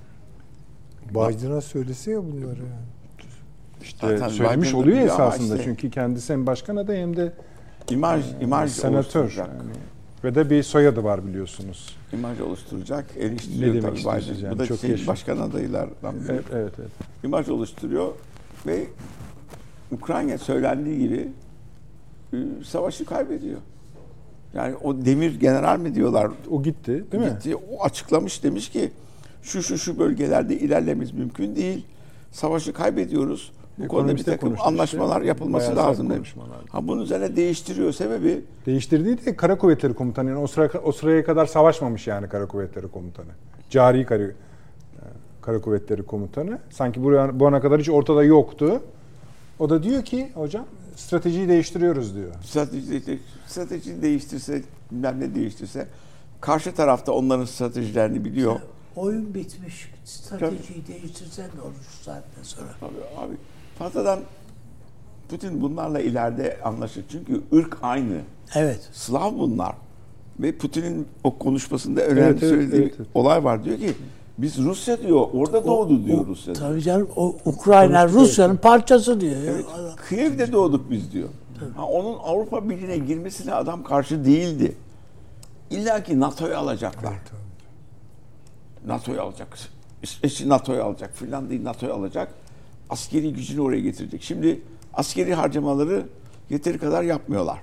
Biden'a söylese ya bunları yani. işte Zaten söylemiş Biden'da oluyor biliyor ama esasında. işte Çünkü kendisi hem başkan adayı hem de İmaj, imaj senatör. oluşturacak. Yani. Ve de bir soyadı var biliyorsunuz. İmaj oluşturacak. Ne Eleştiriyor demek tabii Biden. istiyorsunuz yani? Bu da Çok şey, yaşa. başkan adaylardan biri. Evet, evet, evet. İmaj oluşturuyor ve Ukrayna söylendiği gibi e, savaşı kaybediyor. Yani o demir general mi diyorlar? O gitti, değil mi? Gitti, o açıklamış, demiş ki şu şu şu bölgelerde ilerlememiz mümkün değil. Savaşı kaybediyoruz. Bu konuda bir Ekonomiste takım konuştu anlaşmalar işte. yapılması Bayağı sert lazım demiş. konuşmalar. Ha, bunun üzerine değiştiriyor, sebebi Değiştirdiği de Kara Kuvvetleri Komutanı. Yani o sıra o sıraya kadar savaşmamış yani Kara Kuvvetleri Komutanı. Cari Kara, Kara Kuvvetleri Komutanı. Sanki buraya, bu ana kadar hiç ortada yoktu. O da diyor ki hocam stratejiyi değiştiriyoruz diyor. strateji, strateji değiştirse, bilmem ne değiştirse karşı tarafta onların stratejilerini biliyor. Oyun bitmiş. Stratejiyi değiştirsen de olur şu saatten sonra. Abi, abi fazladan Putin bunlarla ileride anlaşır. Çünkü ırk aynı. Evet. Slav bunlar. Ve Putin'in o konuşmasında önemli Evet, evet, söylediği evet, evet. olay var. Diyor ki biz Rusya diyor, orada doğdu diyor o, Rusya. Tabii canım. O Ukrayna Rusya'nın parçası diyor. Evet, Kiev'de doğduk biz diyor. Ha, onun Avrupa Birliği'ne girmesine adam karşı değildi. İlla ki NATO'yu alacaklar. NATO'yu alacak. İsveç'i NATO'yu alacak. Finlandiya'yı NATO'yu alacak. Askeri gücünü oraya getirecek. Şimdi askeri harcamaları yeteri kadar yapmıyorlar.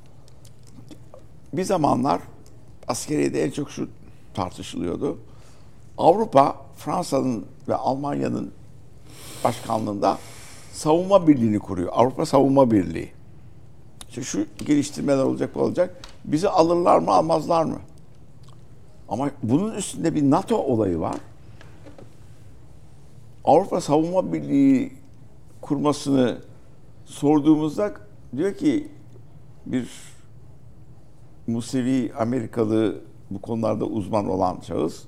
Bir zamanlar askeriyede en çok şu tartışılıyordu. Avrupa, Fransa'nın ve Almanya'nın başkanlığında savunma birliğini kuruyor. Avrupa Savunma Birliği. İşte şu geliştirmeler olacak, bu olacak. Bizi alırlar mı, almazlar mı? Ama bunun üstünde bir NATO olayı var. Avrupa Savunma Birliği kurmasını sorduğumuzda diyor ki bir Musevi Amerikalı, bu konularda uzman olan şahıs,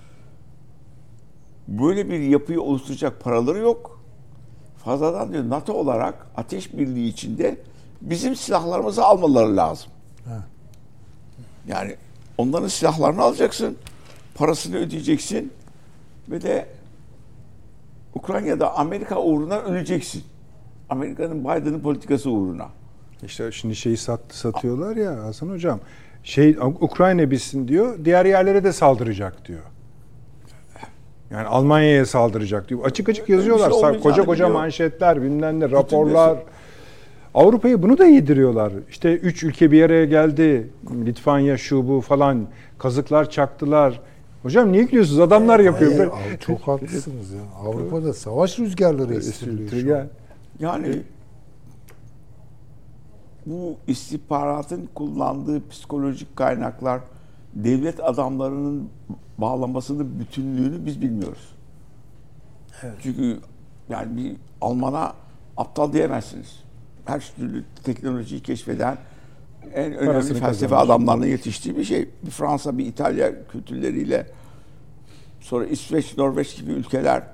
böyle bir yapıyı oluşturacak paraları yok. Fazladan diyor NATO olarak ateş birliği içinde bizim silahlarımızı almaları lazım. Ha. Yani onların silahlarını alacaksın, parasını ödeyeceksin ve de Ukrayna'da Amerika uğruna öleceksin. Amerika'nın, Biden'ın politikası uğruna. İşte şimdi şeyi sat, satıyorlar ya Hasan Hocam. Şey, Ukrayna bitsin diyor, diğer yerlere de saldıracak diyor. Yani Almanya'ya saldıracak diyor. Açık açık yazıyorlar. Bir şey olmayacağını koca koca biliyor. manşetler, bilmem ne, raporlar. Avrupa'yı bunu da yediriyorlar. İşte üç ülke bir araya geldi. Litvanya şu bu falan. Kazıklar çaktılar. Hocam niye gülüyorsunuz? Adamlar yapıyor. Hayır, Ben- abi, çok haklısınız ya. Avrupa'da savaş rüzgarları estiriliyor şu an. Yani bu istihbaratın kullandığı psikolojik kaynaklar, devlet adamlarının bağlamasının bütünlüğünü biz bilmiyoruz. Evet. Çünkü yani bir Alman'a aptal diyemezsiniz. Her türlü teknolojiyi keşfeden en önemli Parasını felsefe kazanmış. adamlarının yetiştiği bir şey. Bir Fransa, bir İtalya kültürleriyle, sonra İsveç, Norveç gibi ülkeler,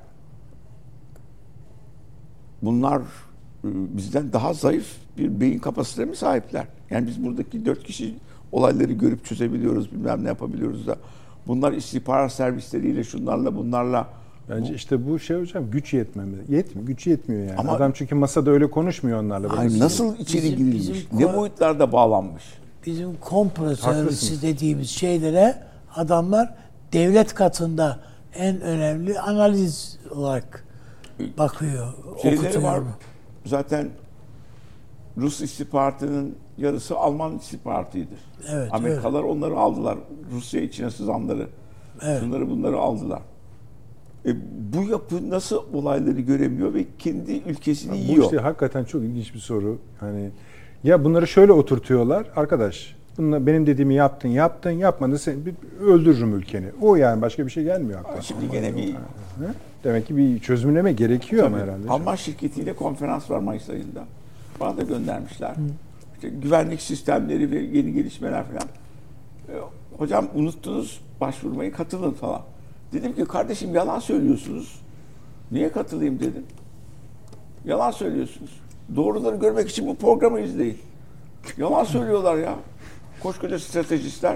bunlar bizden daha zayıf bir beyin kapasitesine mi sahipler? Yani biz buradaki dört kişi olayları görüp çözebiliyoruz, bilmem ne yapabiliyoruz da bunlar istihbarat servisleriyle, şunlarla, bunlarla Bence işte bu şey hocam güç yetmemi. Yetmiyor, güç yetmiyor yani. Ama- Adam çünkü masada öyle konuşmuyor onlarla. Böyle Ay, bir- nasıl içeri Bizim- girilmiş? bizim ne ko- boyutlarda bağlanmış? Bizim komplo Haklısınız. teorisi dediğimiz şeylere adamlar devlet katında en önemli analiz olarak bakıyor, Şeyleri okutuyor. var. Zaten Rus istihbaratının yarısı Alman istihbaratıdır. Evet, Amerikalılar onları aldılar. Rusya içine sızanları. Evet. Şunları bunları aldılar. E, bu yapı nasıl olayları göremiyor ve kendi ülkesini Bu yiyor? işte hakikaten çok ilginç bir soru. Hani ya bunları şöyle oturtuyorlar. Arkadaş, bununla benim dediğimi yaptın, yaptın, yapmadın. Sen bir öldürürüm ülkeni. O yani başka bir şey gelmiyor akla. Şimdi gene bir Hı? Demek ki bir çözümleme gerekiyor ama herhalde. Alman şirketiyle konferans var Mayıs ayında. Bana da göndermişler. İşte güvenlik sistemleri ve yeni gelişmeler falan. E, hocam unuttunuz başvurmayı, katılın falan. Dedim ki kardeşim yalan söylüyorsunuz. Niye katılayım dedim. Yalan söylüyorsunuz. Doğruları görmek için bu programı izleyin. Yalan söylüyorlar ya. Koskoca stratejistler.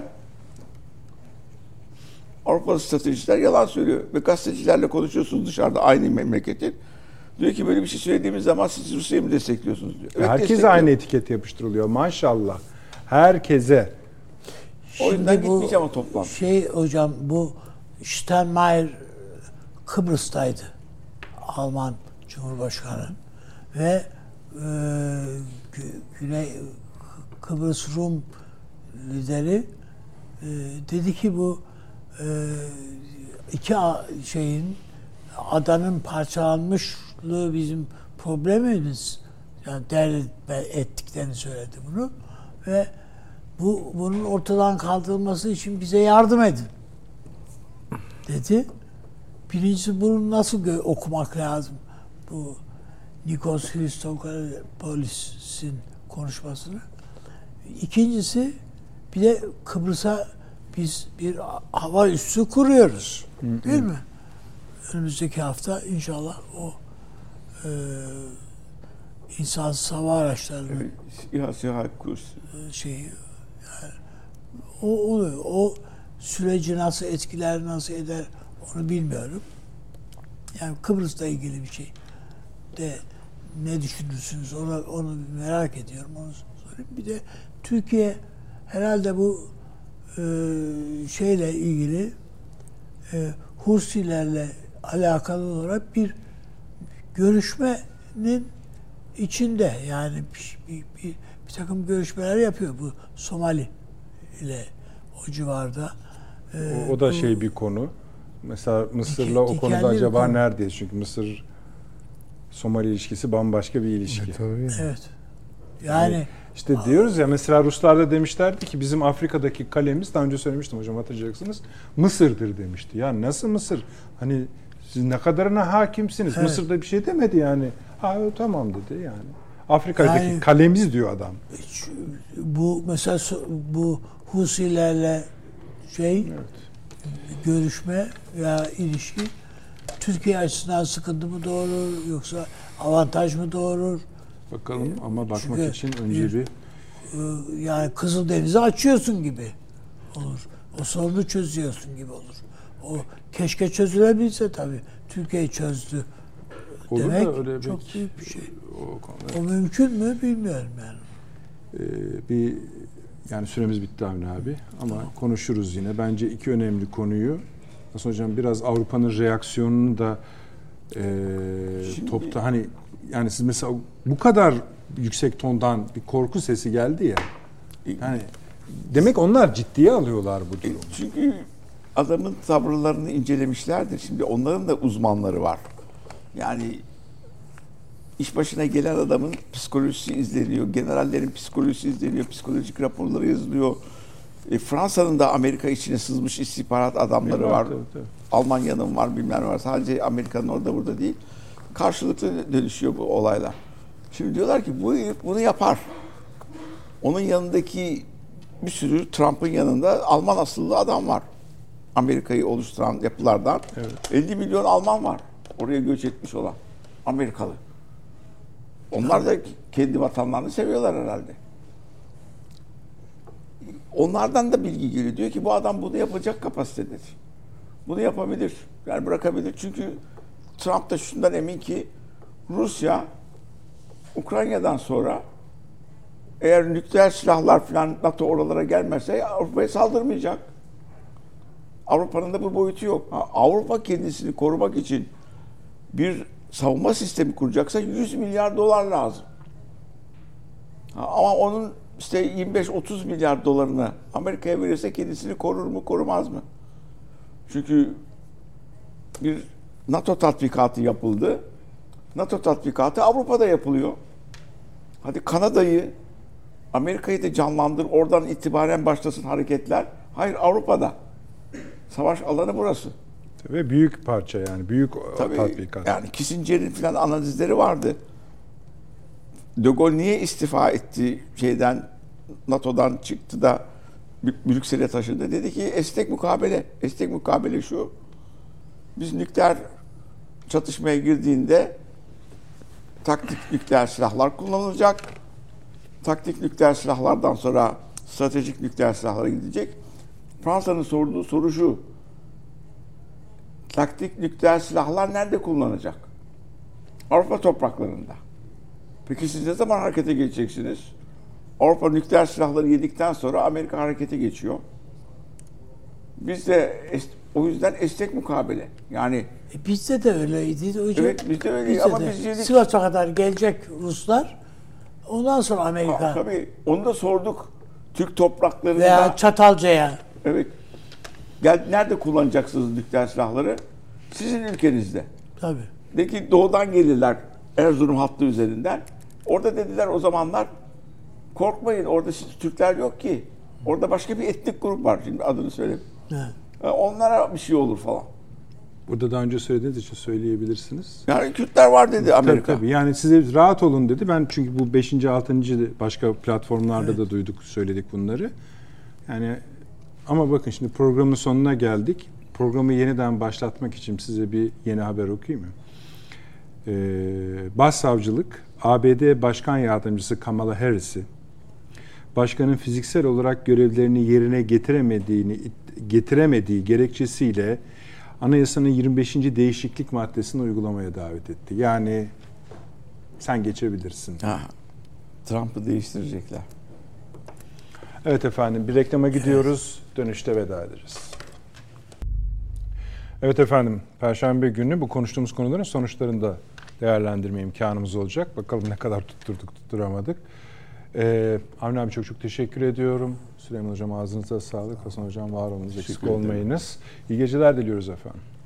Avrupalı stratejistler yalan söylüyor. Ve gazetecilerle konuşuyorsunuz dışarıda aynı memleketin. Diyor ki böyle bir şey söylediğimiz zaman siz Rusya'yı mı destekliyorsunuz diyor. Evet, Herkese destekliyorum. aynı etiket yapıştırılıyor maşallah. Herkese. O yüzden Şimdi bu gitmeyeceğim o toplantı. Şey hocam bu Steinmeier Kıbrıs'taydı. Alman Cumhurbaşkanı ve e, Gü- Güney Kıbrıs Rum lideri e, dedi ki bu e, iki a- şeyin adanın parçalanmışlığı bizim problemimiz. Yani devlet ettiklerini söyledi bunu ve bu bunun ortadan kaldırılması için bize yardım edin dedi. Birincisi bunu nasıl gö- okumak lazım? Bu Nikos Christopoulos'un konuşmasını. İkincisi bir de Kıbrıs'a biz bir hava üssü kuruyoruz. Değil mi? Önümüzdeki hafta inşallah o e, insansız hava araçlarının Ya siyah kurs. şeyi yani o oluyor. O süreci nasıl etkiler, nasıl eder onu bilmiyorum. Yani Kıbrıs'la ilgili bir şey de ne düşünürsünüz onu, onu merak ediyorum. Onu sorayım. Bir de Türkiye herhalde bu e, şeyle ilgili e, Husilerle alakalı olarak bir görüşmenin içinde yani bir, bir, bir, bir takım görüşmeler yapıyor bu Somali ile o civarda. Ee, O, o da bu- şey bir konu. Mesela Mısır'la Diken- o konuda dikenli bir acaba konu. neredeyiz? Çünkü Mısır Somali ilişkisi bambaşka bir ilişki. Tabii. Evet. Yani İşte diyoruz ya mesela Ruslar da demişlerdi ki bizim Afrika'daki kalemiz daha önce söylemiştim hocam hatırlayacaksınız. Mısır'dır demişti. Ya nasıl Mısır? Hani siz ne kadarına hakimsiniz? Evet. Mısır'da bir şey demedi yani. Ha tamam dedi yani. Afrika'daki Yani- kalemiz diyor adam. şu- bu mesela so- bu Husilerle şey görüşme veya ilişki Türkiye açısından sıkıntı mı doğurur yoksa avantaj mı doğurur? Bakalım ama bakmak Çünkü için önce bir- bir Ee, Yani Kızıldeniz'i açıyorsun gibi olur. O sorunu çözüyorsun gibi olur. O keşke çözülebilse tabii. Türkiye çözdü. olur Demek da öyle çok bir, büyük bir şey. o konuda. O mümkün mü bilmiyorum yani. Ee, bir yani süremiz bitti Avni abi ama konuşuruz yine. Bence iki önemli konuyu. Aslında hocam biraz Avrupa'nın reaksiyonunu da e, Şimdi- topta hani yani siz mesela bu kadar yüksek tondan bir korku sesi geldi ya. Yani demek onlar ciddiye alıyorlar bu E, durumu. Çünkü adamın tavırlarını incelemişlerdir. Şimdi onların da uzmanları var. Yani iş başına gelen adamın psikolojisi izleniyor. Generallerin psikolojisi izleniyor. Psikolojik raporları yazılıyor. E, Fransa'nın da Amerika içine sızmış istihbarat adamları var. Tabii, tabii. Almanya'nın var, bilmem ne var. Sadece Amerika'nın orada burada değil. Karşılıklı dönüşüyor bu olaylar. Şimdi diyorlar ki bu bunu yapar. Onun yanındaki bir sürü Trump'ın yanında Alman asıllı adam var. Amerika'yı oluşturan yapılardan. Evet. elli milyon Alman var. Oraya göç etmiş olan. Amerikalı. Onlar da kendi vatanlarını seviyorlar herhalde. Onlardan da bilgi geliyor. Diyor ki bu adam bunu yapacak kapasitededir. bunu yapabilir. Yani bırakabilir. Çünkü Trump da şundan emin ki Rusya Ukrayna'dan sonra eğer nükleer silahlar falan NATO oralara gelmezse Avrupa'ya saldırmayacak. Avrupa'nın da bu boyutu yok. Ha, Avrupa kendisini korumak için bir savunma sistemi kuracaksa yüz milyar dolar lazım. Ha, ama onun işte yirmi beş otuz milyar dolarını Amerika'ya verirse kendisini korur mu, korumaz mı? Çünkü bir NATO tatbikatı yapıldı. NATO tatbikatı Avrupa'da yapılıyor. Hadi Kanada'yı, Amerika'yı da canlandır, oradan itibaren başlasın hareketler. Hayır, Avrupa'da. Savaş alanı burası. Ve büyük parça yani, büyük Tabii, tatbikat. yani Kissinger'in falan analizleri vardı. De Gaulle niye istifa etti şeyden, NATO'dan çıktı da Brüksel'e taşındı? Dedi ki esnek mukabele. Esnek mukabele şu: biz nükleer çatışmaya girdiğinde taktik nükleer silahlar kullanılacak. Taktik nükleer silahlardan sonra stratejik nükleer silahlara gidecek. Fransa'nın sorduğu soru şu: taktik nükleer silahlar nerede kullanılacak? Avrupa topraklarında. Peki siz ne zaman harekete geçeceksiniz? Avrupa nükleer silahları yedikten sonra Amerika harekete geçiyor. Biz de es- o yüzden esnek mukabele. Yani E bizde de öyleydi hocam. evet, bizde öyle Bizde ama de. biz yedik. Sivas'a kadar gelecek Ruslar. Ondan sonra Amerika Ha, tabii onu da sorduk. Türk topraklarında veya Çatalca'ya. evet. Gel, nerede kullanacaksınız nükleer silahları? Sizin ülkenizde. Tabii. De ki doğudan gelirler, Erzurum hattı üzerinden. Orada dediler o zamanlar korkmayın, orada siz Türkler yok ki. Orada başka bir etnik grup var, şimdi adını söyleyeyim. Evet. Onlara bir şey olur falan. Burada daha önce söylediğiniz için söyleyebilirsiniz. Yani Kürtler var dedi Amerika. Tabii tabii. Yani size rahat olun dedi. Ben çünkü bu beşinci altıncı başka platformlarda evet. da duyduk, söyledik bunları. Yani ama bakın şimdi programın sonuna geldik. Programı yeniden başlatmak için size bir yeni haber okuyayım mı? Ee, Başsavcılık, A B D Başkan Yardımcısı Kamala Harris'i başkanın fiziksel olarak görevlerini yerine getiremediğini getiremediği gerekçesiyle Anayasanın yirmi beşinci değişiklik maddesini uygulamaya davet etti. Yani sen geçebilirsin. Ha, Trump'ı değiştirecekler. Evet efendim, bir reklama gidiyoruz. Dönüşte veda edeceğiz. Evet efendim, Perşembe günü bu konuştuğumuz konuların sonuçlarını da değerlendirme imkanımız olacak. Bakalım ne kadar tutturduk, tutturamadık. Ee, Avni abi çok çok teşekkür ediyorum. Süleyman Hocam ağzınıza sağlık. Hasan Hocam var olunuz, eksik olmayınız. İyi geceler diliyoruz efendim.